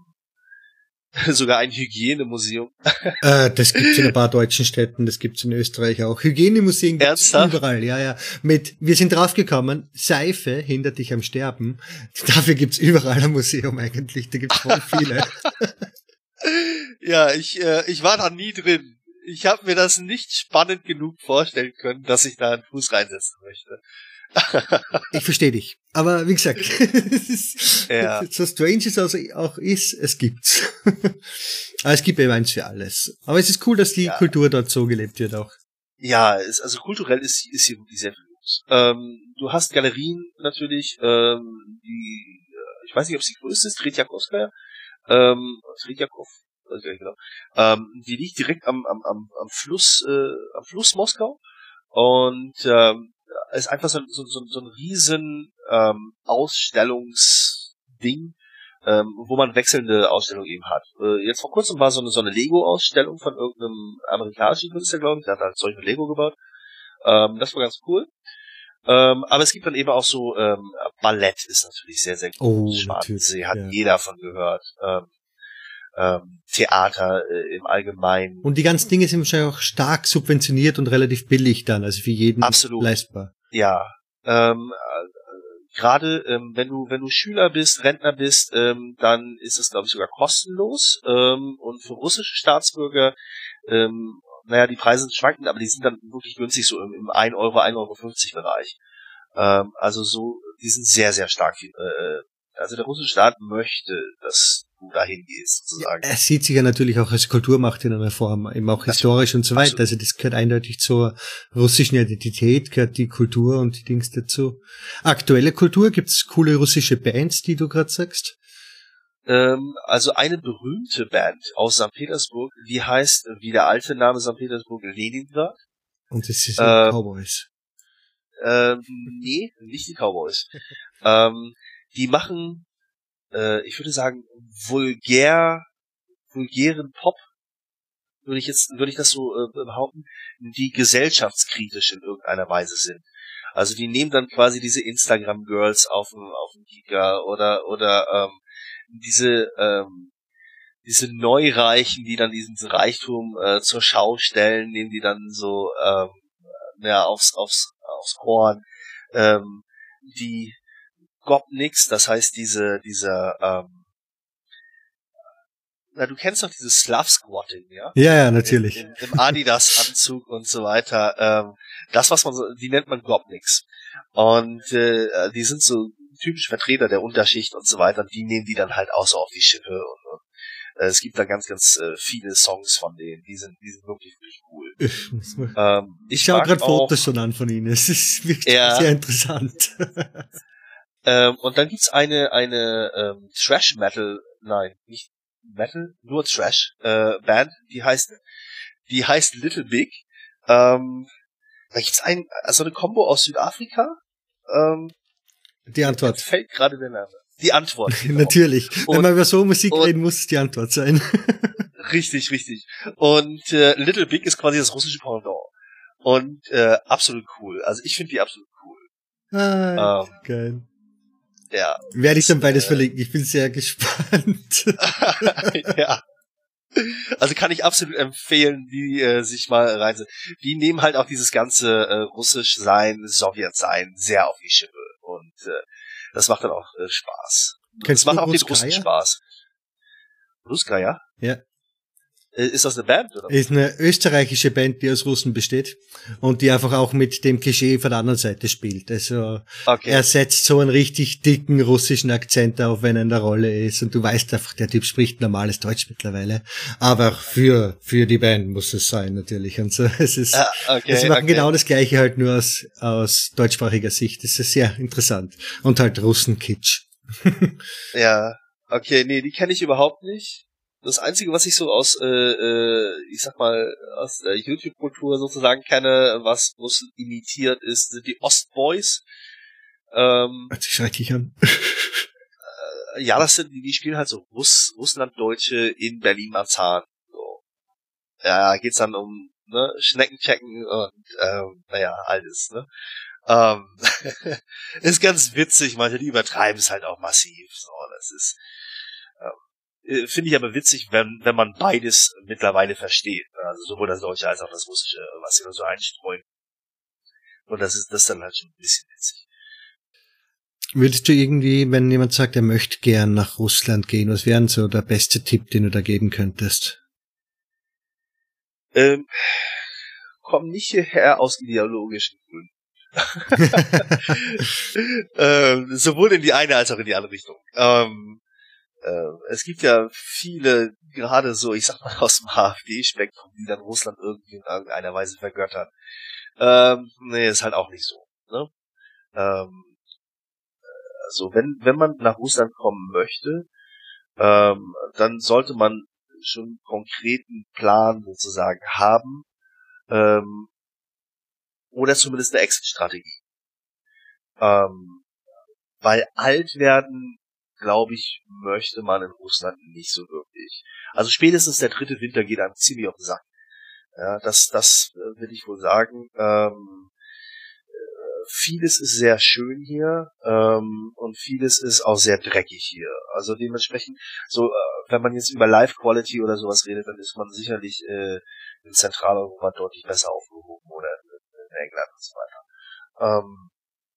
sogar ein Hygienemuseum. Äh, das gibt's in ein paar deutschen Städten, das gibt's in Österreich auch. Hygienemuseen gibt's Ernsthaft? überall, ja, ja. Mit, wir sind draufgekommen, Seife hindert dich am Sterben. Dafür gibt's überall ein Museum eigentlich, da gibt's voll viele. Ja, ich äh, ich war da nie drin. Ich habe mir das nicht spannend genug vorstellen können, dass ich da einen Fuß reinsetzen möchte. Ich verstehe dich. Aber wie gesagt, es ist, Ja. so strange es also auch ist, es gibt's. Aber es gibt eben eins für alles. Aber es ist cool, dass die Ja. Kultur dort so gelebt wird auch. Ja, ist, also kulturell ist, ist hier wirklich sehr viel los. Ähm, du hast Galerien natürlich, ähm, die, äh, ich weiß nicht, ob es die größte ist, Tretjakowskaja, ähm, Tretjakow, weiß ich gar nicht genau. Ähm, die liegt direkt am, am, am, am Fluss, äh, am Fluss Moskau und ähm, ist einfach so, so, so, so ein riesen ähm, Ausstellungsding, ähm, wo man wechselnde Ausstellungen eben hat. Äh, jetzt vor kurzem war so eine, so eine Lego-Ausstellung von irgendeinem amerikanischen Künstler, glaube ich, der hat halt Zeug mit Lego gebaut. Ähm, das war ganz cool. Ähm, aber es gibt dann eben auch so, ähm, Ballett ist natürlich sehr, sehr Oh, groß. Schwarzsee hat ja. jeder von gehört. Ähm, ähm, Theater äh, im Allgemeinen. Und die ganzen Dinge sind wahrscheinlich auch stark subventioniert und relativ billig dann, also für jeden Absolut. leistbar. Ja. Ähm, Gerade ähm, wenn du wenn du Schüler bist, Rentner bist, ähm, dann ist es, glaube ich, sogar kostenlos. Ähm, und für russische Staatsbürger, ähm, naja, die Preise sind schwankend, aber die sind dann wirklich günstig, so im, im ein Euro, ein Euro fünfzig Bereich. Ähm, also so, die sind sehr, sehr stark. Äh, also der russische Staat möchte, dass du dahin gehst, sozusagen. Ja, er sieht sich ja natürlich auch als Kulturmacht in einer Form, eben auch historisch und so weiter. Absolut. Also das gehört eindeutig zur russischen Identität, gehört die Kultur und die Dings dazu. Aktuelle Kultur, gibt's coole russische Bands, die du gerade sagst? Ähm, also eine berühmte Band aus Sankt Petersburg, die heißt, wie der alte Name Sankt Petersburg, Leningrad. Und das sind äh, Cowboys. Ähm, nee, nicht die Cowboys. ähm, die machen, äh, ich würde sagen, vulgär, vulgären Pop, würde ich jetzt, würde ich das so äh, behaupten, die gesellschaftskritisch in irgendeiner Weise sind. Also die nehmen dann quasi diese Instagram-Girls auf dem, auf dem Giga oder, oder, ähm, diese, ähm, diese Neureichen, die dann diesen Reichtum äh, zur Schau stellen, nehmen die dann so, ähm, ja, aufs, aufs, aufs Horn, ähm, die Gopniks, das heißt diese, diese, ähm, na, du kennst doch dieses Slav-Squatting, ja? Ja, ja, natürlich. Im, im, im Adidas-Anzug und so weiter. Ähm, das, was man so, die nennt man Gopniks. Und äh, die sind so typisch Vertreter der Unterschicht und so weiter. Und die nehmen die dann halt auch so auf die Schippe. Und, und äh, es gibt da ganz, ganz äh, viele Songs von denen. Die sind, die sind wirklich, wirklich cool. Ich, ähm, ich ich schaue gerade auch, Fotos schon an von ihnen. Es ist wirklich ja, sehr interessant. ähm, und dann gibt's eine, eine ähm, Thrash-Metal, nein, nicht Metal, nur Thrash äh, Band, die heißt, die heißt Little Big. Ähm, da gibt's ein, also eine Combo aus Südafrika. Ähm, die Antwort. Fällt gerade der Name. Die Antwort. Genau. Natürlich. Und, wenn wir über so Musik und, reden, muss es die Antwort sein. Richtig, richtig. Und äh, Little Big ist quasi das russische Pendant. Und äh, absolut cool. Also ich finde die absolut cool. Ah, ähm, geil. Ja. Werde ich dann beides äh, verlinken. Ich bin sehr gespannt. Ja. Also kann ich absolut empfehlen, die äh, sich mal reinsetzen. Die nehmen halt auch dieses ganze äh, Russisch-Sein, Sowjet-Sein sehr auf die Schippe. Und äh, das macht dann auch äh, Spaß. Kennst das macht du auch den Ruskaya? Russen Spaß. Ruskaya? Ja. Ist das eine Band, oder? Ist eine österreichische Band, die aus Russen besteht und die einfach auch mit dem Klischee von der anderen Seite spielt. Also okay. Er setzt so einen richtig dicken russischen Akzent auf, wenn er in der Rolle ist und du weißt einfach, der Typ spricht normales Deutsch mittlerweile. Aber für für die Band muss es sein natürlich. Und so es ist, ah, okay, sie machen okay. genau das Gleiche halt nur aus aus deutschsprachiger Sicht. Das ist sehr interessant und halt Russenkitsch. Ja, okay, nee, die kenne ich überhaupt nicht. Das Einzige, was ich so aus, äh, äh, ich sag mal, aus der YouTube-Kultur sozusagen kenne, was Russen imitiert, ist, sind die Ostboys. Ähm, Hört sich schrecklich an. äh, ja, das sind, die, die spielen halt so Russ, Russlanddeutsche in Berlin-Marzahn. So. Ja, geht's dann um, ne, Schneckenchecken und, ähm, naja, alles, ne. Ähm, ist ganz witzig, manche, die übertreiben es halt auch massiv, so, das ist, ähm, finde ich aber witzig, wenn wenn man beides mittlerweile versteht. Also sowohl das Deutsche als auch das Russische, was sie da so einstreuen. Und das ist das dann halt schon ein bisschen witzig. Würdest du irgendwie, wenn jemand sagt, er möchte gern nach Russland gehen, was wäre denn so der beste Tipp, den du da geben könntest? Ähm, komm nicht hierher aus ideologischen Gründen. ähm, sowohl in die eine als auch in die andere Richtung. Ähm, Äh, es gibt ja viele, gerade so, ich sag mal, aus dem AfD-Spektrum, die dann Russland irgendwie in irgendeiner Weise vergöttern. Ähm, nee, ist halt auch nicht so, ne? Ähm, also, wenn, wenn man nach Russland kommen möchte, ähm, dann sollte man schon einen konkreten Plan sozusagen haben, ähm, oder zumindest eine Exit-Strategie. Ähm, weil alt werden, glaube ich, möchte man in Russland nicht so wirklich. Also spätestens der dritte Winter geht einem ziemlich auf den Sack. Ja, das, das äh, will ich wohl sagen. Ähm, Vieles ist sehr schön hier ähm, und vieles ist auch sehr dreckig hier. Also dementsprechend, so äh, wenn man jetzt über Life Quality oder sowas redet, dann ist man sicherlich äh, in Zentraleuropa deutlich besser aufgehoben oder in, in England und so weiter. Ähm,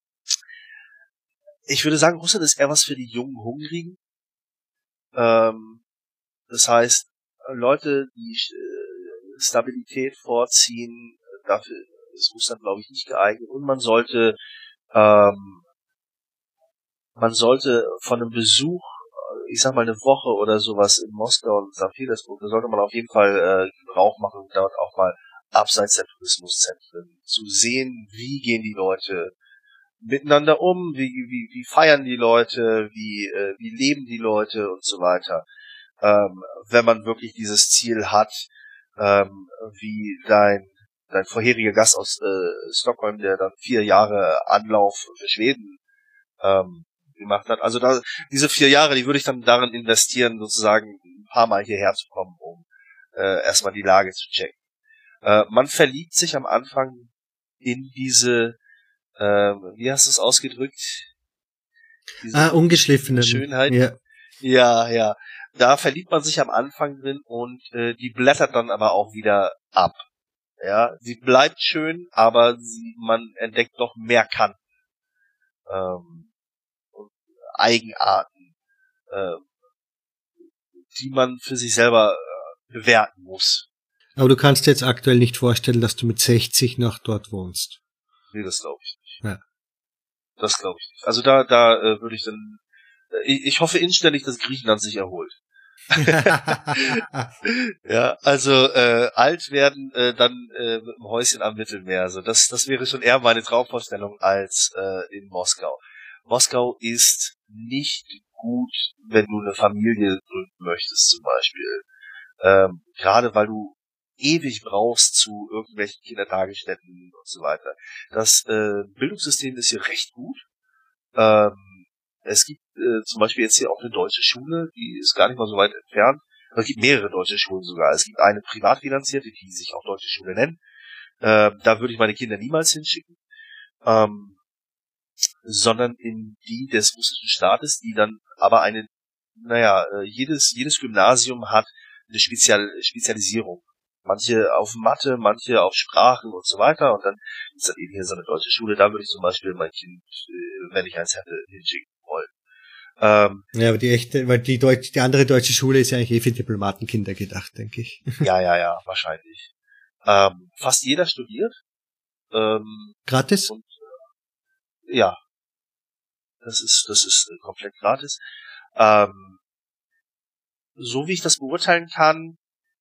ich würde sagen, Russland ist eher was für die jungen Hungrigen. Ähm, das heißt, Leute, die äh, Stabilität vorziehen, dafür ist Russland, glaube ich, nicht geeignet. Und man sollte, ähm, man sollte von einem Besuch, ich sag mal eine Woche oder sowas in Moskau und Sankt Petersburg, da sollte man auf jeden Fall äh, Gebrauch machen, dort auch mal abseits der Tourismuszentren zu sehen, wie gehen die Leute miteinander um, wie wie wie feiern die Leute, wie äh, wie leben die Leute und so weiter. Ähm, wenn man wirklich dieses Ziel hat, ähm, wie dein dein vorheriger Gast aus äh, Stockholm, der dann vier Jahre Anlauf für Schweden ähm, gemacht hat. Also da, diese vier Jahre, die würde ich dann darin investieren, sozusagen ein paar Mal hierher zu kommen, um äh, erstmal die Lage zu checken. Äh, man verliebt sich am Anfang in diese, äh, wie hast du es ausgedrückt? Diese ah, ungeschliffene Schönheit. Ja. ja, ja. Da verliebt man sich am Anfang drin und äh, die blättert dann aber auch wieder ab. Ja, sie bleibt schön, aber sie, man entdeckt doch mehr Kanten, ähm, und Eigenarten, äh, die man für sich selber äh, bewerten muss. Aber du kannst dir jetzt aktuell nicht vorstellen, dass du mit sechzig noch dort wohnst. Nee, das glaube ich nicht. Ja. Das glaube ich nicht. Also da, da äh, würde ich dann, äh, ich, ich hoffe inständig, dass Griechenland sich erholt. Ja, also äh, alt werden, äh, dann äh, mit einem Häuschen am Mittelmeer. Also das, das wäre schon eher meine Traumvorstellung als äh, in Moskau. Moskau ist nicht gut, wenn du eine Familie gründen möchtest, zum Beispiel. Ähm, gerade weil du ewig brauchst zu irgendwelchen Kindertagesstätten und so weiter. Das äh, Bildungssystem ist hier recht gut. Ähm, Es gibt äh, zum Beispiel jetzt hier auch eine deutsche Schule, die ist gar nicht mal so weit entfernt. Es gibt mehrere deutsche Schulen sogar. Es gibt eine privat finanzierte, die sich auch deutsche Schule nennen. Äh, da würde ich meine Kinder niemals hinschicken. Ähm, sondern in die des russischen Staates, die dann aber eine, naja, äh, jedes, jedes Gymnasium hat eine Spezial Spezialisierung. Manche auf Mathe, manche auf Sprachen und so weiter. Und dann ist dann eben hier so eine deutsche Schule. Da würde ich zum Beispiel mein Kind, äh, wenn ich eins hätte, hinschicken wollen. Ähm, ja, aber die echte, weil die deutsche, die andere deutsche Schule ist ja eigentlich eh für Diplomatenkinder gedacht, denke ich. Ja, ja, ja, wahrscheinlich. Ähm, fast jeder studiert. Ähm, gratis? Und, äh, ja, das ist, das ist äh, komplett gratis. Ähm, so wie ich das beurteilen kann,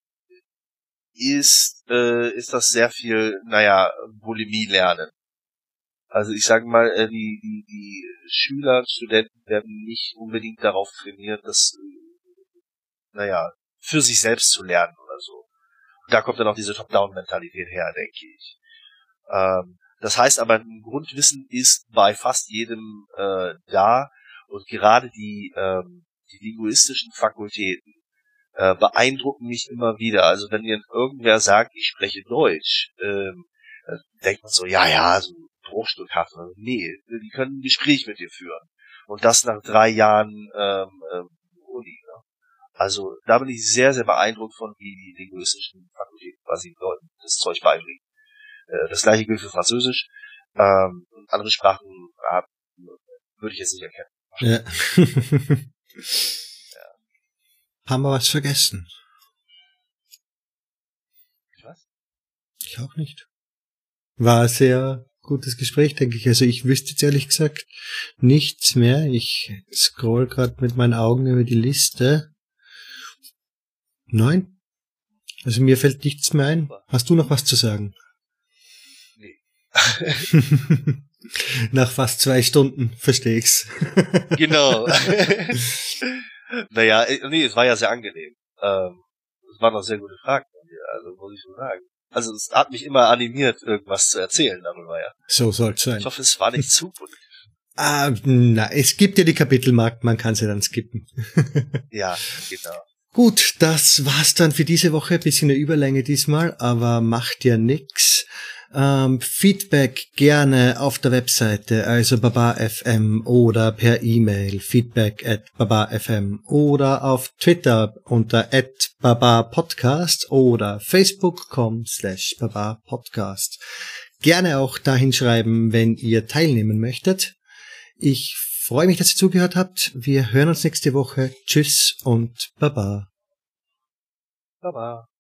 ist, äh, ist das sehr viel, naja, Bulimie lernen. Also ich sage mal, äh, die, die, die Schüler, Studenten werden nicht unbedingt darauf trainiert, das, äh, naja, für sich selbst zu lernen oder so. Und da kommt dann auch diese Top-Down-Mentalität her, denke ich. Ähm, das heißt aber, ein Grundwissen ist bei fast jedem äh, da und gerade die, ähm, die linguistischen Fakultäten äh, beeindrucken mich immer wieder. Also wenn mir irgendwer sagt, ich spreche Deutsch, ähm, dann denkt man so, ja, ja, so Bruchstückhaft. Nee, die können ein Gespräch mit dir führen. Und das nach drei Jahren ähm, ähm, Uni. Ne? Also da bin ich sehr, sehr beeindruckt von, wie die linguistischen Fakultäten quasi Leuten das Zeug beibringen. Äh, das gleiche gilt für Französisch. Ähm, und andere Sprachen äh, würde ich jetzt nicht erkennen. Ja. Ja. Haben wir was vergessen? Was? Ich auch nicht. War ein sehr gutes Gespräch, denke ich. Also ich wüsste jetzt ehrlich gesagt nichts mehr. Ich scroll gerade mit meinen Augen über die Liste. Nein. Also mir fällt nichts mehr ein. Hast du noch was zu sagen? Nee. Nach fast zwei Stunden, verstehe ich's. Genau. Naja, nee, es war ja sehr angenehm. Ähm, es waren auch sehr gute Fragen von dir, also muss ich schon sagen. Also es hat mich immer animiert, irgendwas zu erzählen darüber, ja. So soll's sein. Ich hoffe, es war nicht zu politisch. Ah, na, es gibt ja die Kapitelmarken, man kann sie dann skippen. Ja, genau. Gut, das war's dann für diese Woche. Ein bisschen eine Überlänge diesmal, aber macht ja nix. Ähm, Feedback gerne auf der Webseite, also Baba Punkt F M oder per E-Mail feedback at baba punkt f m oder auf Twitter unter at babapodcast oder facebook punkt com slash babapodcast. Gerne auch dahin schreiben, wenn ihr teilnehmen möchtet. Ich freue mich, dass ihr zugehört habt. Wir hören uns nächste Woche. Tschüss und Baba. Baba.